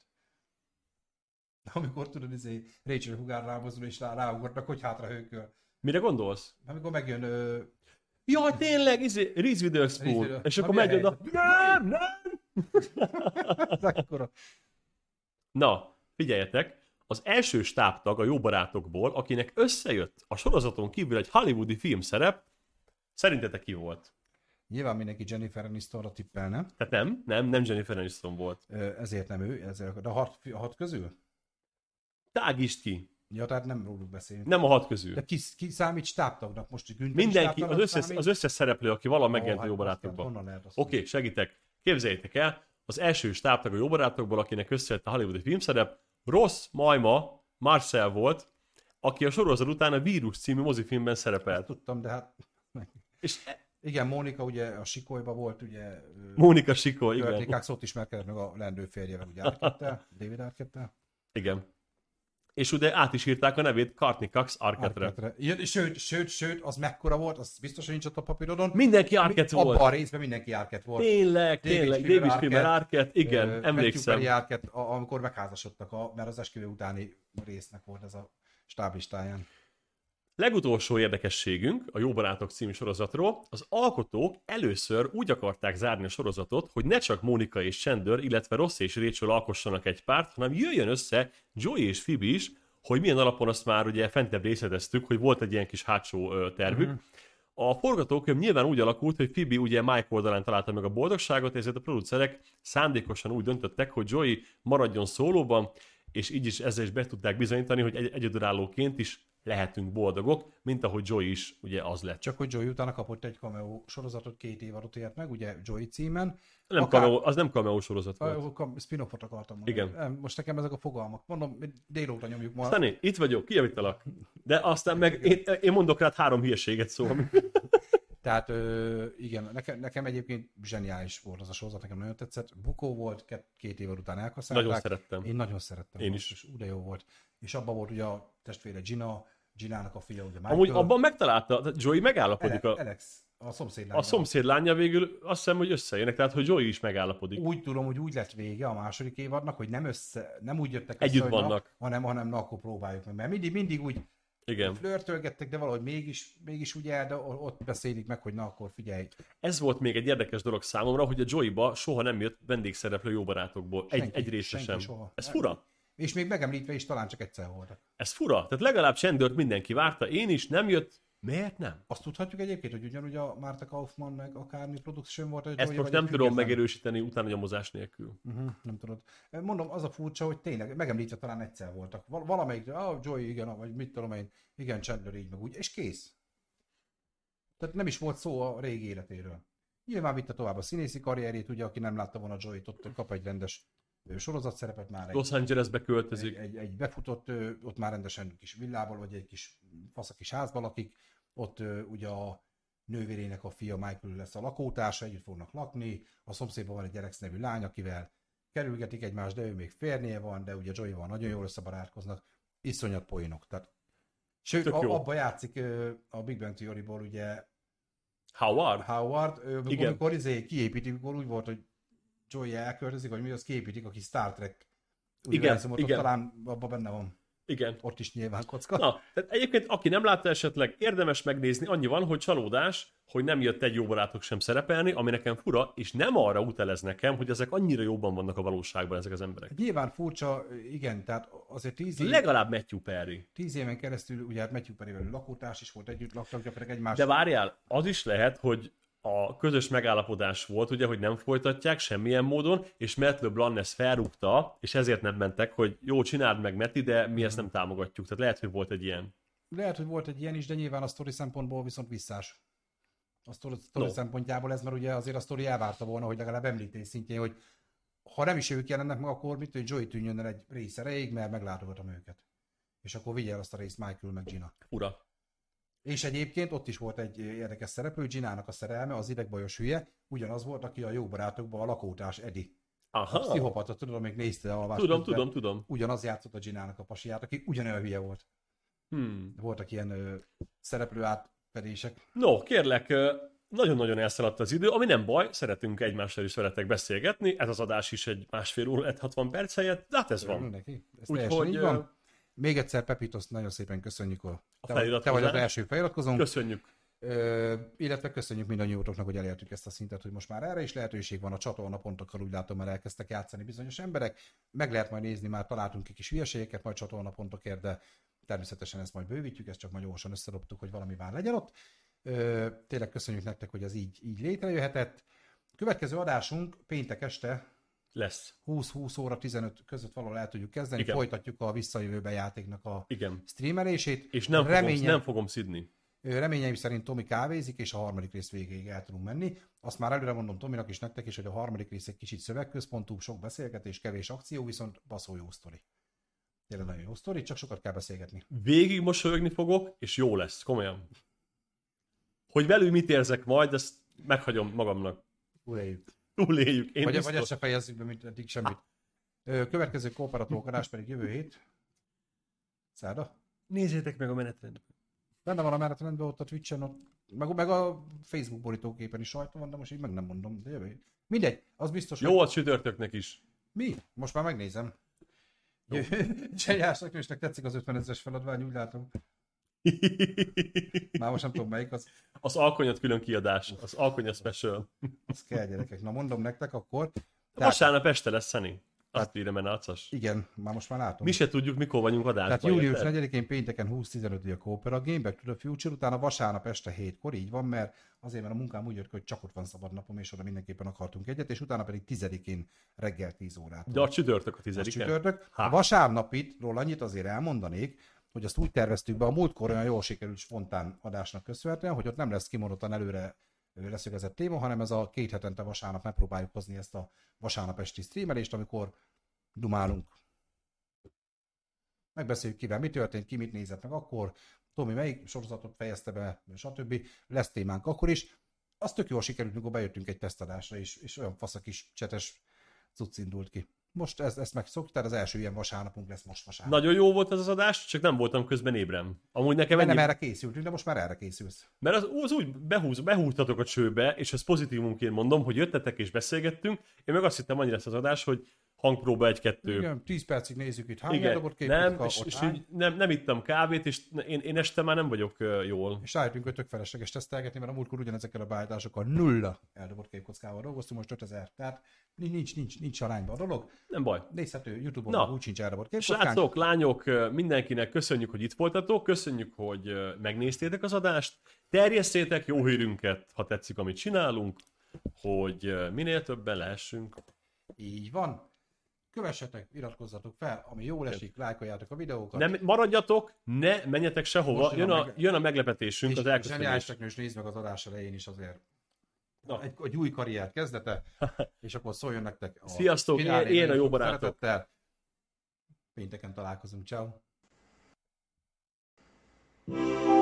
Amikor tudod, izé, Rachel Hugár rámozdul és rá, ráugornak, hogy hátra hőköl. Mire gondolsz? Amikor megjön... Ö... Jaj, tényleg, izé, Reese Witherspoon. Reese- És Na, akkor mi a megy oda. Nem, nem! Ekkora. Na, figyeljetek, az első stábtag a Jó Barátokból, akinek összejött a sorozaton kívül egy hollywoodi filmszerep, szerintetek ki volt? Nyilván mindenki Jennifer Anistonra tippelne, Tehát nem, nem, nem Jennifer Aniston volt. Ö, ezért nem ő, ezért, de a hat, a hat közül? Tágítsd ki. Ja, tehát nem róluk beszélünk. Nem a hat közül. De ki, ki számít stábtagnak most? Günther Mindenki, az stábtagnak összes, számít? az összes szereplő, aki valaha Ó, megjelent a hát Jó azt Barátokban. honnan lehet azt Oké, okay, segítek. Képzeljétek el, az első stábtag a Jó Barátokból, akinek összejött a hollywoodi filmszerep, Ross Majma Marcel volt, aki a sorozat után a Vírus című mozifilmben szerepelt. Tudtam, de hát... És Igen, Mónika ugye a Sikolyban volt, ugye... Mónika Sikoly, igen. Körtékák szót ismerkedett meg a lendő férjevel, ugye Arquette-tel, David Arquette-tel. Igen. És ugye át is írták a nevét Courtney Cox Arquette-re. Arquette-re. Ja, sőt, sőt, sőt, az mekkora volt, az biztos, hogy nincs ott a papírodon. Mindenki Arquette Abban volt. a részben mindenki Arquette volt. Tényleg, David tényleg. Spieler David Spieler Arquette, igen, Ö, emlékszem. Matthew Perry Arquette, a- amikor megházasodtak, a, mert az esküvő utáni résznek volt ez a stáblistáján. Legutolsó érdekességünk a Jó Barátok című sorozatról, az alkotók először úgy akarták zárni a sorozatot, hogy ne csak Mónika és Chandler, illetve Ross és Rachel alkossanak egy párt, hanem jöjjön össze Joey és Phoebe is, hogy milyen alapon azt már ugye fentebb részleteztük, hogy volt egy ilyen kis hátsó ö, tervük. Uh-huh. A forgatókönyv nyilván úgy alakult, hogy Phoebe ugye Mike oldalán találta meg a boldogságot, ezért a producerek szándékosan úgy döntöttek, hogy Joey maradjon szólóban, és így is ezzel is be tudták bizonyítani, hogy egy- egyedülállóként is lehetünk boldogok, mint ahogy Joey is ugye az lett. Csak hogy Joey utána kapott egy cameo sorozatot, két év alatt ért meg, ugye Joey címen. Nem Akár- cameo, az nem cameo sorozat volt. A- a- Spin-offot akartam mondani. Igen. Nem, most nekem ezek a fogalmak. Mondom, délóta nyomjuk ma. Stani, itt vagyok, kijavítalak. De aztán meg én, én mondok rád három hülyeséget, szóval. Tehát ö, igen, nekem, nekem egyébként zseniális volt az a sorozat, nekem nagyon tetszett. Bukó volt, két, két év után elkaszálták. Nagyon szerettem. Én nagyon szerettem. Én most, is. És úgy jó volt. És abban volt ugye a testvére Gina, Ginának a fia, ugye Michael. Amúgy abban megtalálta, tehát Joey megállapodik. Ale- A, Alex, a szomszéd a szomszéd lánya végül azt hiszem, hogy összejönnek, tehát hogy Joey is megállapodik. Úgy tudom, hogy úgy lett vége a második évadnak, hogy nem össze, nem úgy jöttek össze, Együtt hogy vannak. Na, hanem, hanem na, akkor próbáljuk meg. Mert mindig, mindig úgy Igen. flörtölgettek, de valahogy mégis, mégis úgy el, de ott beszélik meg, hogy na, akkor figyelj. Ez volt még egy érdekes dolog számomra, hogy a Joey-ba soha nem jött vendégszereplő Jó Barátokból. Egy, Senki, egy része senki sem. soha. Ez fura. És még megemlítve is talán csak egyszer voltak. Ez fura. Tehát legalább Chandlert mindenki várta, én is, nem jött. Miért nem? Azt tudhatjuk egyébként, hogy ugyanúgy a Marta Kaufman meg akármi production volt. Hogy Ezt Joey most vagy nem egy tudom független. megerősíteni utána nyomozás nélkül. Uh-huh, nem tudod. Mondom, az a furcsa, hogy tényleg megemlítve talán egyszer voltak. Val- valamelyik, ah, Joey, igen, vagy mit tudom én, igen, Chandler így meg úgy, és kész. Tehát nem is volt szó a régi életéről. Nyilván vitte tovább a színészi karrierét, ugye, aki nem látta volna Joey-t, ott kap egy rendes ö, sorozatszerepet már. Egy, Los Angelesbe költözik. egy, egy, egy befutott, ö, ott már rendesen kis villából, vagy egy kis fasz kis házban lakik. Ott ö, ugye a nővérének a fia Michael lesz a lakótársa, együtt fognak lakni. A szomszédban van egy Alex nevű lány, akivel kerülgetik egymást, de ő még férnéje van, de ugye Joey-val nagyon jól összebarátkoznak. Iszonyat poénok. Tehát, sőt, Tök a, jó. abba játszik ö, a Big Bang Theory-ból ugye Howard? Howard, ö, amikor, Igen. amikor izé kiépítik, amikor úgy volt, hogy Joey elköltözik, vagy mi az kiépítik, aki Star Trek univerzumot, ott igen. talán abban benne van. Igen. Ott is nyilván kocka. Na, tehát egyébként, aki nem látta esetleg, érdemes megnézni, annyi van, hogy csalódás, hogy nem jött egy Jó Barátok sem szerepelni, ami nekem fura, és nem arra utalez nekem, hogy ezek annyira jobban vannak a valóságban ezek az emberek. Nyilván furcsa, igen, tehát azért tíz, év, Legalább Matthew Perry. tíz éven keresztül, ugye hát Matthew Perryvel lakótárs is volt, együtt laktak gyakorlatilag egymás. De várjál, az is lehet, hogy a közös megállapodás volt, ugye, hogy nem folytatják semmilyen módon, és Matt LeBlanc ezt felrúgta, és ezért nem mentek, hogy jó, csináld meg, Meti, de mi ezt nem támogatjuk. Tehát lehet, hogy volt egy ilyen. Lehet, hogy volt egy ilyen is, de nyilván a sztori szempontból viszont visszás. A sztori, sztori No. szempontjából ez, mert ugye azért a sztori elvárta volna, hogy legalább említés szintjén, hogy ha nem is ők jelennek meg, akkor mit, hogy Joey tűnjön el egy rész erejéig, mert meglátogatom őket. És akkor vigye el azt a részt Michael meg Gina. Fura. És egyébként ott is volt egy érdekes szereplő, Ginának a szerelme, az idegbajos hülye, ugyanaz volt, aki a Jó barátokban a lakótárs Edi. Aha. A pszichopata, tudod, még nézte a alvást. Tudom, tudom, tudom. Ugyanaz játszott a Ginának a pasiát, aki ugyanolyan hülye volt. Hmm. Voltak ilyen ö, szereplő átfedések. No, kérlek, ö, nagyon-nagyon elszaladt az idő, ami nem baj, szeretünk egymással is veletek beszélgetni, ez az adás is egy másfél óra lett hatvan perc helyett, de hát ez van. Neki. Ez Úgyhogy, teljesen így van. ö, Még egyszer Pepitos, nagyon szépen köszönjük. A, A te, vagy, te vagy az feliratkozást. első feliratkozónk. Köszönjük. Ö, illetve köszönjük mindannyiótoknak, hogy elértük ezt a szintet, hogy most már erre is lehetőség van, a csatornapontokkal úgy látom, mert elkezdtek játszani bizonyos emberek. Meg lehet majd nézni, már találtunk egy kis hülyeségeket, majd csatornapontokért, de természetesen ezt majd bővítjük, ezt csak majd gyorsan összedobtuk, hogy valami már legyen ott. Ö, tényleg köszönjük nektek, hogy ez így, így létrejöhetett. Következő adásunk péntek este Lesz. húsz-húsz óra tizenöt között valahol el tudjuk kezdeni, Igen. folytatjuk a visszajövőbe játéknak a Igen. streamelését. És nem fogom, Reményem- nem fogom szidni. Ö, Reményeim szerint Tomi kávézik, és a harmadik rész végéig el tudunk menni. Azt már előre mondom Tominak is nektek is, hogy a harmadik rész egy kicsit szövegközpontú, sok beszélgetés, kevés akció, viszont baszó jó sztori. Tényleg nagyon jó sztori, csak sokat kell beszélgetni. Végig mosolyogni fogok, és jó lesz, komolyan. Hogy velük mit érzek majd, ezt meghagyom magamnak. Uréljük. Túléljük. Én Vagy, biztos. vagy ezt se fejezzük be, mint eddig semmit. Ö, Következő kooperató adás pedig jövő hét. Szerda. Nézzétek meg a menetrendet. Benne van a menetrendben ott a Twitch-en, ott, meg, meg a Facebook borítóképen is rajta van, de most így meg nem mondom, de jövő hét. Mindegy, az biztos, Jó a csütörtöknek is. Mi? Most már megnézem. Csenyásnak és tetszik az ötvenezres feladvány, úgy látom. Már most nem tudom melyik az. Az alkonyat külön kiadás. Az alkonya special. Az kell, gyerekek. Na mondom nektek akkor. Tehát, Vasárnap este lesz, Szeni. Azt írja, mert nácas. igen, már most már látom. Mi se tudjuk, mikor vagyunk adásban. Tehát július érted? negyedikén pénteken húsz tizenöt a Coopera Game Back to the Future, utána vasárnap este hétkor, így van, mert azért, mert a munkám úgy jött, hogy csak ott van szabad napom, és oda mindenképpen akartunk egyet, és utána pedig tizedikén reggel tíz órától. De a csütörtök a Ez tizediken. csütörtök. Há. A vasárnapitról annyit azért elmondanék, hogy azt úgy terveztük be, a múltkor olyan jól sikerült spontán adásnak köszönhetően, hogy ott nem lesz kimondottan előre leszögezett téma, hanem ez a két hetente vasárnap megpróbáljuk hozni ezt a vasárnap esti streamelést, amikor dumálunk. Megbeszéljük kivel mi történt, ki mit nézett meg akkor, Tomi melyik sorozatot fejezte be, stb. Lesz témánk akkor is. Az tök jól sikerült, mikor bejöttünk egy tesztadásra, és, és olyan fasz a kis csetes cucc indult ki. Most ez, ezt megszoktál, az első ilyen vasárnapunk lesz most vasárnap. Nagyon jó volt ez az adás, csak nem voltam közben ébren. Amúgy nekem Mert ennyi... nem erre készültünk, de most már erre készülsz. Mert az, az úgy behúz, behúztatok a csőbe, és ezt pozitívumként mondom, hogy jöttetek és beszélgettünk. Én meg azt hittem, annyi lesz az adás, hogy hangpróba egy-kettő. Igen, tíz percig nézzük itt, hány Igen, dobott nem, képet, és, ott és hány. így nem, nem ittam kávét, és én, én este már nem vagyok uh, jól. És rájöttünk, hogy tök felesleges tesztelgetni, mert a múltkor ugyanezekkel a beállításokkal nulla eldobott képkockával dolgoztunk, most ötezer. Tehát nincs, nincs, nincs arányban a dolog. Nem baj. Nézhető YouTube-on Na, úgy sincs eldobott képkockánk. Srácok, lányok, mindenkinek köszönjük, hogy itt voltatok, köszönjük, hogy megnéztétek az adást, terjesszétek jó hírünket, ha tetszik, amit csinálunk, hogy minél többen lehessünk. Így van. Kövessetek, iratkozzatok fel, ami jól esik, lájkoljátok a videókat. Nem maradjatok, ne menjetek sehova, Most jön jön a a, meg- jön a meglepetésünk, és az zseniális elköszönés. teknős, nézd meg az adás elején is azért. Na. Egy, egy új karrier kezdete, és akkor szóljon nektek a Sziasztok, finálé én- én a nagyon jó sok barátok. szeretettel. Pénteken találkozunk, ciao.